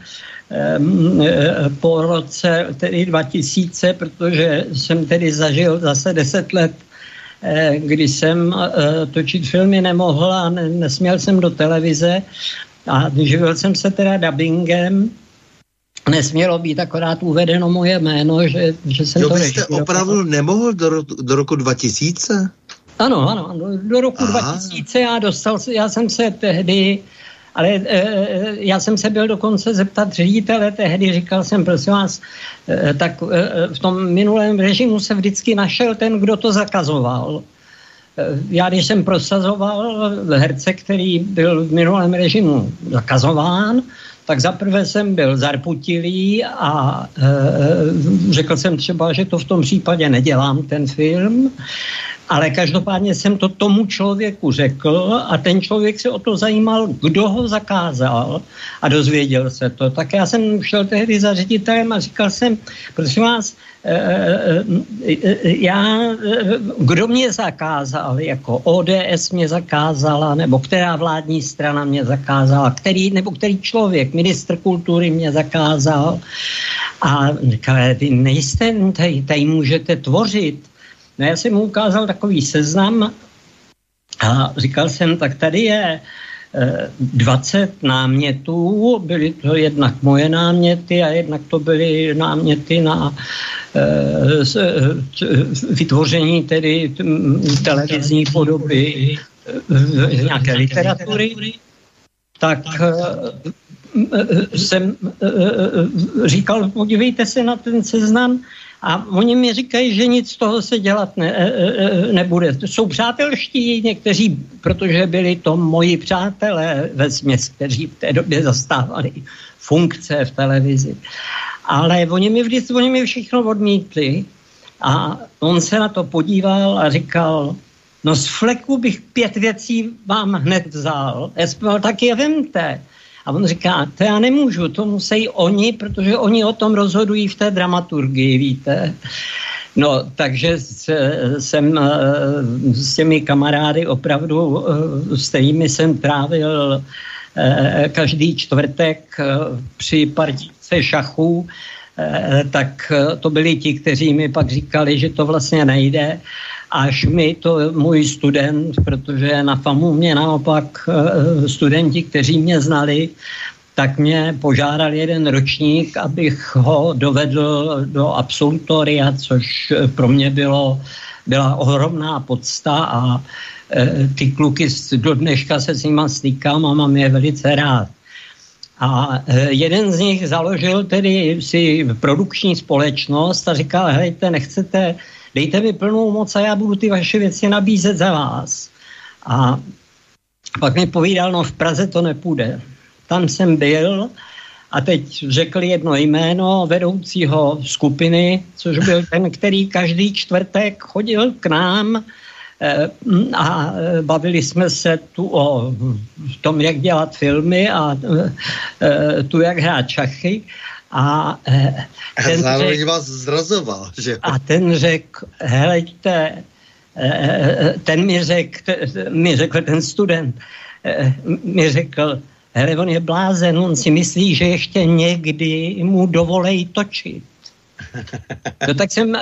po roce tedy dva tisíce, protože jsem tedy zažil zase deset let když jsem točit filmy nemohl a nesměl jsem do televize a živil jsem se teda dubbingem. Nesmělo být akorát uvedeno moje jméno, že, že jsem jo, to režíroval. Jo, vy jste opravdu nemohl do, do roku dva tisíce? Ano, ano, do roku Aha. dva tisíce já dostal, já jsem se tehdy, ale e, já jsem se byl dokonce zeptat ředitele tehdy, říkal jsem, prosím vás, e, tak e, v tom minulém režimu se vždycky našel ten, kdo to zakazoval. E, já když jsem prosazoval herce, který byl v minulém režimu zakazován, tak zaprvé jsem byl zarputilý a e, řekl jsem třeba, že to v tom případě nedělám, ten film, ale každopádně jsem to tomu člověku řekl a ten člověk se o to zajímal, kdo ho zakázal a dozvěděl se to. Tak já jsem šel tehdy za ředitelem a říkal jsem, prosím vás, e, e, já, kdo mě zakázal, jako O D S mě zakázala, nebo která vládní strana mě zakázala, který, nebo který člověk, ministr kultury mě zakázal. A říkal, vy nejste, tady, tady můžete tvořit. No já jsem mu ukázal takový seznam a říkal jsem, tak tady je dvacet námětů, byly to jednak moje náměty a jednak to byly náměty na vytvoření tedy televizní podoby nějaké literatury. Tak jsem říkal, podívejte se na ten seznam, a oni mi říkají, že nic z toho se dělat ne, nebude. Jsou přátelští někteří, protože byli to moji přátelé vesměs, kteří v té době zastávali funkce v televizi. Ale oni mi vždycky, oni mi všechno odmítli a on se na to podíval a říkal, no z fleku bych pět věcí vám hned vzal. Já jsem říkal, tak je vemte. A on říká, to já nemůžu, to musí oni, protože oni o tom rozhodují v té dramaturgii, víte. No, takže jsem s těmi kamarády opravdu, s kterými jsem trávil každý čtvrtek při partice šachů, tak to byli ti, kteří mi pak říkali, že to vlastně nejde. Až mi to můj student, protože na FAMu mě naopak studenti, kteří mě znali, tak mě požádal jeden ročník, abych ho dovedl do absolutoria, což pro mě bylo, byla ohromná podsta a ty kluky do dneška se s nima stýkám a mám je velice rád. A jeden z nich založil tedy si produkční společnost a říkal, hejte, nechcete, dejte mi plnou moc a já budu ty vaše věci nabízet za vás. A pak mi povídal, no v Praze to nepůjde. Tam jsem byl a teď řekl jedno jméno vedoucího skupiny, což byl ten, který každý čtvrtek chodil k nám a bavili jsme se tu o tom, jak dělat filmy a tu, jak hrát šachy. A ten zároveň řek, vás zrazoval, že? A ten řekl, heleďte, ten mi řekl, mi řekl ten student, mi řekl, hele, on je blázen, on si myslí, že ještě někdy mu dovolej točit. No tak jsem,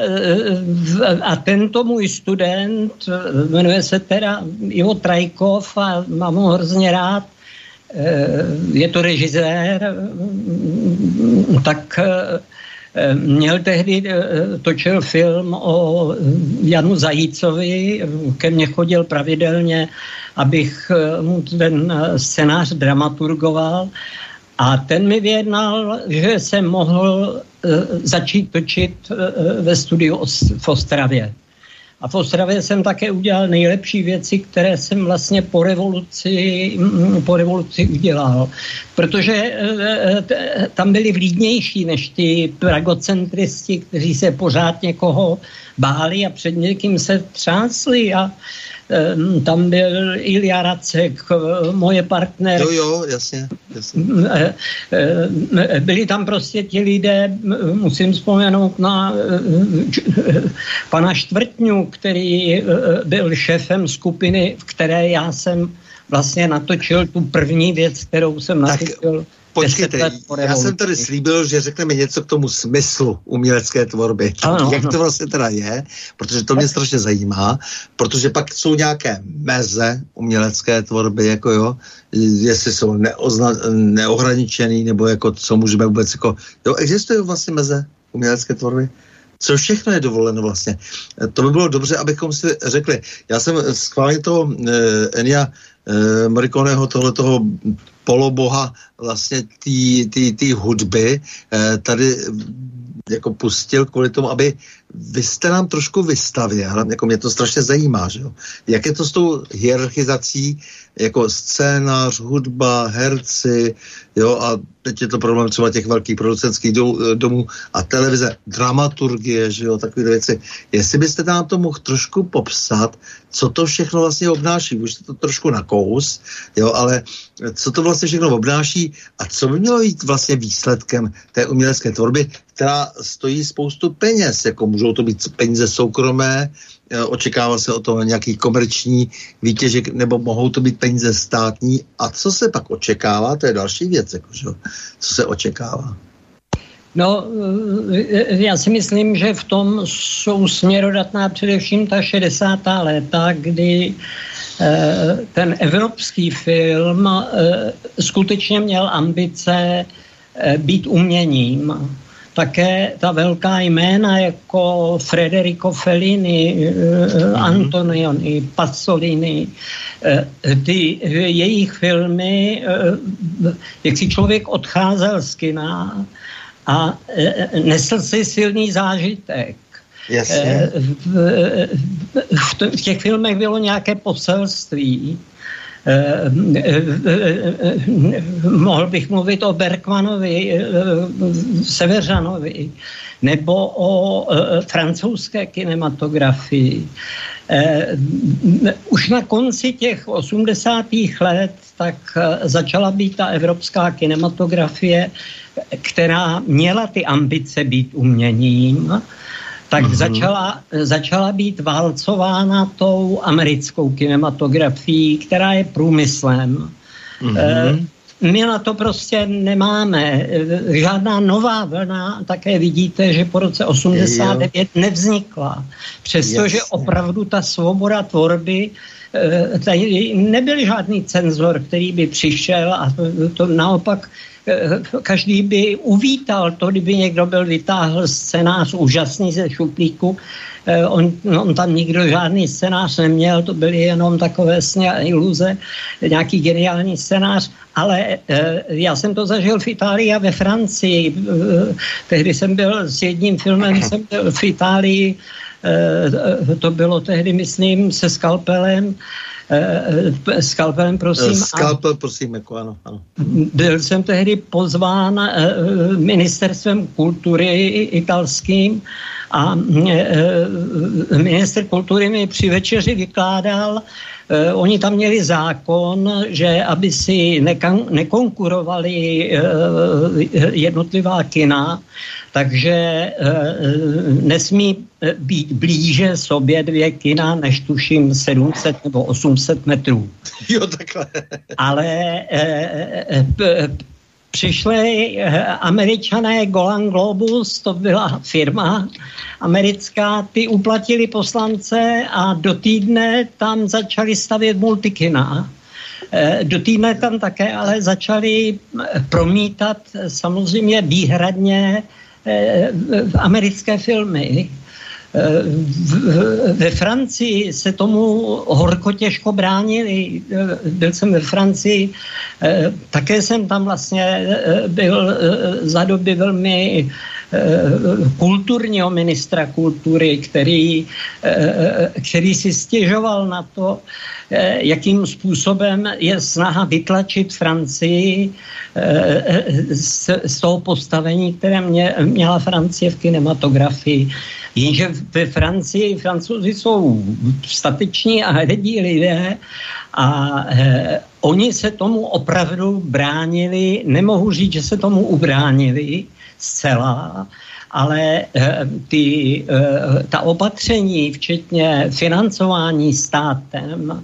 a tento můj student, jmenuje se teda Ivo Trajkov a mám ho hrozně rád, je to režisér, tak měl tehdy, točil film o Janu Zajícovi, ke mně chodil pravidelně, abych mu ten scénář dramaturgoval a ten mi vyjednal, že jsem mohl začít točit ve studiu v Ostravě. A v Ostravě jsem také udělal nejlepší věci, které jsem vlastně po revoluci, po revoluci udělal. Protože tam byli vlídnější než ti pragocentristi, kteří se pořád někoho báli a před někým se třásli a tam byl Ilja Racek, moje partner. Jo, jo, jasně, jasně. Byli tam prostě ti lidé, musím vzpomenout na pana Štvrtňu, který byl šéfem skupiny, v které já jsem vlastně natočil tu první věc, kterou jsem natočil. Počkejte, já jsem tady slíbil, že řekneme něco k tomu smyslu umělecké tvorby. Ano, Jak ano. to vlastně teda je, protože to mě strašně zajímá, protože pak jsou nějaké meze umělecké tvorby, jako jo, jestli jsou neozna, neohraničený, nebo jako co můžeme vůbec, jako, jo, existují vlastně meze umělecké tvorby? Co všechno je dovoleno vlastně? To by bylo dobře, abychom si řekli. Já jsem schválně toho eh, Ennia eh, Morriconeho, tohletoho poloboha vlastně té hudby eh, tady jako pustil kvůli tomu, aby vy jste nám trošku vystavěl, jako mě to strašně zajímá, že jo? Jak je to s tou hierarchizací, jako scénář, hudba, herci, jo, a teď je to problém třeba těch velkých producentských domů a televize, dramaturgie, že jo, takové věci. Jestli byste nám to mohl trošku popsat, co to všechno vlastně obnáší, už jste to trošku nakous, jo, ale co to vlastně všechno obnáší a co by mělo být vlastně výsledkem té umělecké tvorby, která stojí spoustu peněz, jako můžou to být peníze soukromé, očekává se o to nějaký komerční výtěžek, nebo mohou to být peníze státní. A co se pak očekává, to je další věc, jako, že? Co se očekává? No, já si myslím, že v tom jsou směrodatná především ta šedesátá léta, kdy ten evropský film skutečně měl ambice být uměním. Také ta velká jména jako Federico Fellini, mm-hmm. Antonioni, Pasolini, ty jejich filmy, jak si člověk odcházel z kina a nesl si silný zážitek. Jasně. V, v, v těch filmech bylo nějaké poselství. Eh, eh, eh, mohl bych mluvit o Bergmanovi, eh, Seveřanovi, nebo o eh, francouzské kinematografii. Eh, už na konci těch osmdesátých let tak eh, začala být ta evropská kinematografie, která měla ty ambice být uměním, tak mm-hmm. začala, začala být válcována tou americkou kinematografií, která je průmyslem. Mm-hmm. My na to prostě nemáme. Žádná nová vlna, také vidíte, že po roce osmdesát devět nevznikla. Přestože opravdu ta svoboda tvorby, tady nebyl žádný cenzor, který by přišel a to, to naopak každý by uvítal to, kdyby někdo byl vytáhl scénář úžasný ze šuplíku. On, on tam nikdo žádný scénář neměl, to byly jenom takové sny a iluze, nějaký geniální scénář, ale já jsem to zažil v Itálii a ve Francii. Tehdy jsem byl s jedním filmem, jsem byl v Itálii, to bylo tehdy, myslím, se Skalpelem, Skalpelem, prosím. Skalpel, prosím, jako ano, ano. Byl jsem tehdy pozván ministerstvem kultury italským a minister kultury mi při večeři vykládal, oni tam měli zákon, že aby si nekonkurovali jednotlivá kina, takže nesmí být blíže sobě dvě kina, než tuším sedm set nebo osm set metrů. Jo, takhle. Ale přišli Američané Golan Globus, to byla firma americká, ty uplatili poslance a do týdne tam začali stavět multikina. Do týdne tam také ale začali promítat samozřejmě výhradně americké filmy. Ve Francii se tomu horko těžko bránili. Byl jsem ve Francii, také jsem tam vlastně byl za doby velmi kulturního ministra kultury, který, který si stěžoval na to, jakým způsobem je snaha vytlačit Francii z, z toho postavení, které mě, měla Francie v kinematografii. Jenže ve Francii Francouzi jsou stateční a hrdí lidé a eh, oni se tomu opravdu bránili, nemohu říct, že se tomu ubránili zcela, ale eh, ty, eh, ta opatření, včetně financování státem,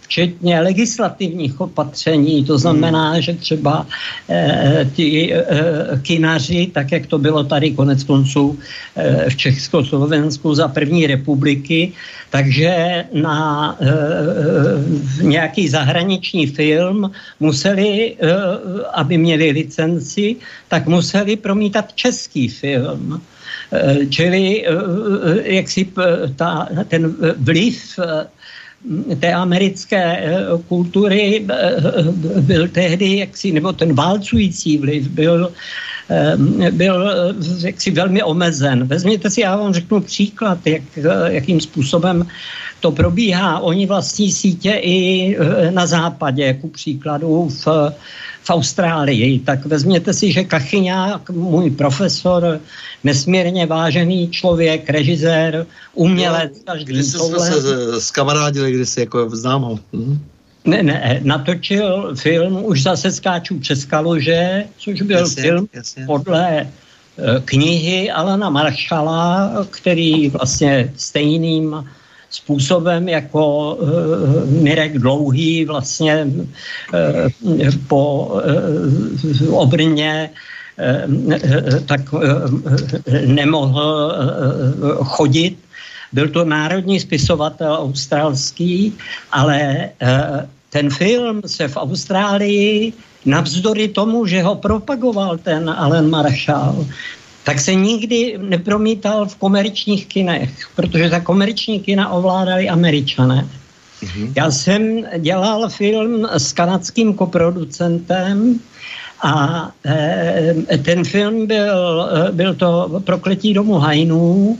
včetně legislativních opatření, to znamená, hmm. že třeba eh, ti eh, kinaři, tak jak to bylo tady konec konců eh, v Československu za první republiky, takže na eh, nějaký zahraniční film museli, eh, aby měli licenci, tak museli promítat český film. Eh, čili eh, jak si ta, ten vliv té americké kultury byl tehdy jaksi, nebo ten válcující vliv byl, byl jaksi velmi omezen. Vezměte si, já vám řeknu příklad, jak, jakým způsobem to probíhá. Oni vlastní sítě i na západě, ku příkladu v, v Austrálii. Tak vezměte si, že Kachyňák, můj profesor, nesmírně vážený člověk, režisér, umělec. No, když jsme se skamarádili, když si jako znám ho. Mhm. Ne, ne, natočil film Už zase skáču přes kaluže, což byl jasně, film jasně. podle knihy Alana Marshalla, který vlastně stejným způsobem jako uh, Mirek Dlouhý vlastně uh, po uh, Obrně uh, tak uh, nemohl uh, chodit. Byl to národní spisovatel australský, ale uh, ten film se v Austrálii navzdory tomu, že ho propagoval ten Alan Marshall, tak se nikdy nepromítal v komerčních kinech, protože ta komerční kina ovládali Američané. Mm-hmm. Já jsem dělal film s kanadským koproducentem a e, ten film byl, byl to Prokletí domu Hainů.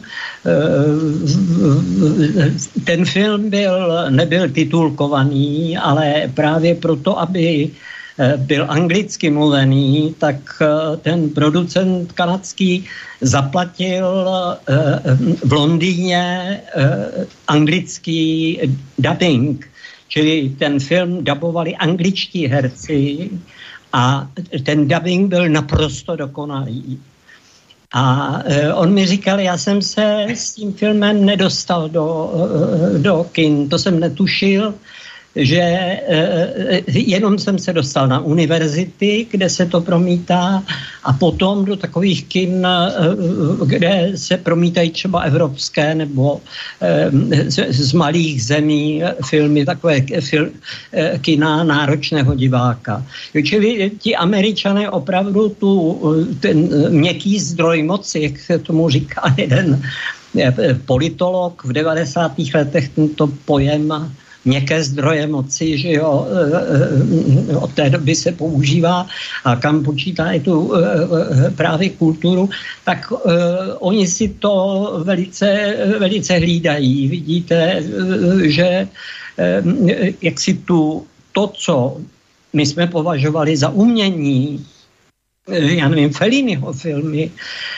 E, ten film byl, nebyl titulkovaný, ale právě proto, aby byl anglicky mluvený, tak ten producent kanadský zaplatil v Londýně anglický dubbing, čili ten film dabovali angličtí herci a ten dubbing byl naprosto dokonalý. A on mi říkal, já jsem se s tím filmem nedostal do, do kin, to jsem netušil, že eh, jenom jsem se dostal na univerzity, kde se to promítá, a potom do takových kin, eh, kde se promítají třeba evropské nebo eh, z, z malých zemí filmy, takové fil, eh, kina náročného diváka. Čili ti Američané opravdu tu, ten měkký zdroj moci, jak se tomu říká jeden politolog v devadesátých letech, tento pojem měkké zdroje moci, že jo, od té doby se používá a kam počítá i tu právě kulturu, tak uh, oni si to velice, velice hlídají. Vidíte, že uh, jak si tu to, co my jsme považovali za umění, já nevím, Felliniho filmy,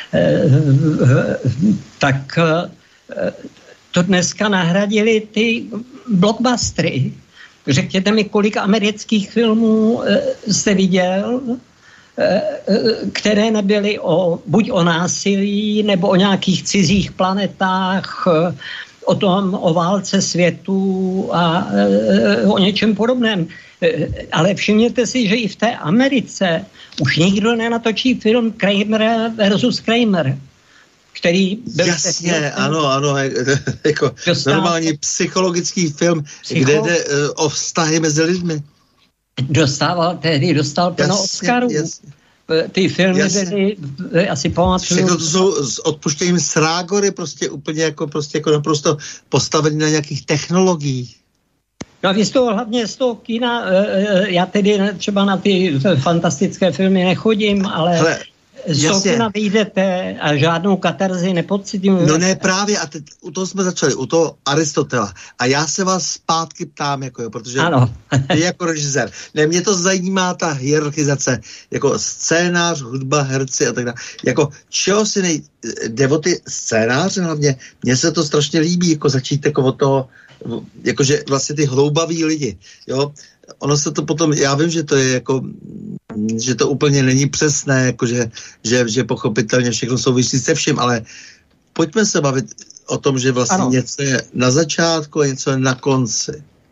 uh, tak uh, to dneska nahradili ty blockbustery. Řekněte mi, kolik amerických filmů e, jste viděl, e, které nebyly o, buď o násilí, nebo o nějakých cizích planetách, e, o tom, o válce světů a e, o něčem podobném. E, ale všimněte si, že i v té Americe už nikdo nenatočí film Kramer versus Kramer, který byl... Jasně, film, ano, ano, jako dostal, normální psychologický film, psycho... kde jde uh, o vztahy mezi lidmi. Dostával tehdy, dostal plno Oscarů. Ty filmy byly, asi pamatuju... Všechno to jsou s odpuštěním srágory, prostě úplně jako, prostě jako naprosto postavený na nějakých technologiích. No a vy z toho, hlavně z toho kina, já tedy třeba na ty fantastické filmy nechodím, ale... Hele, z toho kina vyjdete a žádnou katarzi nepocitím. No ne, právě, a teď u toho jsme začali, u toho Aristotela. A já se vás zpátky ptám, jako jo, protože ano. Ty jako režisér. Ne, mě to zajímá ta hierarchizace, jako scénář, hudba, herci a tak dále. Jako, čeho si nej... Jde o ty scénáře hlavně? Mně se to strašně líbí, jako začít jako od toho, jakože vlastně ty hloubaví lidi, jo. Ono se to potom, já vím, že to je jako, že to úplně není přesné, jakože, že, že pochopitelně všechno souvisí se vším, ale pojďme se bavit o tom, že vlastně ano. něco je na začátku a něco je na konci.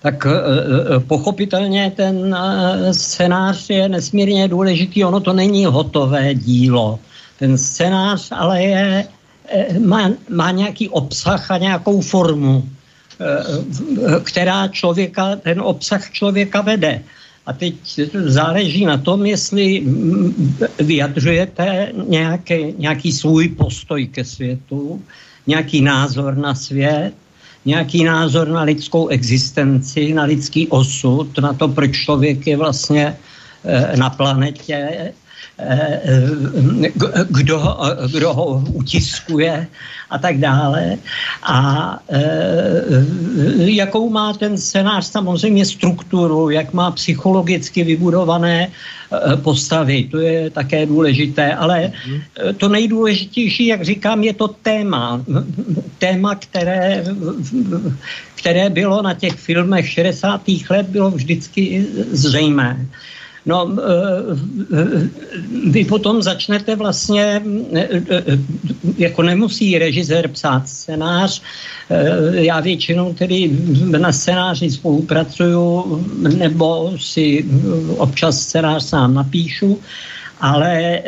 tak pochopitelně ten scénář je nesmírně důležitý. Ono to není hotové dílo. Ten scénář ale je, má, má nějaký obsah a nějakou formu, která člověka, ten obsah člověka vede. A teď záleží na tom, jestli vyjadřujete nějaký, nějaký svůj postoj ke světu, nějaký názor na svět, nějaký názor na lidskou existenci, na lidský osud, na to, proč člověk je vlastně na planetě, kdo, kdo ho utiskuje a tak dále. A jakou má ten scénář samozřejmě strukturu, jak má psychologicky vybudované postavy, to je také důležité, ale to nejdůležitější, jak říkám, je to téma. Téma, které, které bylo na těch filmech šedesátých let, bylo vždycky zřejmé. No, vy potom začnete vlastně, jako nemusí režisér psát scénář, já většinou tedy na scénáři spolupracuju, nebo si občas scénář sám napíšu, ale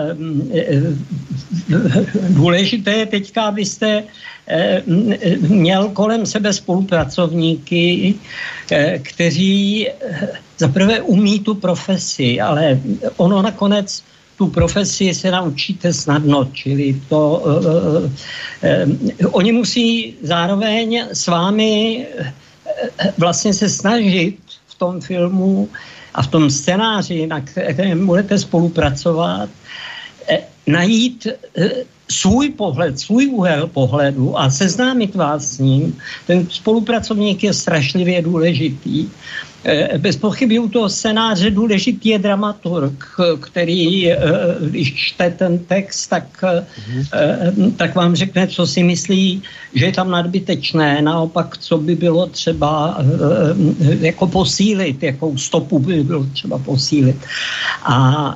důležité je teďka, abyste měl kolem sebe spolupracovníky, kteří zaprvé umí tu profesi, ale ono nakonec tu profesi se naučíte snadno, čili to uh, uh, oni musí zároveň s vámi vlastně se snažit v tom filmu a v tom scénáři, na kterém budete spolupracovat, najít svůj pohled, svůj úhel pohledu a seznámit vás s ním. Ten spolupracovník je strašlivě důležitý. Bez pochyby u toho scénáře důležitý je dramaturg, který, když čte ten text, tak, mm. tak vám řekne, co si myslí, že je tam nadbytečné, naopak, co by bylo třeba jako posílit, jakou stopu by bylo třeba posílit. A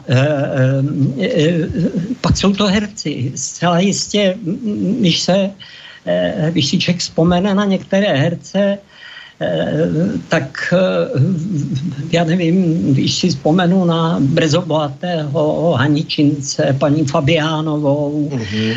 pak jsou to herci. Zcela jistě, když se, když si člověk vzpomene na některé herce, tak já nevím, když si vzpomenu na Brzobohatého, Haničince, paní Fabiánovou, mm-hmm.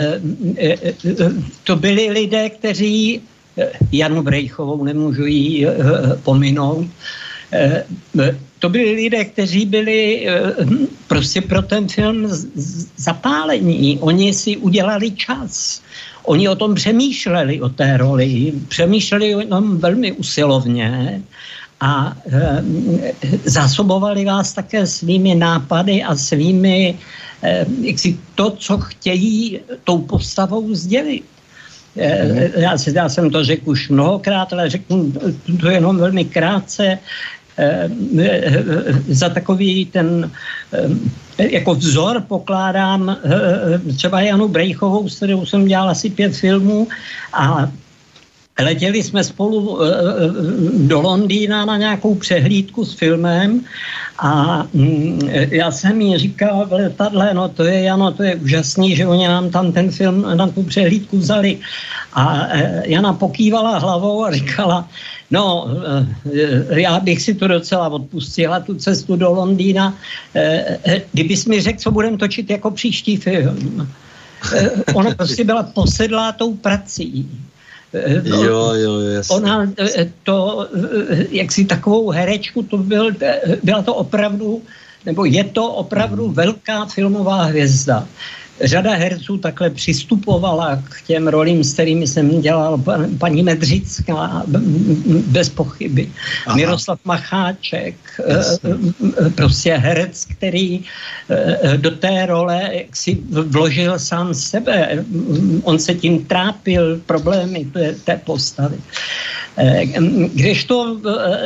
to byli lidé, kteří, Janu Brejchovou nemůžu jí pominout, to byli lidé, kteří byli prostě pro ten film zapálení. Oni si udělali čas. Oni o tom přemýšleli, o té roli, přemýšleli o tom velmi usilovně a e, zásobovali vás také svými nápady a svými, e, jaksi to, co chtějí tou postavou sdělit. E, já, já jsem to řekl už mnohokrát, ale řeknu to jenom velmi krátce. E, e, za takový ten e, jako vzor pokládám e, třeba Janu Brejchovou, s kterou jsem dělal asi pět filmů a letěli jsme spolu e, do Londýna na nějakou přehlídku s filmem a mm, já jsem jí říkal v letadle, no to je Jano, to je úžasný, že oni nám tam ten film na tu přehlídku vzali a e, Jana pokývala hlavou a říkala, no, já bych si to docela odpustila, tu cestu do Londýna. Kdybys mi řekl, co budeme točit jako příští film. Ona prostě byla posedlá tou prací. Jo, jo, jasně. Ona to, jak si takovou herečku, to byl, byla to opravdu, nebo je to opravdu velká filmová hvězda. Řada herců takhle přistupovala k těm rolím, s kterými jsem dělal, paní Medřická, bez pochyby. Aha. Miroslav Macháček, Jasně. prostě herec, který do té role si vložil sám sebe. On se tím trápil, problémy té postavy. Kdežto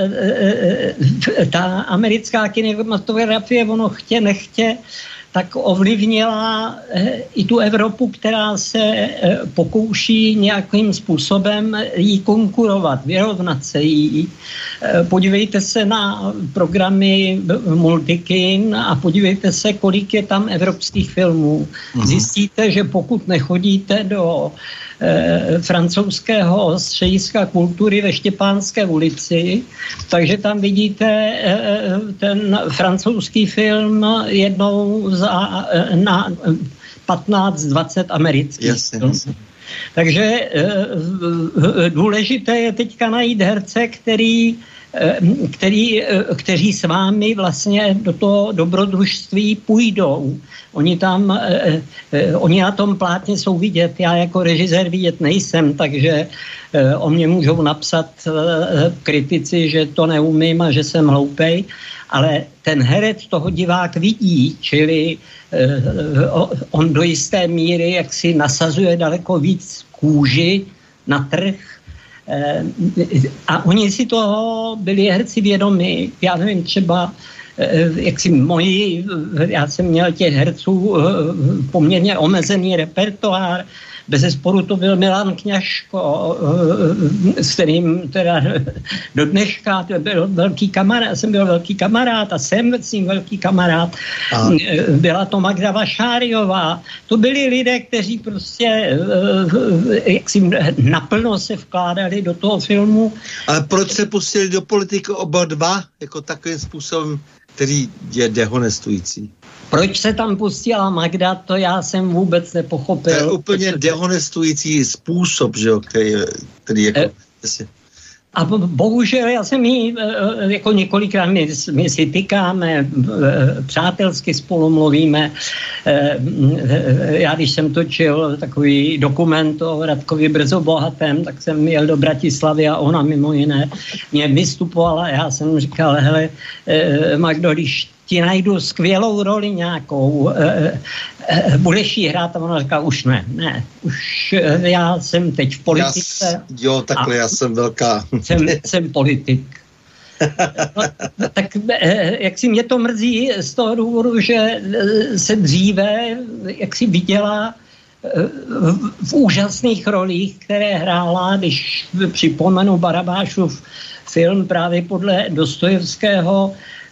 ta americká kinematografie, ono chtě, nechtě, tak ovlivnila i tu Evropu, která se pokouší nějakým způsobem jí konkurovat, vyrovnat se jí. Podívejte se na programy Multikin a podívejte se, kolik je tam evropských filmů. Zjistíte, že pokud nechodíte do e, francouzského střediska kultury ve Štěpánské ulici, takže tam vidíte e, ten francouzský film jednou za, e, na patnáct dvacet amerických. Jasně, jasně. Takže e, důležité je teďka najít herce, který Který, kteří s vámi vlastně do toho dobrodružství půjdou. Oni tam, eh, eh, oni na tom plátně jsou vidět, já jako režisér vidět nejsem, takže eh, o mě můžou napsat eh, kritici, že to neumím a že jsem hloupej, ale ten herec toho divák vidí, čili eh, on do jisté míry jaksi nasazuje daleko víc kůži na trh. A oni si toho byli herci vědomi. Já nevím, třeba jak si moji, já jsem měl těch herců poměrně omezený repertoár. Bezesporu to byl Milan Kňažko, s kterým teda do dneška to byl velký kamarád, jsem byl velký kamarád a jsem s ním velký kamarád. A. Byla to Magda Vašáriová. To byli lidé, kteří prostě jak si naplno se vkládali do toho filmu. Ale proč se pustili do politiky oba dva, jako takovým způsobem, který je dehonestující? Proč se tam pustila Magda, to já jsem vůbec nepochopil. To je úplně dehonestující způsob, že jo, který, který jako... E, a bohužel já jsem jí, jako několikrát my, my si tykáme, přátelsky spolu mluvíme. Já když jsem točil takový dokument o Radkovi Brzobohatém, tak jsem jel do Bratislavy a ona mimo jiné mě vystupovala. Já jsem říkal, hele, Magdo, když ti najdu skvělou roli nějakou, e, e, budeš jí hrát? A ona říká, už ne, ne, už e, já jsem teď v politice. Já, jo, takhle, já jsem velká. Jsem, jsem politik. No, tak e, jak si mě to mrzí z toho důvodu, že se dříve, jak si viděla v, v úžasných rolích, které hrála, když připomenu Barabášův film právě podle Dostojevského,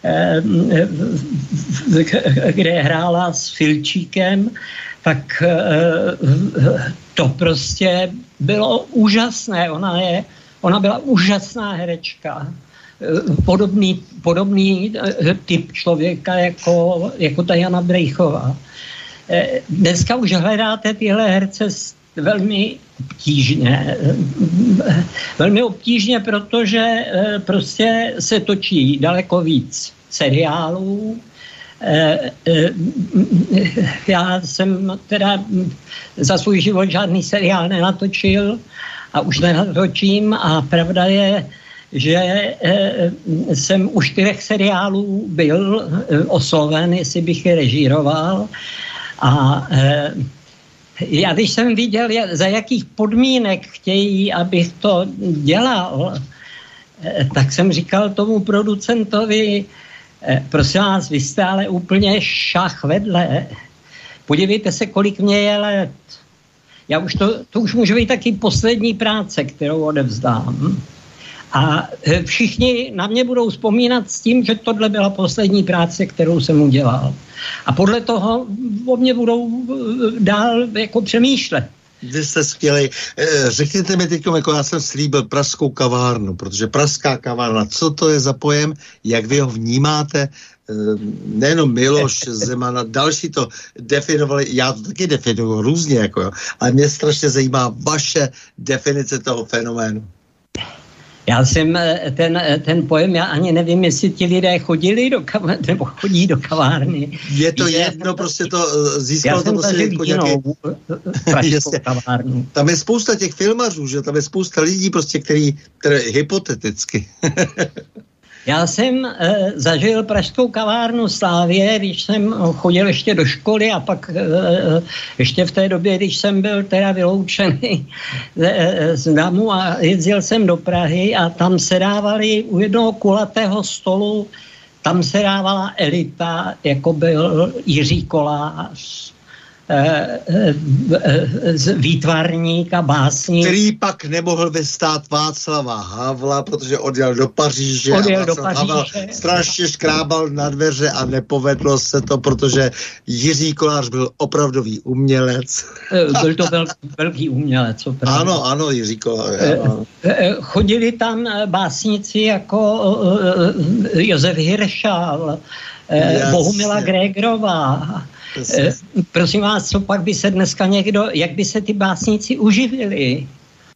kde hrála s Filčíkem, tak to prostě bylo úžasné. Ona, je, ona byla úžasná herečka. Podobný, podobný typ člověka jako, jako ta Jana Brejchová. Dneska už hledáte tyhle herce velmi obtížně. Velmi obtížně, protože prostě se točí daleko víc seriálů. Já jsem teda za svůj život žádný seriál nenatočil a už nenatočím a pravda je, že jsem u čtyřech seriálů byl osloven, jestli bych je režíroval a já když jsem viděl, za jakých podmínek chtějí, abych to dělal, tak jsem říkal tomu producentovi, prosím vás, vy jste ale úplně šach vedle. Podívejte se, kolik mě je let. Já už to, to už může být taky poslední práce, kterou odevzdám. A všichni na mě budou vzpomínat s tím, že tohle byla poslední práce, kterou jsem udělal. A podle toho o mě budou dál jako přemýšlet. Vy jste skvělej. Řekněte mi teď, jako já jsem slíbil pražskou kavárnu, protože pražská kavárna, co to je za pojem, jak vy ho vnímáte, nejenom Miloš Zeman a další to definovali, já to taky definuju různě, jako jo, ale mě strašně zajímá vaše definice toho fenoménu. Já jsem ten, ten pojem, já ani nevím, jestli ti lidé chodili do kavárny, nebo chodí do kavárny. Je to já jedno, to, prostě to získalo to prostě jako nějaký... kavárnu. Tam je spousta těch filmařů, že tam je spousta lidí prostě, který, které hypoteticky. Já jsem e, zažil pražskou kavárnu Slávě, když jsem chodil ještě do školy a pak e, ještě v té době, když jsem byl teda vyloučený e, z damu a jezdil jsem do Prahy a tam se dávali u jednoho kulatého stolu, tam se dávala elita, jako byl Jiří Kolář, výtvarník a básník. Který pak nemohl vystát Václava Havla, protože odjel do Paříže. Odjel a do Paříže. Havel strašně škrábal na dveře a nepovedlo se to, protože Jiří Kolář byl opravdový umělec. Byl to velký, velký umělec, opravdu. Ano, ano, Jiří Kolář. Ano. Chodili tam básníci jako Josef Hiršál, Jasně. Bohumila Grégorová. Jasně. Prosím vás, co pak by se dneska někdo, jak by se ty básníci uživili?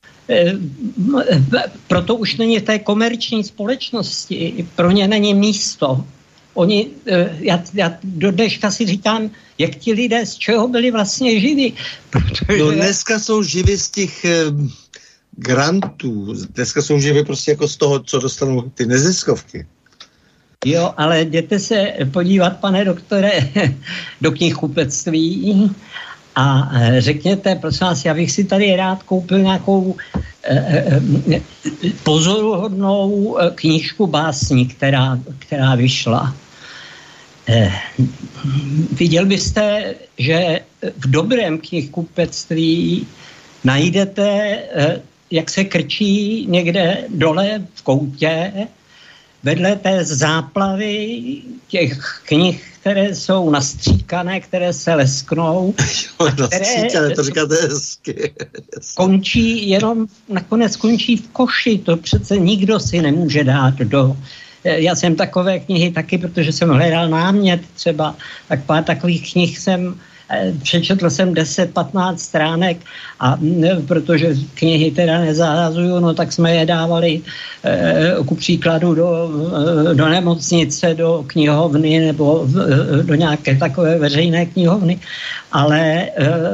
Proto už není v té komerční společnosti, pro ně není místo. Oni, já, já do dneška si říkám, jak ti lidé z čeho byli vlastně živí. Protože... No dneska jsou živí z těch eh, grantů, dneska jsou živí prostě jako z toho, co dostanou ty neziskovky. Jo, ale jděte se podívat, pane doktore, do knihkupectví a řekněte, prosím vás, já bych si tady rád koupil nějakou eh, eh, pozoruhodnou knížku básní, která, která vyšla. Eh, viděl byste, že v dobrém knihkupectví najdete, eh, jak se krčí někde dole v koutě, vedle té záplavy těch knih, které jsou nastříkané, které se lesknou, jo, nastříkané, to říkáte hezky. Končí jenom, nakonec končí v koši, to přece nikdo si nemůže dát do... Já jsem takové knihy taky, protože jsem hledal námět třeba, tak pár takových knih jsem přečetl jsem deset patnáct stránek a ne, protože knihy teda nezahazuju, no tak jsme je dávali e, ku příkladu do, do nemocnice, do knihovny nebo v, do nějaké takové veřejné knihovny, ale e,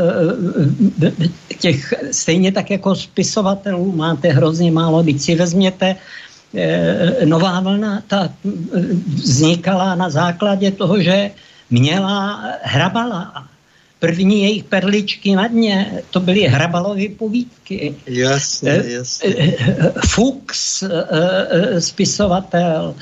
těch stejně tak jako spisovatelů máte hrozně málo, když si vezměte e, Nová vlna, ta vznikala na základě toho, že měla Hrabala. První jejich perličky na dně, to byly Hrabalovy povídky. Jasně, jasně. Fuchs, spisovatel,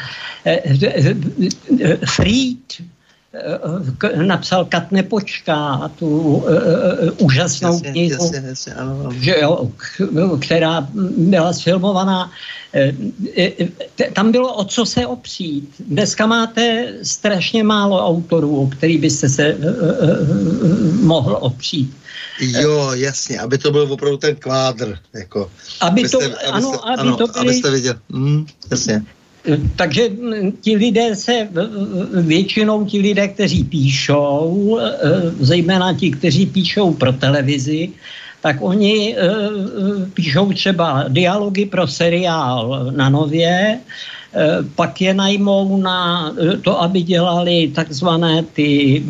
Fried napsal Kat nepočká, tu úžasnou jasně, knihu, jasně, jasně, ano, ano. Že jo, která byla sfilmovaná. Tam bylo o co se opřít. Dneska máte strašně málo autorů, o který byste se mohl opřít. Jo, jasně, aby to byl opravdu ten kvádr. Jako, aby abyste, to, abyste, ano, aby ano, to byli... abyste viděl. Mm, jasně. Takže ti lidé se, většinou ti lidé, kteří píšou, zejména ti, kteří píšou pro televizi, tak oni píšou třeba dialogy pro seriál na Nově, pak je najmou na to, aby dělali takzvané ty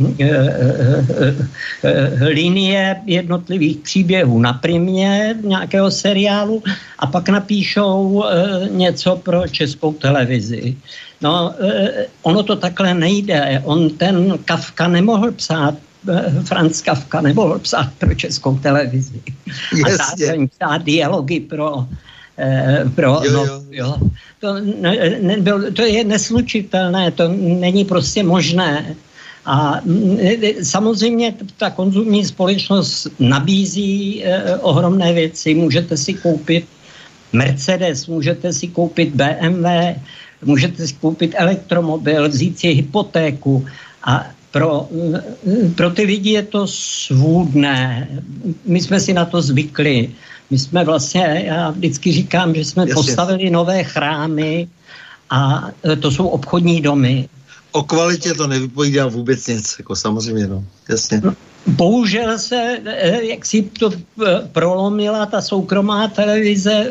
linie jednotlivých příběhů na Primě nějakého seriálu a pak napíšou něco pro Českou televizi. No, ono to takhle nejde. On ten Kafka nemohl psát, Franz Kafka nemohl psát pro Českou televizi. A zároveň psát dialogy pro pro, jo, no, jo. Jo. To, ne, ne, to je neslučitelné, to není prostě možné. A samozřejmě ta konzumní společnost nabízí eh, ohromné věci. Můžete si koupit Mercedes, můžete si koupit bé em vé, můžete si koupit elektromobil, vzít si hypotéku a pro, pro ty lidi je to svůdné. My jsme si na to zvykli. My jsme vlastně, já vždycky říkám, že jsme jasně. postavili nové chrámy a to jsou obchodní domy. O kvalitě to nevypovídá vůbec nic, jako samozřejmě, no, jasně. Bohužel se, jak si to prolomila ta soukromá televize,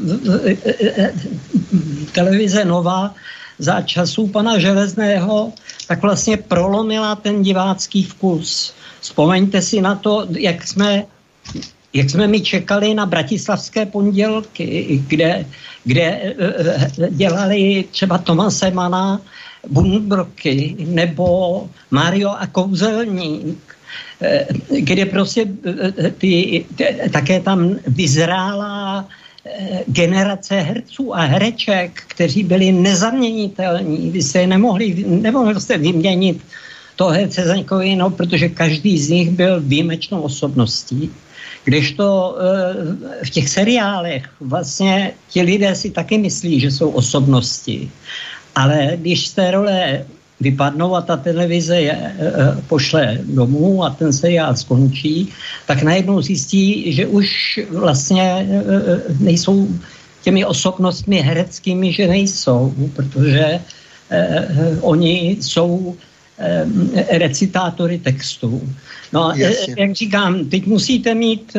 televize Nova za časů pana Železného, tak vlastně prolomila ten divácký vkus. Vzpomeňte si na to, jak jsme Jak jsme my čekali na bratislavské pondělky, kde, kde dělali třeba Tomase Mana Buddenbrooky nebo Mario a Kouzelník, kde prostě ty, také tam vyzrála generace herců a hereček, kteří byli nezaměnitelní. Vy se nemohli, nemohli jste vyměnit toho herce za někoho jiného, protože každý z nich byl výjimečnou osobností. Kdežto v těch seriálech vlastně ti lidé si taky myslí, že jsou osobnosti. Ale když z té role vypadnou a ta televize je pošle domů a ten seriál skončí, tak najednou zjistí, že už vlastně nejsou těmi osobnostmi hereckými, že nejsou, protože oni jsou recitátory textů. No a jak říkám, teď musíte mít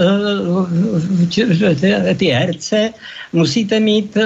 ty herce, musíte mít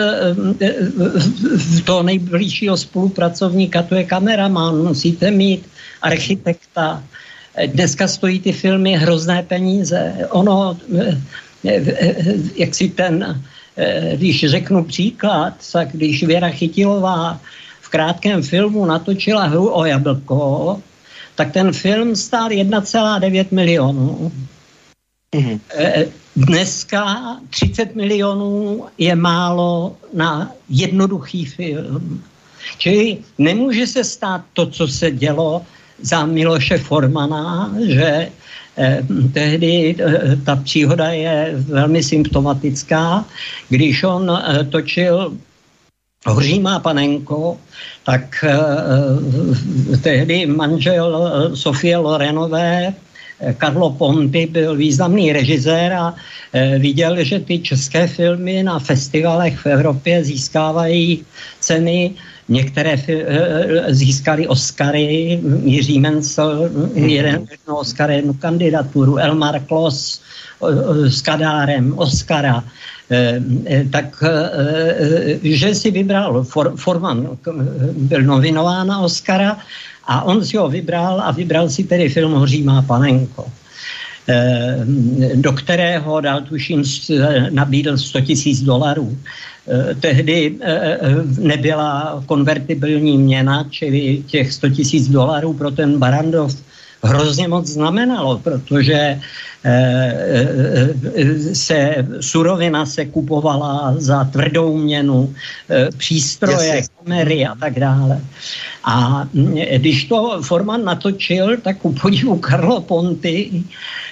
toho nejbližšího spolupracovníka, to je kameraman, musíte mít architekta. Dneska stojí ty filmy hrozné peníze. Ono, jak si ten, když řeknu příklad, tak když Věra Chytilová v krátkém filmu natočila Hru o jablko, tak ten film stál jedna celá devět milionů. Mm-hmm. Dneska třicet milionů je málo na jednoduchý film. Čili nemůže se stát to, co se dělo za Miloše Formana, že eh, tehdy eh, ta příhoda je velmi symptomatická. Když on eh, točil Hoří má panenko, tak eh, tehdy manžel eh, Sofie Lorenové, eh, Carlo Ponti, byl významný režisér a eh, viděl, že ty české filmy na festivalech v Evropě získávají ceny. Některé fi- získali Oscary, Jiří Mencel, jeden Oscar, jednu kandidaturu, Elmar Klos s Kadárem, Oscara. Tak, že si vybral, For- Forman byl nominován na Oscara a on si ho vybral a vybral si tedy film Hoří má panenko, do kterého dal, tuším, nabídl sto tisíc dolarů. Tehdy nebyla konvertibilní měna, čili těch sto tisíc dolarů pro ten Barrandov hrozně moc znamenalo, protože se surovina se kupovala za tvrdou měnu, přístroje, kamery a tak dále. A když to Forman natočil, tak ku podivu Carlo Ponti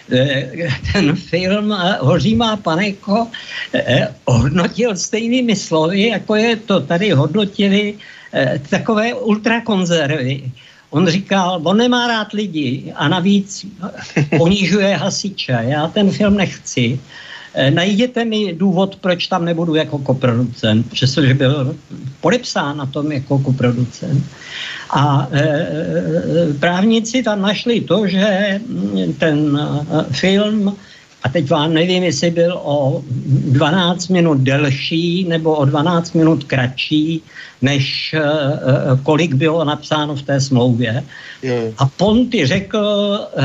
ten film Hoří má panenko hodnotil stejnými slovy, jako je to tady hodnotili takové ultrakonzervy. On říkal, on nemá rád lidi a navíc ponižuje hasiče. Já ten film nechci. Najděte mi důvod, proč tam nebudu jako koproducent, přestože byl podepsán na tom jako koproducent. A e, právníci tam našli to, že ten film, a teď vám nevím, jestli byl o dvanáct minut delší nebo o dvanáct minut kratší, než e, kolik bylo napsáno v té smlouvě. Mm. A Ponti řekl, e,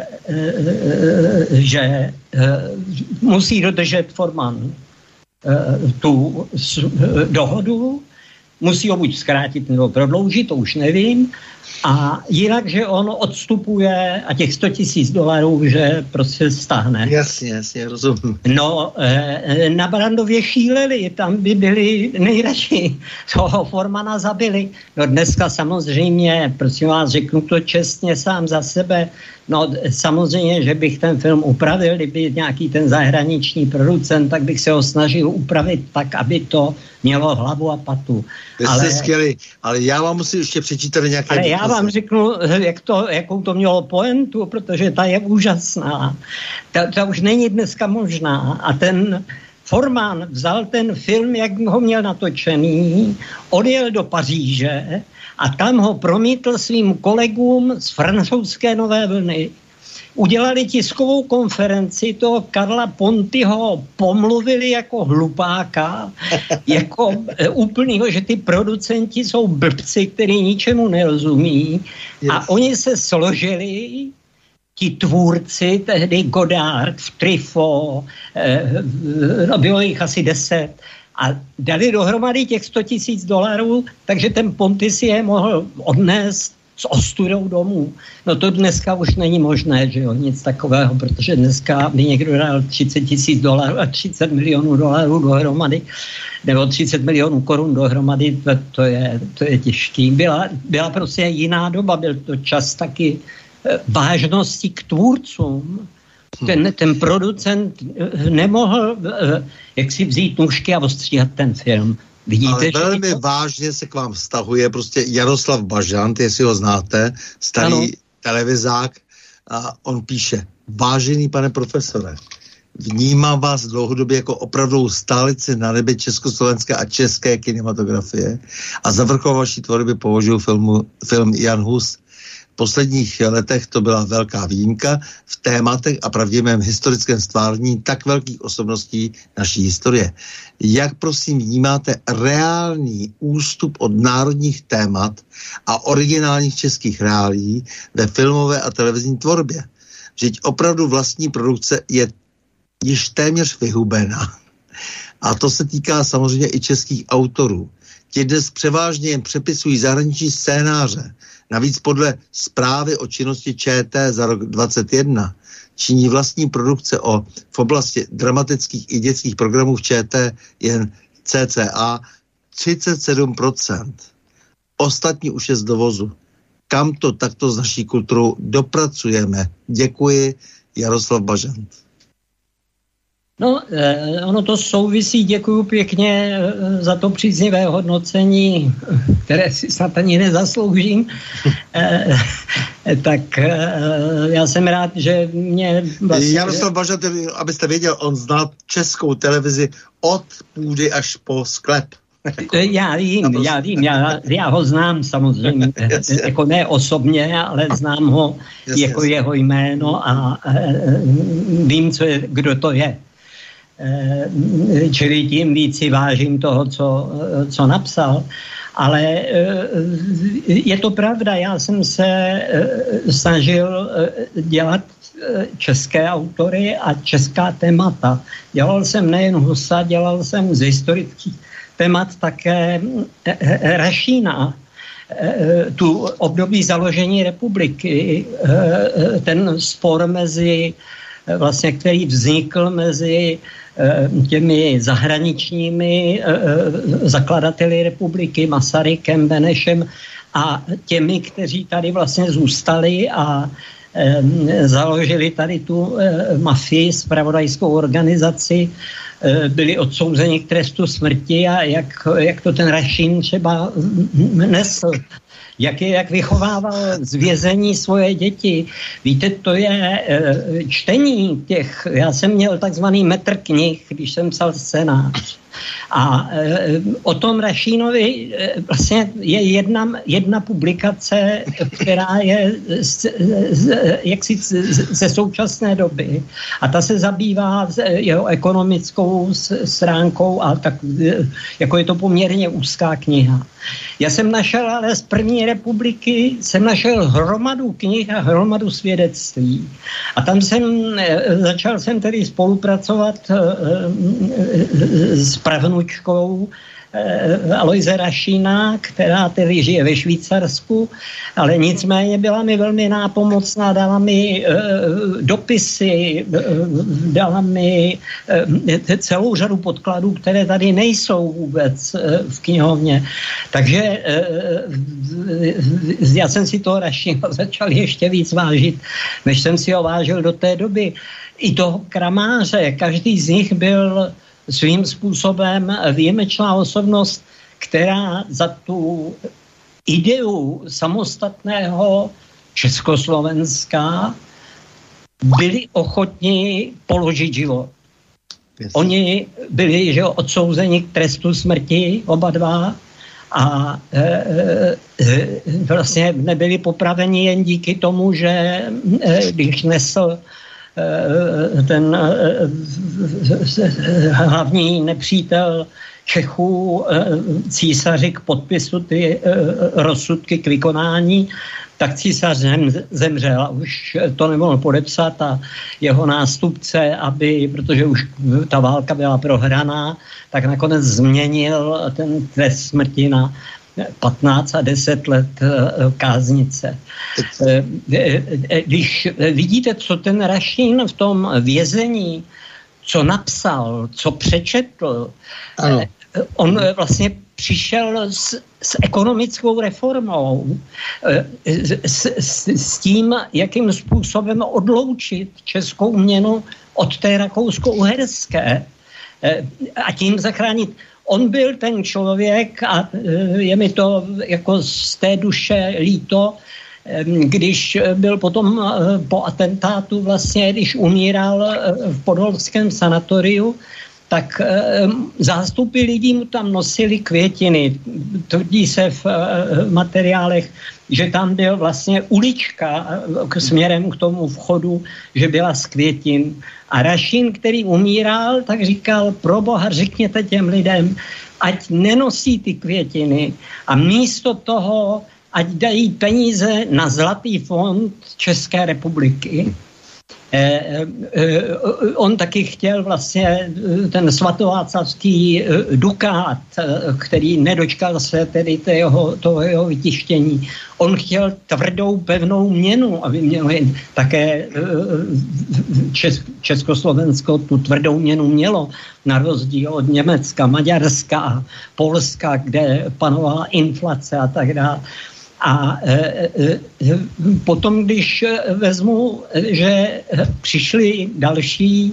e, že e, musí dodržet Forman e, tu s, e, dohodu, musí ho buď zkrátit nebo prodloužit, to už nevím. A jinak, že on odstupuje a těch sto tisíc dolarů, že prostě stáhne. Jasně, jasně, rozumím. No, na Barrandově šíleli, tam by byli nejradši, toho Formana zabili. No dneska samozřejmě, prosím vás, řeknu to čestně sám za sebe, no samozřejmě, že bych ten film upravil, kdyby nějaký ten zahraniční producent, tak bych se ho snažil upravit tak, aby to mělo hlavu a patu. To ale, skvělý, ale já vám musím ještě přečítat nějaké... Ale já vám řeknu, jak to, jakou to mělo pointu, protože ta je úžasná. Ta, ta už není dneska možná. A ten Forman vzal ten film, jak ho měl natočený, odjel do Paříže a tam ho promítl svým kolegům z francouzské Nové vlny. Udělali tiskovou konferenci, toho Karla Pontiho pomluvili jako hlupáka, jako e, úplnýho, že ty producenti jsou blbci, který ničemu nerozumí. Yes. A oni se složili, ti tvůrci, tehdy Godard, Truffaut, e, no bylo jich asi deset, a dali dohromady těch sto tisíc dolarů, takže ten Ponti si je mohl odnést s ostudou domů. No to dneska už není možné, že jo, nic takového, protože dneska by někdo dal třicet tisíc dolarů a třicet milionů dolarů dohromady, nebo třicet milionů korun dohromady, to, to, je, to je těžký. Byla, byla prostě jiná doba, byl to čas taky vážnosti k tvůrcům. Ten, ten producent nemohl jak si vzít nůžky a ostříhat ten film. Vidíte, ale velmi to... vážně se k vám vztahuje prostě Jaroslav Bažant, jestli ho znáte, starý ano. televizák, a on píše: vážený pane profesore, vnímám vás dlouhodobě jako opravdou stálici na nebi československé a české kinematografie a za vrchol vaší tvorby považuji filmu, film Jan Hus. V posledních letech to byla velká výjimka v tématech a pravdivém historickém stvárnění tak velkých osobností naší historie. Jak prosím vnímáte reálný ústup od národních témat a originálních českých reálií ve filmové a televizní tvorbě? Vždyť opravdu vlastní produkce je již téměř vyhubená. A to se týká samozřejmě i českých autorů. Ti dnes převážně jen přepisují zahraniční scénáře. Navíc podle zprávy o činnosti ČT za rok dvacet jedna činí vlastní produkce o, v oblasti dramatických i dětských programů v ČT jen cca třicet sedm procent. Ostatní už je z dovozu. Kam to takto s naší kulturou dopracujeme? Děkuji, Jaroslav Bažant. No, eh, ono to souvisí, děkuju pěkně eh, za to příznivé hodnocení, které si snad ani nezasloužím. Eh, tak eh, já jsem rád, že mě... Vlastně... Jaroslav Bažant, abyste věděl, on zná českou televizi od půdy až po sklep. Já vím, já vím, já, já ho znám samozřejmě, jako ne osobně, ale znám ho jasně, jako jasně. jeho jméno a eh, vím, co je, kdo to je. Čili tím víc si vážím toho, co, co napsal. Ale je to pravda, já jsem se snažil dělat české autory a česká témata. Dělal jsem nejen Husa, dělal jsem z historických témat také Rašína, tu období založení republiky, ten spor mezi vlastně, který vznikl mezi těmi zahraničními zakladateli republiky, Masarykem, Benešem a těmi, kteří tady vlastně zůstali a založili tady tu mafii, zpravodajskou organizaci, byli odsouzeni k trestu smrti a jak, jak to ten Rašín třeba nesl. Jak, je, jak vychovával z vězení svoje děti. Víte, to je e, čtení těch, já jsem měl takzvaný metr knih, když jsem psal scénář. A e, o tom Rašínovi e, vlastně je jedna, jedna publikace, která je z, z, jaksi z, ze současné doby. A ta se zabývá jeho ekonomickou stránkou a tak, jako je to poměrně úzká kniha. Já jsem našel ale z první republiky, jsem našel hromadu knih a hromadu svědectví. A tam jsem, začal jsem tedy spolupracovat s pravnučkou Aloise Rašína, která tedy žije ve Švýcarsku, ale nicméně byla mi velmi nápomocná, dala mi e, dopisy, e, dala mi e, celou řadu podkladů, které tady nejsou vůbec e, v knihovně. Takže e, já jsem si toho Rašína začal ještě víc vážit, než jsem si ho vážil do té doby. I toho Kramáře, každý z nich byl svým způsobem výjimečná osobnost, která za tu ideu samostatného Československa byli ochotni položit život. Yes. Oni byli že, odsouzeni k trestu smrti, oba dva, a e, e, vlastně nebyli popraveni jen díky tomu, že e, když nesl ten hlavní nepřítel Čechů, císaři k podpisu ty rozsudky k vykonání, tak císař zemřel a už to nemohl podepsat a jeho nástupce, aby, protože už ta válka byla prohraná, tak nakonec změnil ten trest smrti na patnáct a deset let káznice. Když vidíte, co ten Rašín v tom vězení, co napsal, co přečetl, ano. On vlastně přišel s, s ekonomickou reformou, s, s, s tím, jakým způsobem odloučit českou měnu od té rakousko-uherské a tím zachránit. On byl ten člověk a je mi to jako z té duše líto, když byl potom po atentátu vlastně, když umíral v podolském sanatoriu, tak e, zástupy lidí mu tam nosili květiny. Tvrdí se v e, materiálech, že tam byl vlastně ulička k směrem k tomu vchodu, že byla z květin. A Rašín, který umíral, tak říkal, pro Boha řekněte těm lidem, ať nenosí ty květiny a místo toho, ať dají peníze na Zlatý fond České republiky. Eh, eh, on taky chtěl vlastně ten svatováclavský eh, dukát, eh, který nedočkal se tedy toho, toho jeho vytištění. On chtěl tvrdou, pevnou měnu, aby měl také eh, Čes, Československo tu tvrdou měnu mělo, na rozdíl od Německa, Maďarska, Polska, kde panovala inflace a tak dále. A e, e, potom, když vezmu, že přišli další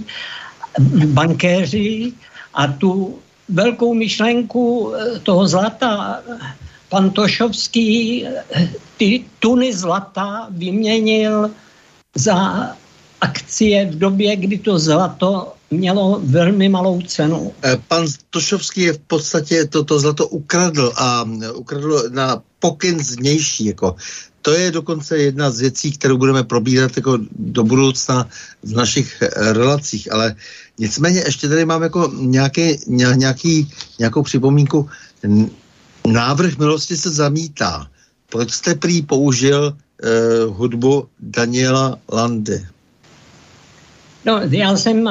bankéři a tu velkou myšlenku toho zlata, pan Tošovský ty tuny zlata vyměnil za akcie v době, kdy to zlato mělo velmi malou cenu. Pan Tošovský je v podstatě toto zlato ukradl a ukradl na pokyn zvnější. Jako. To je dokonce jedna z věcí, kterou budeme probírat jako do budoucna v našich relacích, ale nicméně ještě tady mám jako nějaký, nějaký, nějakou připomínku. Návrh milosti se zamítá. Proč jste prý použil uh, hudbu Daniela Landy? No, já jsem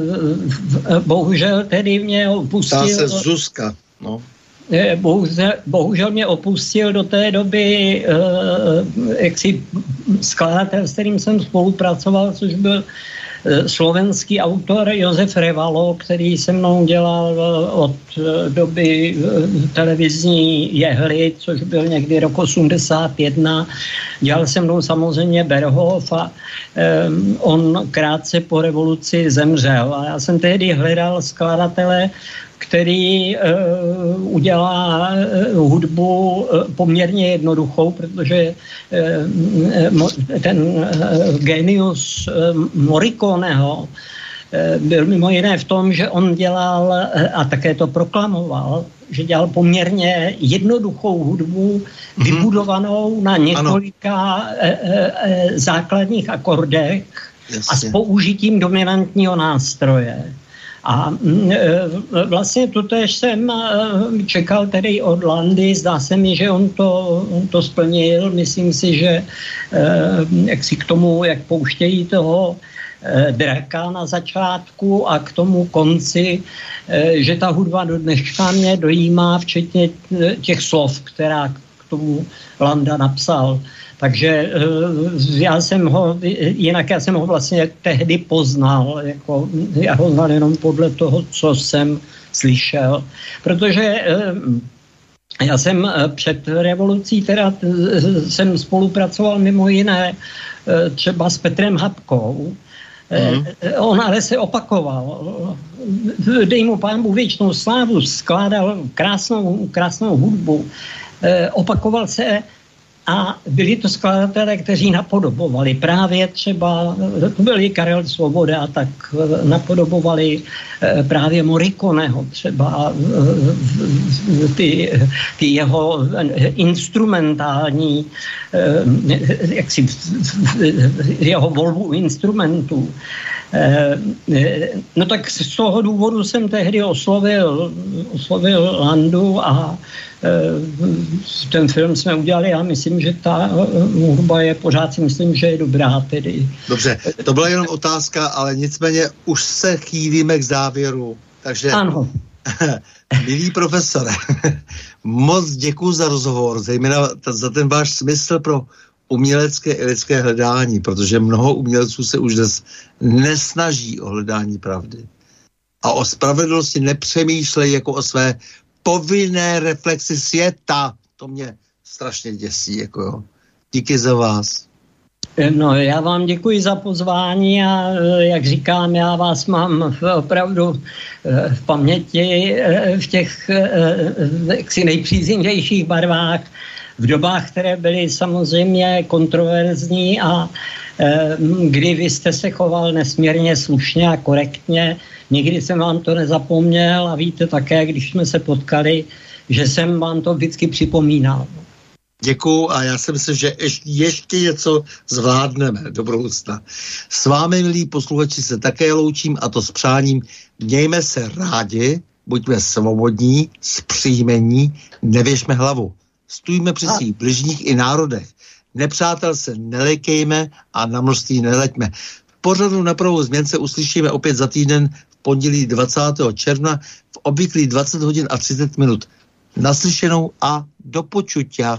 bohužel tedy mě opustil... Ptá se Zuzka, no. Bohužel, bohužel mě opustil do té doby jaksi skladatel, s kterým jsem spolupracoval, což byl slovenský autor Josef Revalo, který se mnou dělal od doby televizní Jehly, což byl někdy rok osmdesát jedna. Dělal se mnou samozřejmě Berhof a um, on krátce po revoluci zemřel. A já jsem tehdy hledal skladatele, který uh, udělá uh, hudbu uh, poměrně jednoduchou, protože uh, ten uh, genius uh, Morriconeho uh, byl mimo jiné v tom, že on dělal, uh, a také to proklamoval, že dělal poměrně jednoduchou hudbu, mm-hmm. vybudovanou na několika uh, uh, základních akordech. Jasně. A s použitím dominantního nástroje. A vlastně tutéž jsem čekal tedy od Landy, zdá se mi, že on to, on to splnil, myslím si, že jak si k tomu, jak pouštějí toho draka na začátku a k tomu konci, že ta hudba do dneška mě dojímá, včetně těch slov, která k tomu Landa napsal. Takže já jsem ho, jinak já jsem ho vlastně tehdy poznal, jako, já ho znal jenom podle toho, co jsem slyšel. Protože já jsem před revolucí teda jsem spolupracoval mimo jiné třeba s Petrem Habkou. Mm. On ale se opakoval. Dej mu Pánbu věčnou slávu, skládal krásnou, krásnou hudbu. Opakoval se a byli to skladatelé, kteří napodobovali právě třeba, to byl i Karel Svoboda, tak napodobovali právě Morriconeho třeba ty, ty jeho instrumentální, jaksi jeho volbu instrumentů. No tak z toho důvodu jsem tehdy oslovil, oslovil Landu a ten film jsme udělali a myslím, že ta hudba je pořád si myslím, že je dobrá tedy. Dobře, to byla jenom otázka, ale nicméně už se chýlíme k závěru, takže ano. Milý profesore, moc děkuji za rozhovor, zejména za ten váš smysl pro umělecké i lidské hledání, protože mnoho umělců se už dnes nesnaží o hledání pravdy. A o spravedlnosti nepřemýšlejí jako o své povinné reflexi světa. To mě strašně děsí. Jako jo. Díky za vás. No, já vám děkuji za pozvání a jak říkám, já vás mám opravdu v paměti v těch jaksi nejpříznivějších barvách, v dobách, které byly samozřejmě kontroverzní a kdy vy jste se choval nesmírně slušně a korektně. Nikdy jsem vám to nezapomněl a víte také, když jsme se potkali, že jsem vám to vždycky připomínal. Děkuju a já si myslím, že ještě, ještě něco zvládneme do budoucna. S vámi, milí posluchači, se také loučím a to s přáním. Mějme se rádi, buďme svobodní, zpříjmení, nevěšme hlavu. Stůjme při svých bližních i národech. Nepřátel se nelekejme a na množství neleďme. V pořadu Na pravou změn se uslyšíme opět za týden v pondělí dvacátého června v obvyklých dvacet hodin a třicet minut. Naslyšenou a do počutia.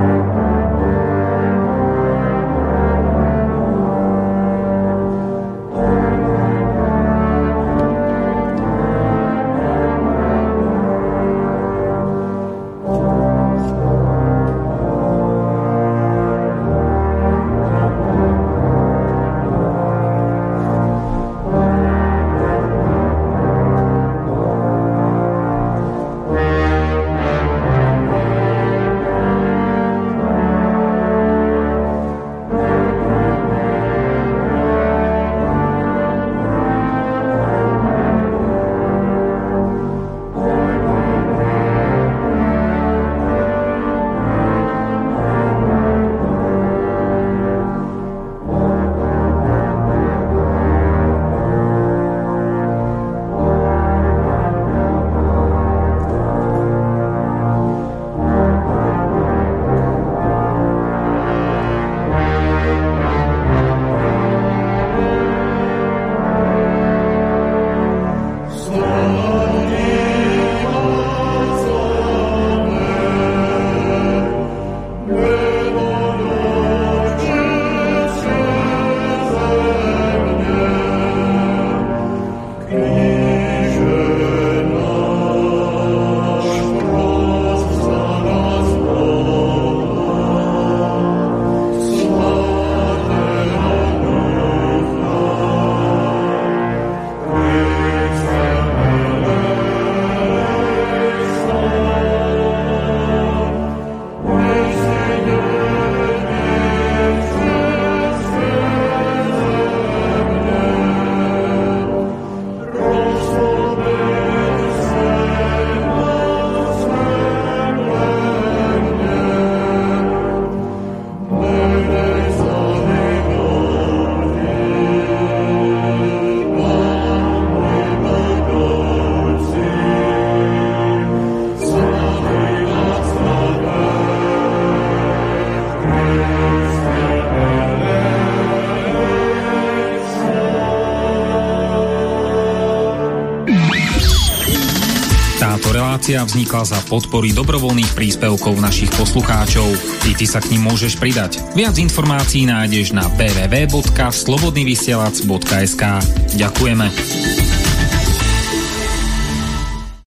Vznikla za podpory dobrovoľných príspevkov našich poslucháčov. I ty sa k nim môžeš pridať. Viac informácií nájdeš na w w w bodka slobodnyvysielac bodka es ka. Ďakujeme.